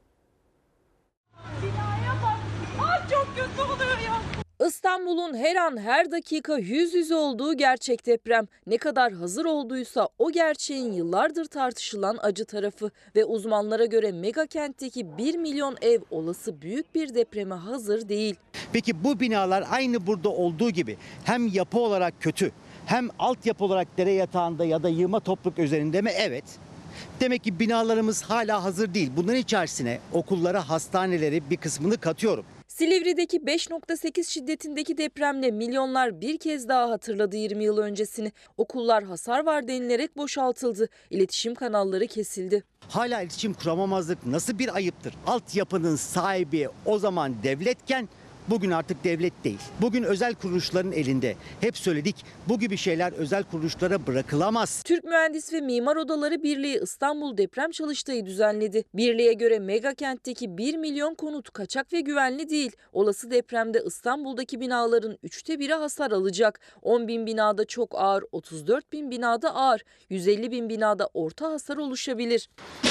Binaya bak. Ay çok kötü oluyor ya. İstanbul'un her an her dakika yüz yüze olduğu gerçek deprem. Ne kadar hazır olduysa o gerçeğin yıllardır tartışılan acı tarafı ve uzmanlara göre mega kentteki 1 milyon ev olası büyük bir depreme hazır değil. Peki bu binalar aynı burada olduğu gibi hem yapı olarak kötü hem altyapı olarak dere yatağında ya da yığma toprak üzerinde mi? Evet. Demek ki binalarımız hala hazır değil. Bunların içerisine okullara, hastaneleri bir kısmını katıyorum. Silivri'deki 5.8 şiddetindeki depremle milyonlar bir kez daha hatırladı 20 yıl öncesini. Okullar hasar var denilerek boşaltıldı. İletişim kanalları kesildi. Hala iletişim kuramamazlık nasıl bir ayıptır? Altyapının sahibi o zaman devletken bugün artık devlet değil. Bugün özel kuruluşların elinde. Hep söyledik, bu gibi şeyler özel kuruluşlara bırakılamaz. Türk Mühendis ve Mimar Odaları Birliği İstanbul Deprem Çalıştayı düzenledi. Birliğe göre mega kentteki 1 milyon konut kaçak ve güvenli değil. Olası depremde İstanbul'daki binaların 1/3'ü hasar alacak. 10 bin binada çok ağır, 34 bin binada ağır, 150 bin binada orta hasar oluşabilir.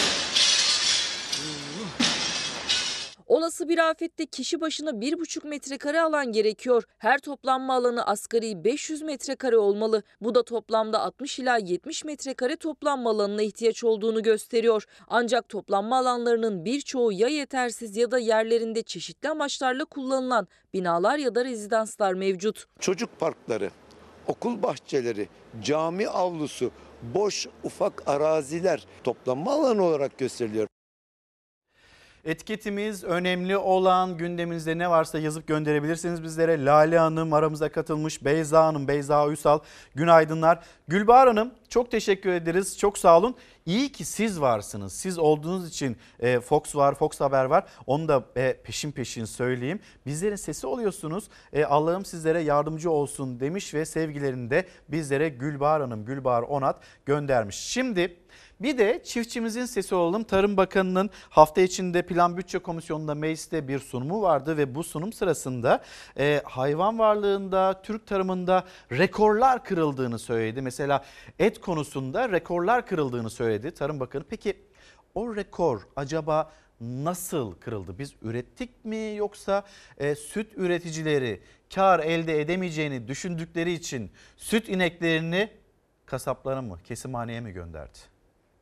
Olası bir afette kişi başına 1,5 metrekare alan gerekiyor. Her toplanma alanı asgari 500 metrekare olmalı. Bu da toplamda 60 ila 70 metrekare toplanma alanına ihtiyaç olduğunu gösteriyor. Ancak toplanma alanlarının birçoğu ya yetersiz ya da yerlerinde çeşitli amaçlarla kullanılan binalar ya da rezidanslar mevcut. Çocuk parkları, okul bahçeleri, cami avlusu, boş ufak araziler toplanma alanı olarak gösteriliyor. Etiketimiz önemli olan, gündeminizde ne varsa yazıp gönderebilirsiniz bizlere. Lale Hanım aramıza katılmış, Beyza Hanım, Beyza Uysal günaydınlar. Gülbahar Hanım çok teşekkür ederiz, çok sağ olun. İyi ki siz varsınız. Siz olduğunuz için Fox var, Fox Haber var. Onu da peşin peşin söyleyeyim. Bizlerin sesi oluyorsunuz. Allah'ım sizlere yardımcı olsun demiş ve sevgilerini de bizlere Gülbahar Hanım, Gülbahar Onat göndermiş. Şimdi bir de çiftçimizin sesi olalım. Tarım Bakanı'nın hafta içinde Plan Bütçe Komisyonu'nda mecliste bir sunumu vardı ve bu sunum sırasında hayvan varlığında, Türk tarımında rekorlar kırıldığını söyledi. Mesela et konusunda rekorlar kırıldığını söyledi Tarım Bakanı. Peki o rekor acaba nasıl kırıldı? Biz ürettik mi, yoksa süt üreticileri kar elde edemeyeceğini düşündükleri için süt ineklerini kasaplara mı, kesimhaneye mi gönderdi?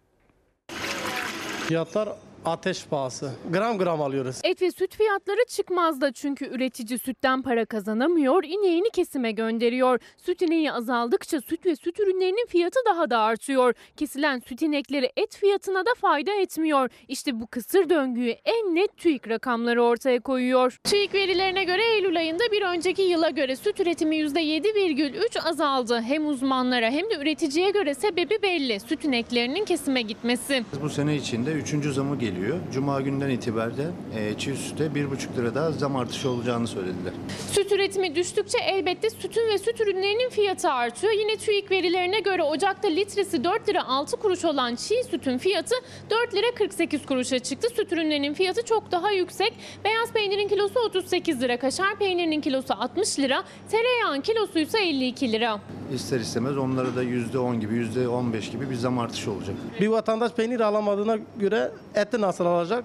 Fiyatlar ateş pahası. Gram gram alıyoruz. Et ve süt fiyatları çıkmazda çünkü üretici sütten para kazanamıyor, ineğini kesime gönderiyor. Süt ineği azaldıkça süt ve süt ürünlerinin fiyatı daha da artıyor. Kesilen süt inekleri et fiyatına da fayda etmiyor. İşte bu kısır döngüyü en net TÜİK rakamları ortaya koyuyor. TÜİK verilerine göre Eylül ayında bir önceki yıla göre süt üretimi %7,3 azaldı. Hem uzmanlara hem de üreticiye göre sebebi belli. Süt ineklerinin kesime gitmesi. Bu sene içinde 3. zamı geliyor. Cuma günden itibaren çiğ süte 1,5 lira daha zam artışı olacağını söylediler. Süt üretimi düştükçe elbette sütün ve süt ürünlerinin fiyatı artıyor. Yine TÜİK verilerine göre Ocak'ta litresi 4 lira 6 kuruş olan çiğ sütün fiyatı 4 lira 48 kuruşa çıktı. Süt ürünlerinin fiyatı çok daha yüksek. Beyaz peynirin kilosu 38 lira, kaşar peynirinin kilosu 60 lira, tereyağın kilosu ise 52 lira. İster istemez onlara da %10 gibi, %15 gibi bir zam artışı olacak. Bir vatandaş peynir alamadığına göre eti nasıl alacak?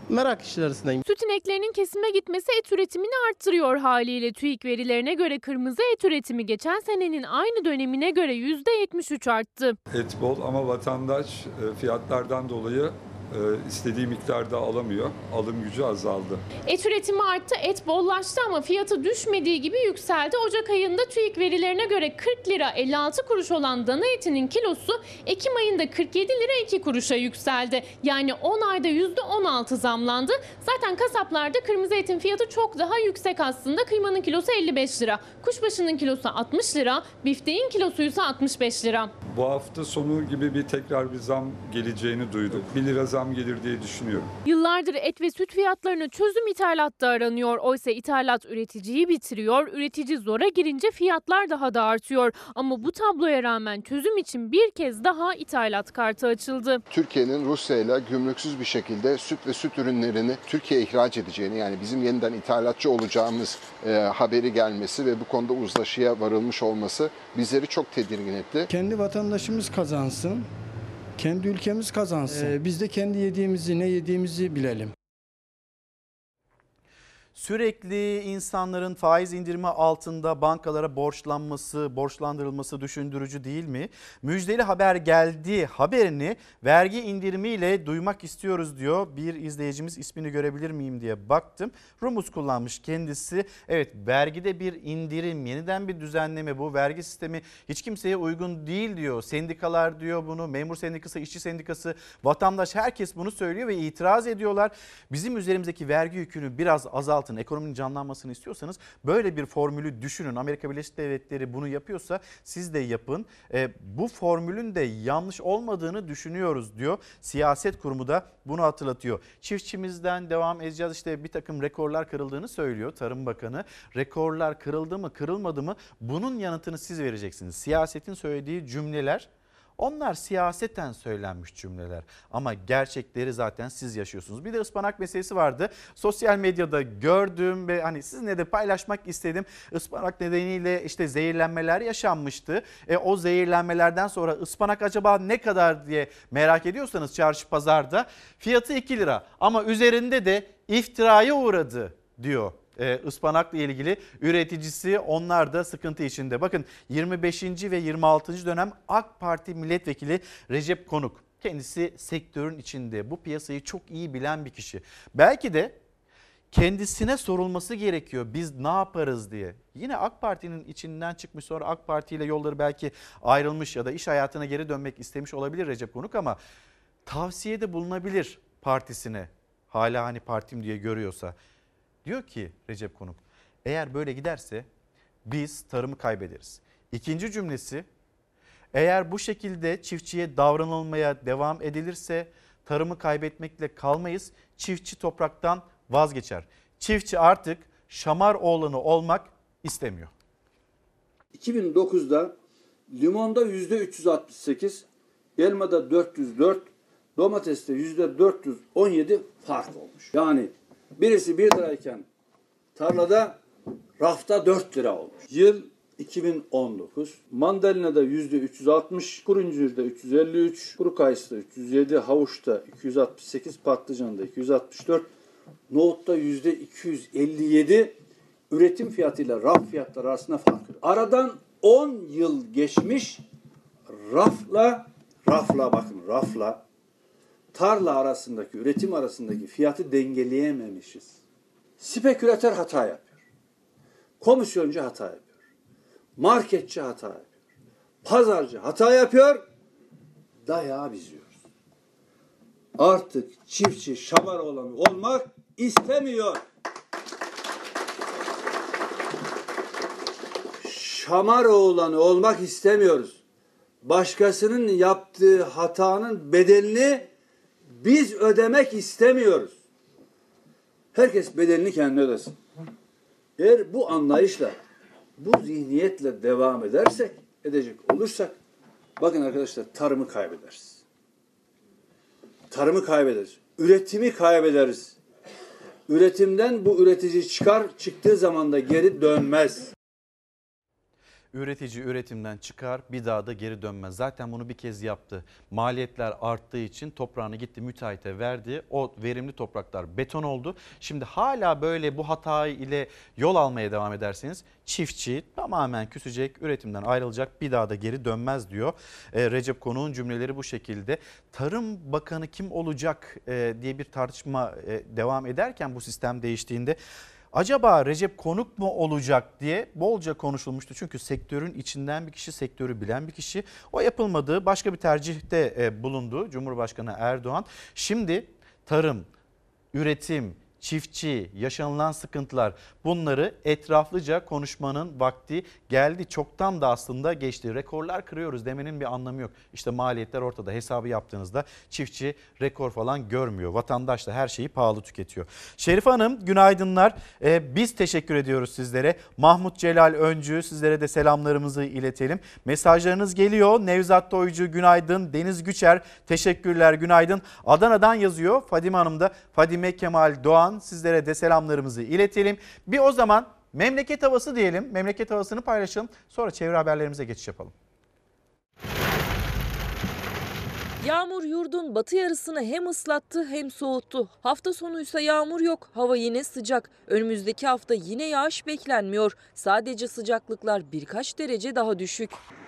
Merak içerisindeyim. Süt ineklerinin kesime gitmesi et üretimini arttırıyor haliyle. TÜİK verilerine göre kırmızı et üretimi geçen senenin aynı dönemine göre %73 arttı. Et bol ama vatandaş fiyatlardan dolayı istediği miktarda alamıyor. Alım gücü azaldı. Et üretimi arttı, et bollaştı ama fiyatı düşmediği gibi yükseldi. Ocak ayında TÜİK verilerine göre 40 lira 56 kuruş olan dana etinin kilosu Ekim ayında 47 lira 2 kuruşa yükseldi. Yani 10 ayda %16 zamlandı. Zaten kasaplarda kırmızı etin fiyatı çok daha yüksek aslında. Kıymanın kilosu 55 lira, kuşbaşının kilosu 60 lira, bifteğin kilosu ise 65 lira. Bu hafta sonu gibi tekrar bir zam geleceğini duyduk. 1 lira zam gelir diye düşünüyorum. Yıllardır et ve süt fiyatlarına çözüm ithalatta aranıyor. Oysa ithalat üreticiyi bitiriyor. Üretici zora girince fiyatlar daha da artıyor. Ama bu tabloya rağmen çözüm için bir kez daha ithalat kartı açıldı. Türkiye'nin Rusya ile gümrüksüz bir şekilde süt ve süt ürünlerini Türkiye'ye ihraç edeceğini, yani bizim yeniden ithalatçı olacağımız haberi gelmesi ve bu konuda uzlaşıya varılmış olması bizleri çok tedirgin etti. Kendi vatandaşımız kazansın, kendi ülkemiz kazansın. Biz de kendi ne yediğimizi bilelim. Sürekli insanların faiz indirimi altında bankalara borçlandırılması düşündürücü değil mi? Müjdeli haber geldi haberini vergi indirimiyle duymak istiyoruz diyor. Bir izleyicimiz, ismini görebilir miyim diye baktım. Rumuz kullanmış kendisi. Evet, vergide bir indirim, yeniden bir düzenleme, bu vergi sistemi hiç kimseye uygun değil diyor. Sendikalar diyor bunu, memur sendikası, işçi sendikası, vatandaş, herkes bunu söylüyor ve itiraz ediyorlar. Bizim üzerimizdeki vergi yükünü biraz azaltın. Ekonominin canlanmasını istiyorsanız böyle bir formülü düşünün. Amerika Birleşik Devletleri bunu yapıyorsa siz de yapın. Bu formülün de yanlış olmadığını düşünüyoruz diyor. Siyaset kurumu da bunu hatırlatıyor. Çiftçimizden devam edeceğiz. İşte bir takım rekorlar kırıldığını söylüyor Tarım Bakanı. Rekorlar kırıldı mı, kırılmadı mı? Bunun yanıtını siz vereceksiniz. Siyasetin söylediği cümleler, onlar siyaseten söylenmiş cümleler ama gerçekleri zaten siz yaşıyorsunuz. Bir de ıspanak meselesi vardı. Sosyal medyada gördüm ve hani sizinle de paylaşmak istedim. Ispanak nedeniyle işte zehirlenmeler yaşanmıştı. O zehirlenmelerden sonra ıspanak acaba ne kadar diye merak ediyorsanız çarşı pazarda fiyatı 2 lira ama üzerinde de iftiraya uğradı diyor. Ispanakla ilgili üreticisi, onlar da sıkıntı içinde. Bakın 25. ve 26. dönem AK Parti milletvekili Recep Konuk. Kendisi sektörün içinde, bu piyasayı çok iyi bilen bir kişi. Belki de kendisine sorulması gerekiyor, biz ne yaparız diye. Yine AK Parti'nin içinden çıkmış, sonra AK Parti ile yolları belki ayrılmış ya da iş hayatına geri dönmek istemiş olabilir Recep Konuk ama tavsiyede bulunabilir partisine. Hala hani partim diye görüyorsa. Diyor ki Recep Konuk, eğer böyle giderse biz tarımı kaybederiz. İkinci cümlesi, eğer bu şekilde çiftçiye davranılmaya devam edilirse tarımı kaybetmekle kalmayız. Çiftçi topraktan vazgeçer. Çiftçi artık Şamaroğlanı olmak istemiyor. 2009'da limonda %368, elmada 404, domateste %417 fark olmuş. Yani birisi 1 lirayken tarlada, rafta 4 lira olmuş. Yıl 2019. Mandalina'da %360, kuru incirde 353, kuru kayısıda 307, havuçta 268, patlıcanda 264, nohutta %257 üretim fiyatıyla raf fiyatları arasında fark var. Aradan 10 yıl geçmiş, rafla tarla arasındaki, üretim arasındaki fiyatı dengeleyememişiz. Spekülatör hata yapıyor. Komisyoncu hata yapıyor. Marketçi hata yapıyor. Pazarcı hata yapıyor. Dayağı biz yiyoruz. Artık çiftçi Şamaroğlanı olmak istemiyor. Şamaroğlanı olmak istemiyoruz. Başkasının yaptığı hatanın bedelini biz ödemek istemiyoruz. Herkes bedelini kendi ödesin. Eğer bu anlayışla, bu zihniyetle devam edecek olursak, bakın arkadaşlar, tarımı kaybederiz. Tarımı kaybederiz. Üretimi kaybederiz. Üretimden bu üretici çıktığı zaman da geri dönmez. Üretici üretimden çıkar, bir daha da geri dönmez. Zaten bunu bir kez yaptı. Maliyetler arttığı için toprağını gitti müteahhite verdi. O verimli topraklar beton oldu. Şimdi hala böyle bu hata ile yol almaya devam ederseniz çiftçi tamamen küsecek, üretimden ayrılacak, bir daha da geri dönmez diyor. Recep Konuk'un cümleleri bu şekilde. Tarım Bakanı kim olacak diye bir tartışma devam ederken bu sistem değiştiğinde acaba Recep Konuk mu olacak diye bolca konuşulmuştu. Çünkü sektörün içinden bir kişi, sektörü bilen bir kişi. O yapılmadığı başka bir tercihte bulundu Cumhurbaşkanı Erdoğan. Şimdi tarım, üretim, çiftçi, yaşanılan sıkıntılar, bunları etraflıca konuşmanın vakti geldi. Çoktan da aslında geçti. Rekorlar kırıyoruz demenin bir anlamı yok. İşte maliyetler ortada. Hesabı yaptığınızda çiftçi rekor falan görmüyor. Vatandaş da her şeyi pahalı tüketiyor. Şerife Hanım günaydınlar. Biz teşekkür ediyoruz sizlere. Mahmut Celal Öncü, sizlere de selamlarımızı iletelim. Mesajlarınız geliyor. Nevzat Toycu günaydın. Deniz Güçer teşekkürler, günaydın. Adana'dan yazıyor Fadime Hanım da. Fadime Kemal Doğan, sizlere de selamlarımızı iletelim. Bir o zaman memleket havası diyelim. Memleket havasını paylaşalım. Sonra çevre haberlerimize geçiş yapalım. Yağmur yurdun batı yarısını hem ıslattı hem soğuttu. Hafta sonuysa yağmur yok, hava yine sıcak. Önümüzdeki hafta yine yağış beklenmiyor. Sadece sıcaklıklar birkaç derece daha düşük.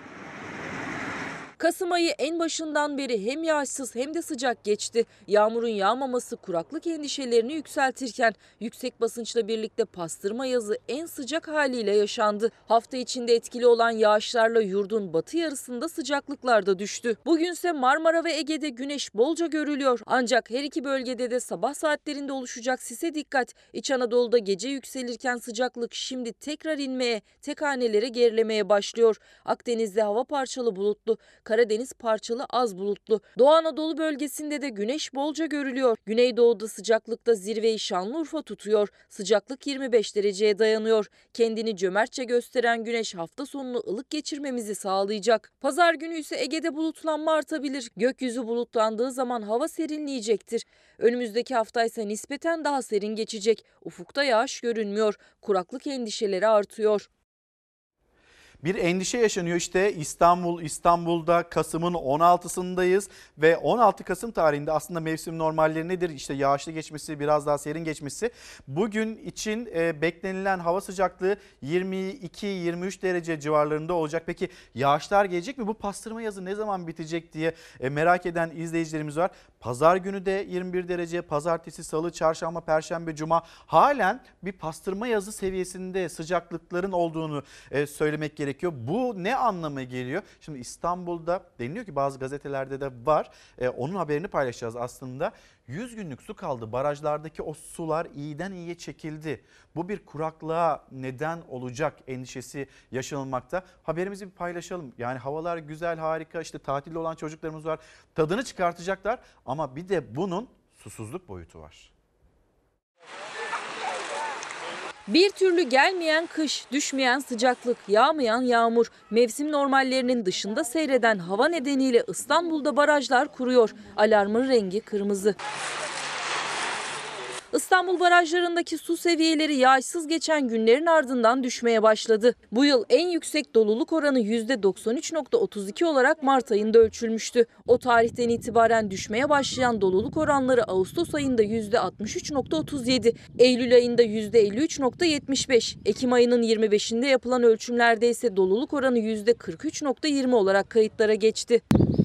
Kasım ayı en başından beri hem yağışsız hem de sıcak geçti. Yağmurun yağmaması kuraklık endişelerini yükseltirken yüksek basınçla birlikte pastırma yazı en sıcak haliyle yaşandı. Hafta içinde etkili olan yağışlarla yurdun batı yarısında sıcaklıklar da düştü. Bugünse Marmara ve Ege'de güneş bolca görülüyor. Ancak her iki bölgede de sabah saatlerinde oluşacak sise dikkat. İç Anadolu'da gece yükselirken sıcaklık şimdi tekrar inmeye, tek hanelere gerilemeye başlıyor. Akdeniz'de hava parçalı bulutlu. Karadeniz parçalı az bulutlu. Doğu Anadolu bölgesinde de güneş bolca görülüyor. Güneydoğu'da sıcaklıkta zirveyi Şanlıurfa tutuyor. Sıcaklık 25 dereceye dayanıyor. Kendini cömertçe gösteren güneş hafta sonunu ılık geçirmemizi sağlayacak. Pazar günü ise Ege'de bulutlanma artabilir. Gökyüzü bulutlandığı zaman hava serinleyecektir. Önümüzdeki hafta ise nispeten daha serin geçecek. Ufukta yağış görünmüyor. Kuraklık endişeleri artıyor. Bir endişe yaşanıyor işte İstanbul'da Kasım'ın 16'sındayız ve 16 Kasım tarihinde aslında mevsim normalleri nedir? İşte yağışlı geçmesi, biraz daha serin geçmesi. Bugün için beklenilen hava sıcaklığı 22-23 derece civarlarında olacak. Peki yağışlar gelecek mi? Bu pastırma yazı ne zaman bitecek diye merak eden izleyicilerimiz var. Pazar günü de 21 derece, pazartesi, salı, çarşamba, perşembe, cuma halen bir pastırma yazı seviyesinde sıcaklıkların olduğunu söylemek gerekiyor. Bu ne anlama geliyor? Şimdi İstanbul'da deniliyor ki bazı gazetelerde de var. Onun haberini paylaşacağız aslında. 100 günlük su kaldı. Barajlardaki o sular iyiden iyiye çekildi. Bu bir kuraklığa neden olacak endişesi yaşanılmakta. Haberimizi bir paylaşalım. Yani havalar güzel, harika. İşte tatilde olan çocuklarımız var. Tadını çıkartacaklar ama bir de bunun susuzluk boyutu var. Bir türlü gelmeyen kış, düşmeyen sıcaklık, yağmayan yağmur, mevsim normallerinin dışında seyreden hava nedeniyle İstanbul'da barajlar kuruyor. Alarmın rengi kırmızı. İstanbul barajlarındaki su seviyeleri yağışsız geçen günlerin ardından düşmeye başladı. Bu yıl en yüksek doluluk oranı %93.32 olarak Mart ayında ölçülmüştü. O tarihten itibaren düşmeye başlayan doluluk oranları Ağustos ayında %63.37, Eylül ayında %53.75, Ekim ayının 25'inde yapılan ölçümlerde ise doluluk oranı %43.20 olarak kayıtlara geçti.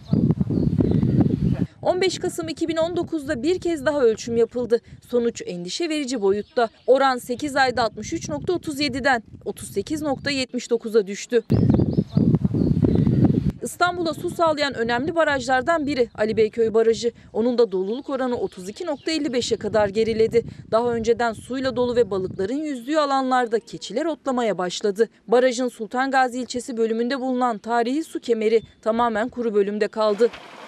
15 Kasım 2019'da bir kez daha ölçüm yapıldı. Sonuç endişe verici boyutta. Oran 8 ayda 63.37'den 38.79'a düştü. İstanbul'a su sağlayan önemli barajlardan biri Ali Beyköy Barajı. Onun da doluluk oranı 32.55'e kadar geriledi. Daha önceden suyla dolu ve balıkların yüzdüğü alanlarda keçiler otlamaya başladı. Barajın Sultan Gazi ilçesi bölümünde bulunan tarihi su kemeri tamamen kuru bölümde kaldı.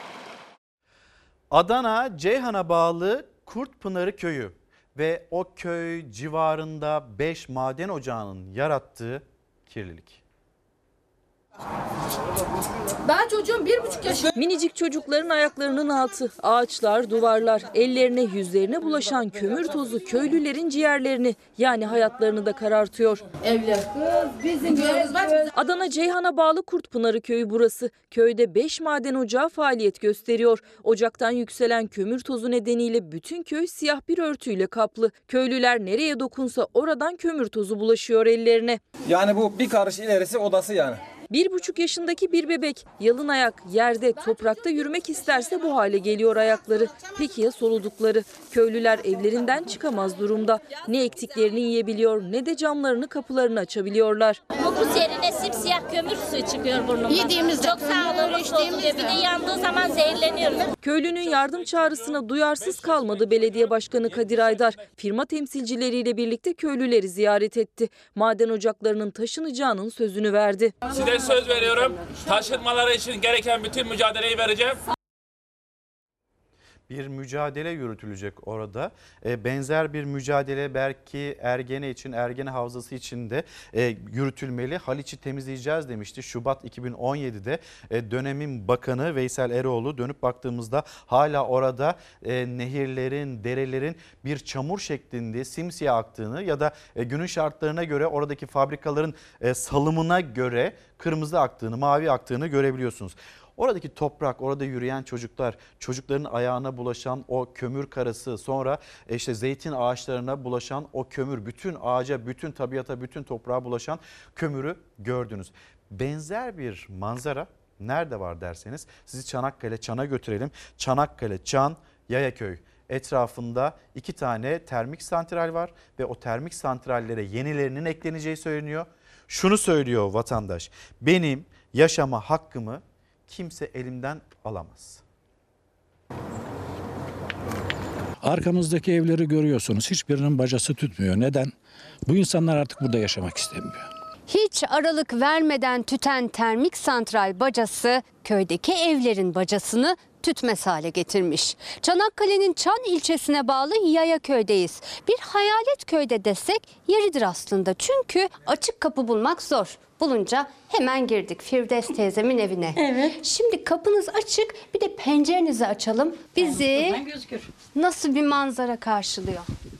Adana Ceyhan'a bağlı Kurtpınarı köyü ve o köy civarında 5 maden ocağının yarattığı kirlilik. Ben çocuğum 1,5 yaşında. Minicik çocukların ayaklarının altı, ağaçlar, duvarlar, ellerine yüzlerine bulaşan kömür tozu köylülerin ciğerlerini yani hayatlarını da karartıyor. Evler kız, bizim köyümüz bak. Adana Ceyhan'a bağlı Kurtpınarı köyü burası. Köyde 5 maden ocağı faaliyet gösteriyor. Ocaktan yükselen kömür tozu nedeniyle bütün köy siyah bir örtüyle kaplı. Köylüler nereye dokunsa oradan kömür tozu bulaşıyor ellerine. Yani bu bir karış ilerisi odası yani. 1,5 yaşındaki bir bebek yalın ayak yerde toprakta yürümek isterse bu hale geliyor ayakları. Peki ya soludukları? Köylüler evlerinden çıkamaz durumda. Ne ektiklerini yiyebiliyor ne de camlarını kapılarını açabiliyorlar. Kokus yerine simsiyah kömür suyu çıkıyor burnumdan. Yediğimizde çok sağlıklı oluyor. Bir de yandığı zaman zehirleniyoruz. Köylünün yardım çağrısına duyarsız kalmadı belediye başkanı Kadir Aydar. Firma temsilcileriyle birlikte köylüleri ziyaret etti. Maden ocaklarının taşınacağının sözünü verdi. Size söz veriyorum. Taşınmaları için gereken bütün mücadeleyi vereceğim. Bir mücadele yürütülecek orada. Benzer bir mücadele belki Ergene için, Ergene Havzası için de yürütülmeli. Haliç'i temizleyeceğiz demişti. Şubat 2017'de dönemin bakanı Veysel Eroğlu. Dönüp baktığımızda hala orada nehirlerin, derelerin bir çamur şeklinde simsiyah aktığını ya da günün şartlarına göre oradaki fabrikaların salımına göre kırmızı aktığını, mavi aktığını görebiliyorsunuz. Oradaki toprak, orada yürüyen çocuklar, çocukların ayağına bulaşan o kömür karası, sonra işte zeytin ağaçlarına bulaşan o kömür, bütün ağaca, bütün tabiata, bütün toprağa bulaşan kömürü gördünüz. Benzer bir manzara nerede var derseniz sizi Çanakkale, Çan'a götürelim. Çanakkale, Çan, Yayaköy etrafında 2 tane termik santral var ve o termik santrallere yenilerinin ekleneceği söyleniyor. Şunu söylüyor vatandaş: benim yaşama hakkımı kimse elimden alamaz. Arkamızdaki evleri görüyorsunuz. Hiçbirinin bacası tutmuyor. Neden? Bu insanlar artık burada yaşamak istemiyor. Hiç aralık vermeden tüten termik santral bacası köydeki evlerin bacasını tütmez hale getirmiş. Çanakkale'nin Çan ilçesine bağlı Yayaköy'deyiz. Bir hayalet köyde desek yeridir aslında. Çünkü açık kapı bulmak zor. Bulunca hemen girdik Firdevs teyzemin evine. Evet. Şimdi kapınız açık, bir de pencerenizi açalım. Bizi nasıl bir manzara karşılıyor?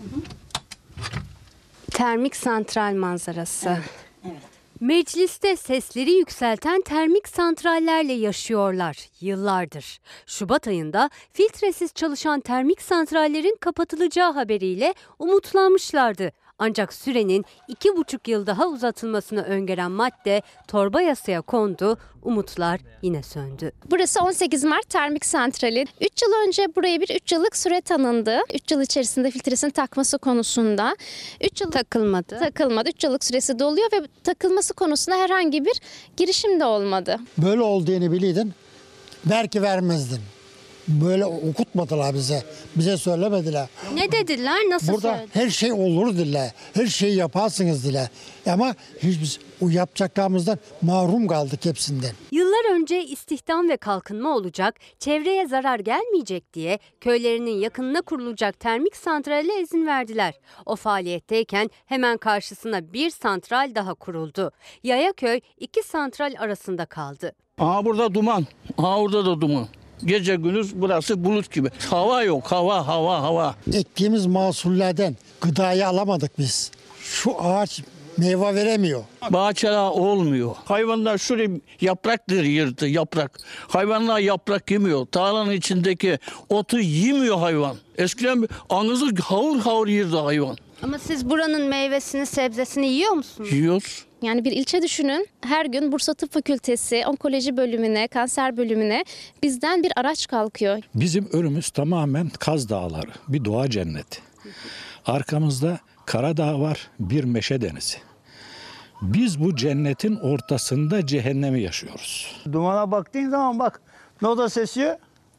Termik santral manzarası. Evet. Evet. Mecliste sesleri yükselten termik santrallerle yaşıyorlar yıllardır. Şubat ayında filtresiz çalışan termik santrallerin kapatılacağı haberiyle umutlanmışlardı. Ancak sürenin 2,5 yıl daha uzatılmasını öngören madde torba yasaya kondu, umutlar yine söndü. Burası 18 Mart Termik Santrali. 3 yıl önce buraya bir 3 yıllık süre tanındı. 3 yıl içerisinde filtresinin takması konusunda. 3 yıl takılmadı. 3 yıllık süresi doluyor ve takılması konusunda herhangi bir girişim de olmadı. Böyle olduğunu biliydin, belki vermezdin. Böyle okutmadılar bize. Bize söylemediler. Ne dediler? Nasıl burada söylediler? Her şey olur dediler. Her şeyi yaparsınız dediler. Ama biz o yapacaklarımızdan mahrum kaldık hepsinden. Yıllar önce istihdam ve kalkınma olacak, çevreye zarar gelmeyecek diye köylerinin yakınına kurulacak termik santrale izin verdiler. O faaliyetteyken hemen karşısına bir santral daha kuruldu. Yayaköy 2 santral arasında kaldı. Aha burada duman, aha orada da duman. Gece gündüz burası bulut gibi. Hava yok, hava. Ektiğimiz mahsullerden gıdayı alamadık biz. Şu ağaç meyve veremiyor. Bahçeler olmuyor. Hayvanlar şuraya yapraktır yırtı, yaprak. Hayvanlar yaprak yemiyor. Tarlanın içindeki otu yemiyor hayvan. Eskiden ağzı havur yirdi hayvan. Ama siz buranın meyvesini, sebzesini yiyor musunuz? Yiyoruz. Yani bir ilçe düşünün, her gün Bursa Tıp Fakültesi, onkoloji bölümüne, kanser bölümüne bizden bir araç kalkıyor. Bizim önümüz tamamen Kaz Dağları, bir doğa cenneti. Arkamızda Karadağ var, bir meşe denizi. Biz bu cennetin ortasında cehennemi yaşıyoruz. Dumana baktığın zaman bak, ne o da sesiyor,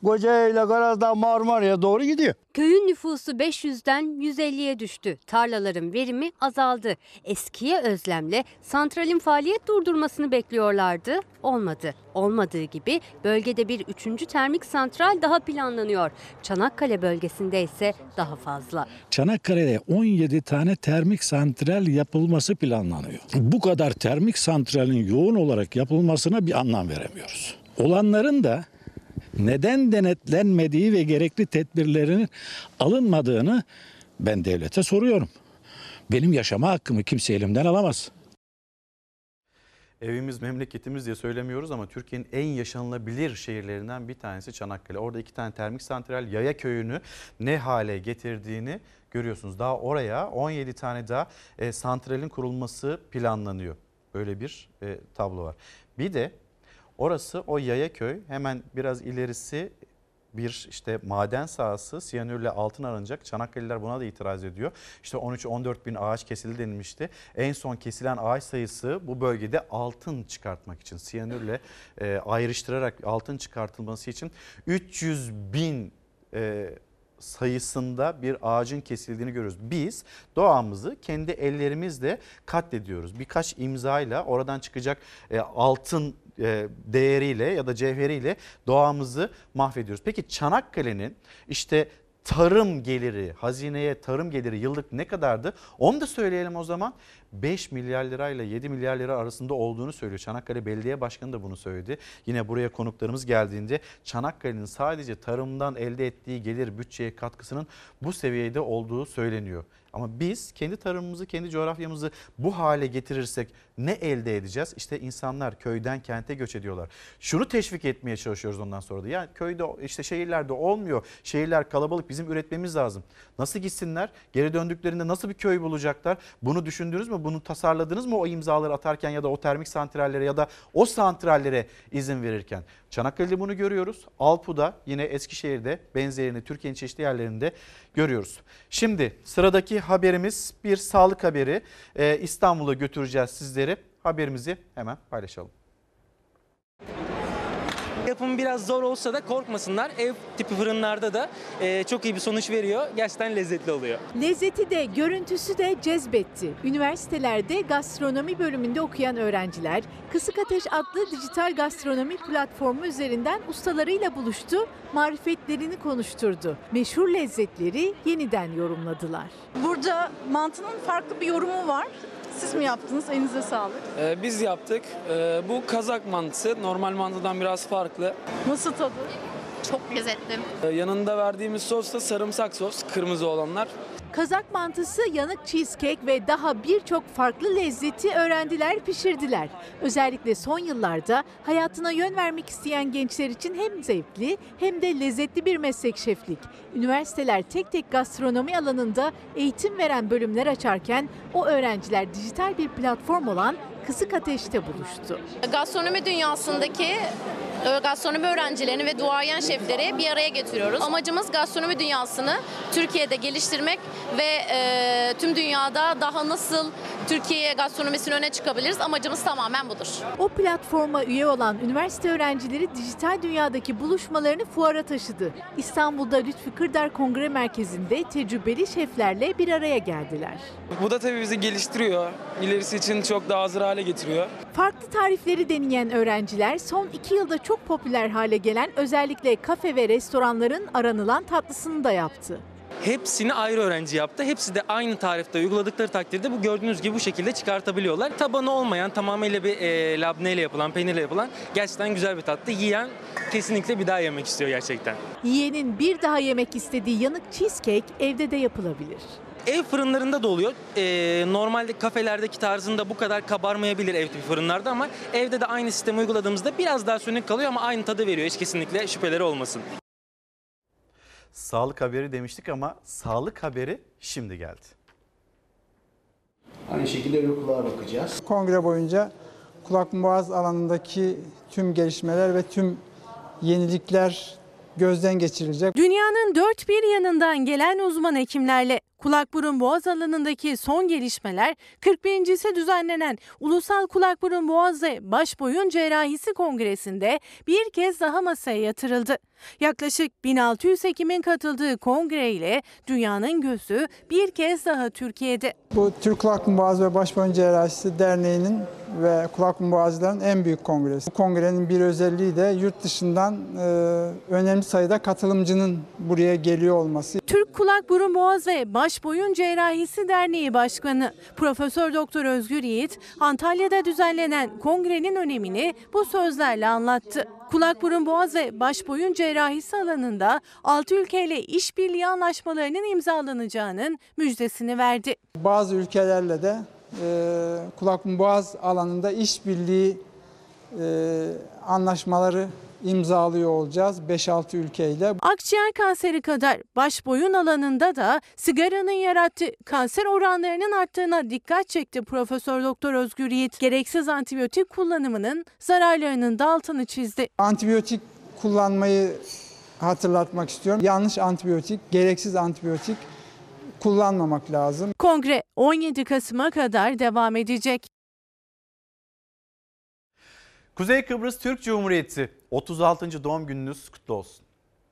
Kocaeli'yle Karaz'dan Marmara'ya doğru gidiyor. Köyün nüfusu 500'den 150'ye düştü. Tarlaların verimi azaldı. Eskiye özlemle santralin faaliyet durdurmasını bekliyorlardı. Olmadı. Olmadığı gibi bölgede bir 3. termik santral daha planlanıyor. Çanakkale bölgesinde ise daha fazla. Çanakkale'de 17 tane termik santral yapılması planlanıyor. Bu kadar termik santralin yoğun olarak yapılmasına bir anlam veremiyoruz. Olanların da neden denetlenmediği ve gerekli tedbirlerin alınmadığını ben devlete soruyorum. Benim yaşama hakkımı kimse elimden alamaz. Evimiz, memleketimiz diye söylemiyoruz ama Türkiye'nin en yaşanılabilir şehirlerinden bir tanesi Çanakkale. Orada 2 tane termik santral Yaya Köyü'nü ne hale getirdiğini görüyorsunuz. Daha oraya 17 tane daha santralin kurulması planlanıyor. Böyle bir tablo var. Bir de orası o Yayaköy, hemen biraz ilerisi bir işte maden sahası, siyanürle altın aranacak. Çanakkale'liler buna da itiraz ediyor. İşte 13-14 bin ağaç kesildi denilmişti. En son kesilen ağaç sayısı bu bölgede altın çıkartmak için, siyanürle ayrıştırarak altın çıkartılması için 300 bin sayısında bir ağacın kesildiğini görüyoruz. Biz doğamızı kendi ellerimizle katlediyoruz. Birkaç imzayla oradan çıkacak altın değeriyle ya da cevheriyle doğamızı mahvediyoruz. Peki Çanakkale'nin işte tarım geliri, hazineye tarım geliri yıllık ne kadardı? Onu da söyleyelim o zaman. 5 milyar lirayla 7 milyar lira arasında olduğunu söylüyor. Çanakkale Belediye Başkanı da bunu söyledi. Yine buraya konuklarımız geldiğinde Çanakkale'nin sadece tarımdan elde ettiği gelir bütçeye katkısının bu seviyede olduğu söyleniyor. Ama biz kendi tarımımızı, kendi coğrafyamızı bu hale getirirsek ne elde edeceğiz? İşte insanlar köyden kente göç ediyorlar. Şunu teşvik etmeye çalışıyoruz ondan sonra da. Ya köyde işte şehirlerde olmuyor. Şehirler kalabalık, bizim üretmemiz lazım. Nasıl gitsinler? Geri döndüklerinde nasıl bir köy bulacaklar? Bunu düşündünüz mü? Bunu tasarladınız mı o imzaları atarken ya da o termik santrallere ya da o santrallere izin verirken? Çanakkale'de bunu görüyoruz. Alpu'da, yine Eskişehir'de benzerini Türkiye'nin çeşitli yerlerinde görüyoruz. Şimdi sıradaki haberimiz bir sağlık haberi. İstanbul'a götüreceğiz sizleri. Haberimizi hemen paylaşalım. Yapımı biraz zor olsa da korkmasınlar. Ev tipi fırınlarda da çok iyi bir sonuç veriyor. Gerçekten lezzetli oluyor. Lezzeti de görüntüsü de cezbetti. Üniversitelerde gastronomi bölümünde okuyan öğrenciler Kısık Ateş adlı dijital gastronomi platformu üzerinden ustalarıyla buluştu, marifetlerini konuşturdu. Meşhur lezzetleri yeniden yorumladılar. Burada mantının farklı bir yorumu var. Siz mi yaptınız? Elinize sağlık. Biz yaptık. Bu Kazak mantısı. Normal mantıdan biraz farklı. Nasıl tadı? Çok lezzetli. Yanında verdiğimiz sos da sarımsak sos. Kırmızı olanlar. Kazak mantısı, yanık cheesecake ve daha birçok farklı lezzeti öğrenciler pişirdiler. Özellikle son yıllarda hayatına yön vermek isteyen gençler için hem zevkli hem de lezzetli bir meslek şeflik. Üniversiteler tek tek gastronomi alanında eğitim veren bölümler açarken o öğrenciler dijital bir platform olan Kısık Ateş'te buluştu. Gastronomi dünyasındaki gastronomi öğrencilerini ve duayen şefleri bir araya getiriyoruz. Amacımız gastronomi dünyasını Türkiye'de geliştirmek ve tüm dünyada daha nasıl Türkiye gastronomisini öne çıkabiliriz? Amacımız tamamen budur. O platforma üye olan üniversite öğrencileri dijital dünyadaki buluşmalarını fuara taşıdı. İstanbul'da Lütfü Kırdar Kongre Merkezi'nde tecrübeli şeflerle bir araya geldiler. Bu da tabii bizi geliştiriyor. İlerisi için çok daha hazır hale getiriyor. Farklı tarifleri deneyen öğrenciler son 2 yılda çok popüler hale gelen özellikle kafe ve restoranların aranılan tatlısını da yaptı. Hepsini ayrı öğrenci yaptı. Hepsi de aynı tarifte uyguladıkları takdirde bu gördüğünüz gibi bu şekilde çıkartabiliyorlar. Tabanı olmayan, tamamıyla bir labneyle yapılan, peynirle yapılan gerçekten güzel bir tatlı. Yiyen kesinlikle bir daha yemek istiyor gerçekten. Yiyenin bir daha yemek istediği yanık cheesecake evde de yapılabilir. Ev fırınlarında da oluyor. Normalde kafelerdeki tarzında bu kadar kabarmayabilir ev tipi fırınlarda ama evde de aynı sistemi uyguladığımızda biraz daha sönük kalıyor ama aynı tadı veriyor. Hiç kesinlikle şüpheleri olmasın. Sağlık haberi demiştik ama sağlık haberi şimdi geldi. Aynı şekilde öbür kulağa bakacağız. Kongre boyunca kulak boğaz alanındaki tüm gelişmeler ve tüm yenilikler gözden geçirilecek. Dünyanın dört bir yanından gelen uzman hekimlerle Kulak burun boğaz alanındaki son gelişmeler 41.si düzenlenen Ulusal Kulak burun boğaz ve baş boyun cerrahisi kongresinde bir kez daha masaya yatırıldı. Yaklaşık 1600 hekimin katıldığı kongreyle dünyanın gözü bir kez daha Türkiye'de. Bu Türk Kulak burun boğaz ve baş boyun cerrahisi derneğinin ve kulak burun boğazcıların en büyük kongresi. Bu kongrenin bir özelliği de yurt dışından önemli sayıda katılımcının buraya geliyor olması. Türk Kulak burun boğaz ve baş boyun cerrahisi derneği başkanı Profesör Doktor Özgür Yiğit, Antalya'da düzenlenen kongrenin önemini bu sözlerle anlattı. Kulak burun boğaz ve baş boyun cerrahisi alanında 6 ülkeyle işbirliği anlaşmalarının imzalanacağının müjdesini verdi. Bazı ülkelerle de kulak burun boğaz alanında işbirliği anlaşmaları imzalıyor olacağız 5-6 ülkeyle. Akciğer kanseri kadar baş boyun alanında da sigaranın yarattığı kanser oranlarının arttığına dikkat çekti Profesör Doktor Özgür Yiğit. Gereksiz antibiyotik kullanımının zararlarının da altını çizdi. Antibiyotik kullanmayı hatırlatmak istiyorum. Yanlış antibiyotik, gereksiz antibiyotik kullanmamak lazım. Kongre 17 Kasım'a kadar devam edecek. Kuzey Kıbrıs Türk Cumhuriyeti 36. doğum gününüz kutlu olsun.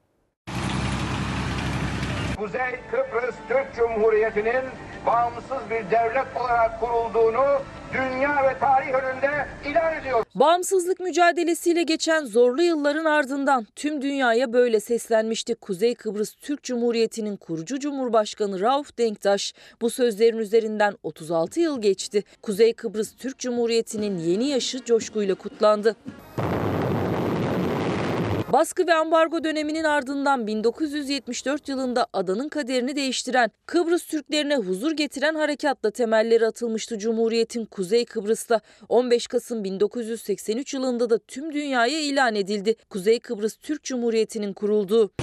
Kuzey Kıbrıs Türk Cumhuriyeti'nin bağımsız bir devlet olarak kurulduğunu dünya ve tarih önünde ilan ediyor. Bağımsızlık mücadelesiyle geçen zorlu yılların ardından tüm dünyaya böyle seslenmişti Kuzey Kıbrıs Türk Cumhuriyeti'nin kurucu Cumhurbaşkanı Rauf Denktaş. Bu sözlerin üzerinden 36 yıl geçti. Kuzey Kıbrıs Türk Cumhuriyeti'nin yeni yaşı coşkuyla kutlandı. Baskı ve ambargo döneminin ardından 1974 yılında adanın kaderini değiştiren, Kıbrıs Türklerine huzur getiren harekatla temelleri atılmıştı Cumhuriyet'in Kuzey Kıbrıs'ta. 15 Kasım 1983 yılında da tüm dünyaya ilan edildi Kuzey Kıbrıs Türk Cumhuriyeti'nin kurulduğu.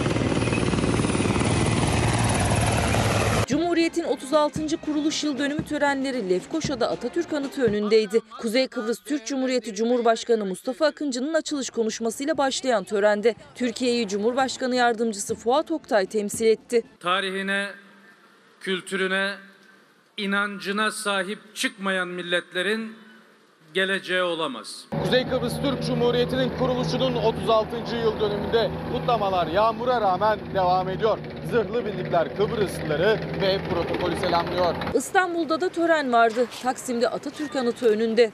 Cumhuriyet'in 36. kuruluş yıl dönümü törenleri Lefkoşa'da Atatürk Anıtı önündeydi. Kuzey Kıbrıs Türk Cumhuriyeti Cumhurbaşkanı Mustafa Akıncı'nın açılış konuşmasıyla başlayan törende Türkiye'yi Cumhurbaşkanı Yardımcısı Fuat Oktay temsil etti. Tarihine, kültürüne, inancına sahip çıkmayan milletlerin geleceği olamaz. Kuzey Kıbrıs Türk Cumhuriyeti'nin kuruluşunun 36. yıl dönümünde kutlamalar yağmura rağmen devam ediyor. Zırhlı birlikler Kıbrıslıları ve protokolü selamlıyor. İstanbul'da da tören vardı. Taksim'de Atatürk Anıtı önünde.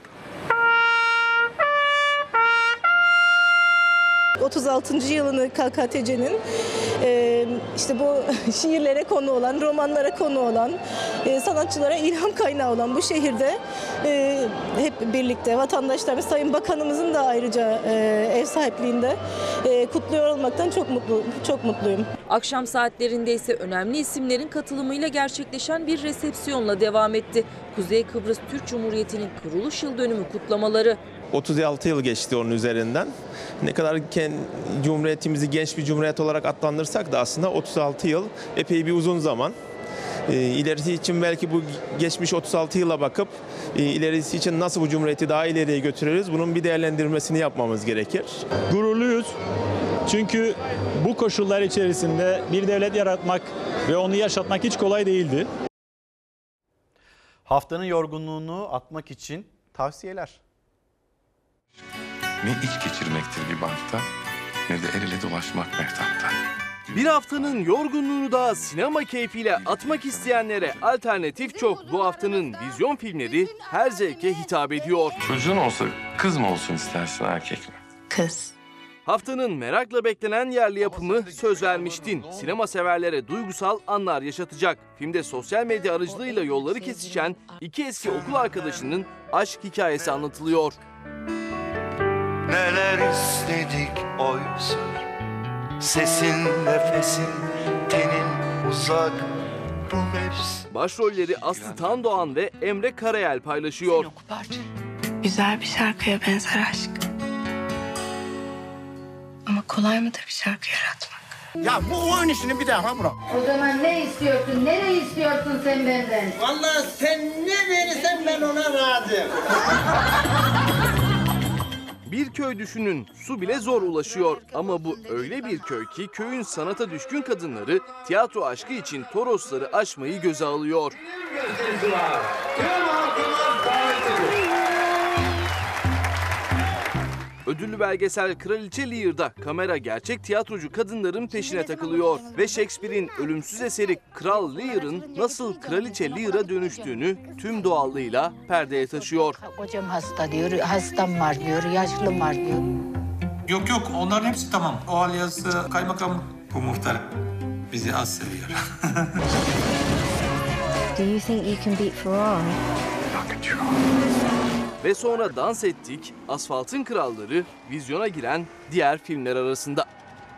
36. yılını KKTC'nin işte bu şiirlere konu olan, romanlara konu olan, sanatçılara ilham kaynağı olan bu şehirde hep birlikte vatandaşlarımız, Sayın Bakanımızın da ayrıca ev sahipliğinde kutluyor olmaktan çok mutluyum. Akşam saatlerinde ise önemli isimlerin katılımıyla gerçekleşen bir resepsiyonla devam etti Kuzey Kıbrıs Türk Cumhuriyeti'nin kuruluş yıl dönümü kutlamaları. 36 yıl geçti onun üzerinden. Ne kadar Cumhuriyetimizi genç bir cumhuriyet olarak adlandırsak da aslında 36 yıl epey bir uzun zaman. İlerisi için belki bu geçmiş 36 yıla bakıp ilerisi için nasıl bu cumhuriyeti daha ileriye götürürüz bunun bir değerlendirmesini yapmamız gerekir. Gururluyuz. Çünkü bu koşullar içerisinde bir devlet yaratmak ve onu yaşatmak hiç kolay değildi. Haftanın yorgunluğunu atmak için tavsiyeler. Ne iç geçirmektir bir bankta ne de el ele dolaşmak mehtapta. Bir haftanın yorgunluğunu da sinema keyfiyle atmak isteyenlere alternatif çok. Bu haftanın vizyon filmleri her zevke hitap ediyor. Çocuğun olsa kız mı olsun istersin erkek mi? Kız. Haftanın merakla beklenen yerli yapımı Söz Vermiştin. Sinema severlere duygusal anlar yaşatacak. Filmde sosyal medya aracılığıyla yolları kesişen iki eski okul arkadaşının aşk hikayesi anlatılıyor. Neler istedik oysa, sesin, nefesin, tenin uzak bu mevsim. Başrolleri Aslı Tandoğan ve Emre Karayel paylaşıyor. Güzel bir şarkıya benzer aşk. Ama kolay mıdır bir şarkı yaratmak? Ya bu oyun işini bir daha bırak. O zaman ne istiyorsun? Ne istiyorsun sen benden? Vallahi sen ne verirsen ben ona razıyım. Bir köy düşünün, su bile zor ulaşıyor. Ama bu öyle bir köy ki köyün sanata düşkün kadınları tiyatro aşkı için Torosları aşmayı göze alıyor. Ödüllü belgesel Kraliçe Lear'da kamera gerçek tiyatrocu kadınların peşine takılıyor ve Shakespeare'in ölümsüz eseri Kral Lear'ın nasıl Kraliçe Lear'a dönüştüğünü tüm doğallığıyla perdeye taşıyor. Kocam hasta diyor, hastam var diyor, yaşlım var diyor. Yok onların hepsi tamam. O alyası kaymakam, bu muhtar bizi az seviyor. Do you think you can beat Ferrari? Ve sonra dans ettik, Asfaltın Kralları vizyona giren diğer filmler arasında.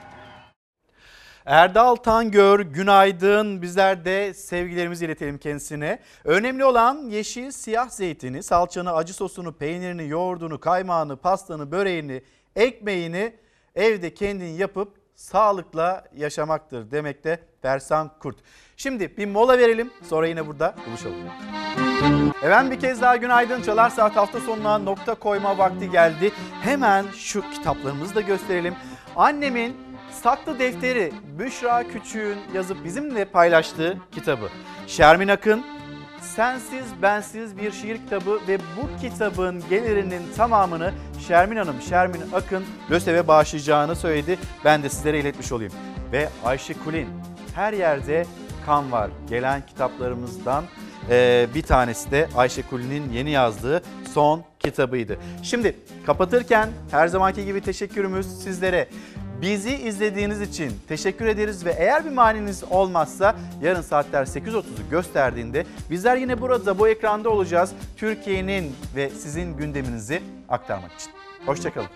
Erdal Tangör günaydın. Bizler de sevgilerimizi iletelim kendisine. Önemli olan yeşil siyah zeytini, salçanı, acı sosunu, peynirini, yoğurdunu, kaymağını, pastanı, böreğini, ekmeğini evde kendin yapıp sağlıkla yaşamaktır demekte Fersan Kurt. Şimdi bir mola verelim, sonra yine burada buluşalım. Efendim bir kez daha günaydın. Çalar Saat hafta sonuna nokta koyma vakti geldi. Hemen şu kitaplarımızı da gösterelim. Annemin saklı defteri, Büşra Küçük'ün yazıp bizimle paylaştığı kitabı. Şermin Akın, Sensiz Bensiz bir şiir kitabı ve bu kitabın gelirinin tamamını Şermin Akın LÖSEV'e bağışlayacağını söyledi. Ben de sizlere iletmiş olayım. Ve Ayşe Kulin, Her Yerde Kan Var gelen kitaplarımızdan bir tanesi de Ayşe Kulin'in yeni yazdığı son kitabıydı. Şimdi kapatırken her zamanki gibi teşekkürümüz sizlere. Bizi izlediğiniz için teşekkür ederiz ve eğer bir maniniz olmazsa yarın saatler 8.30'u gösterdiğinde bizler yine burada bu ekranda olacağız. Türkiye'nin ve sizin gündeminizi aktarmak için. Hoşçakalın.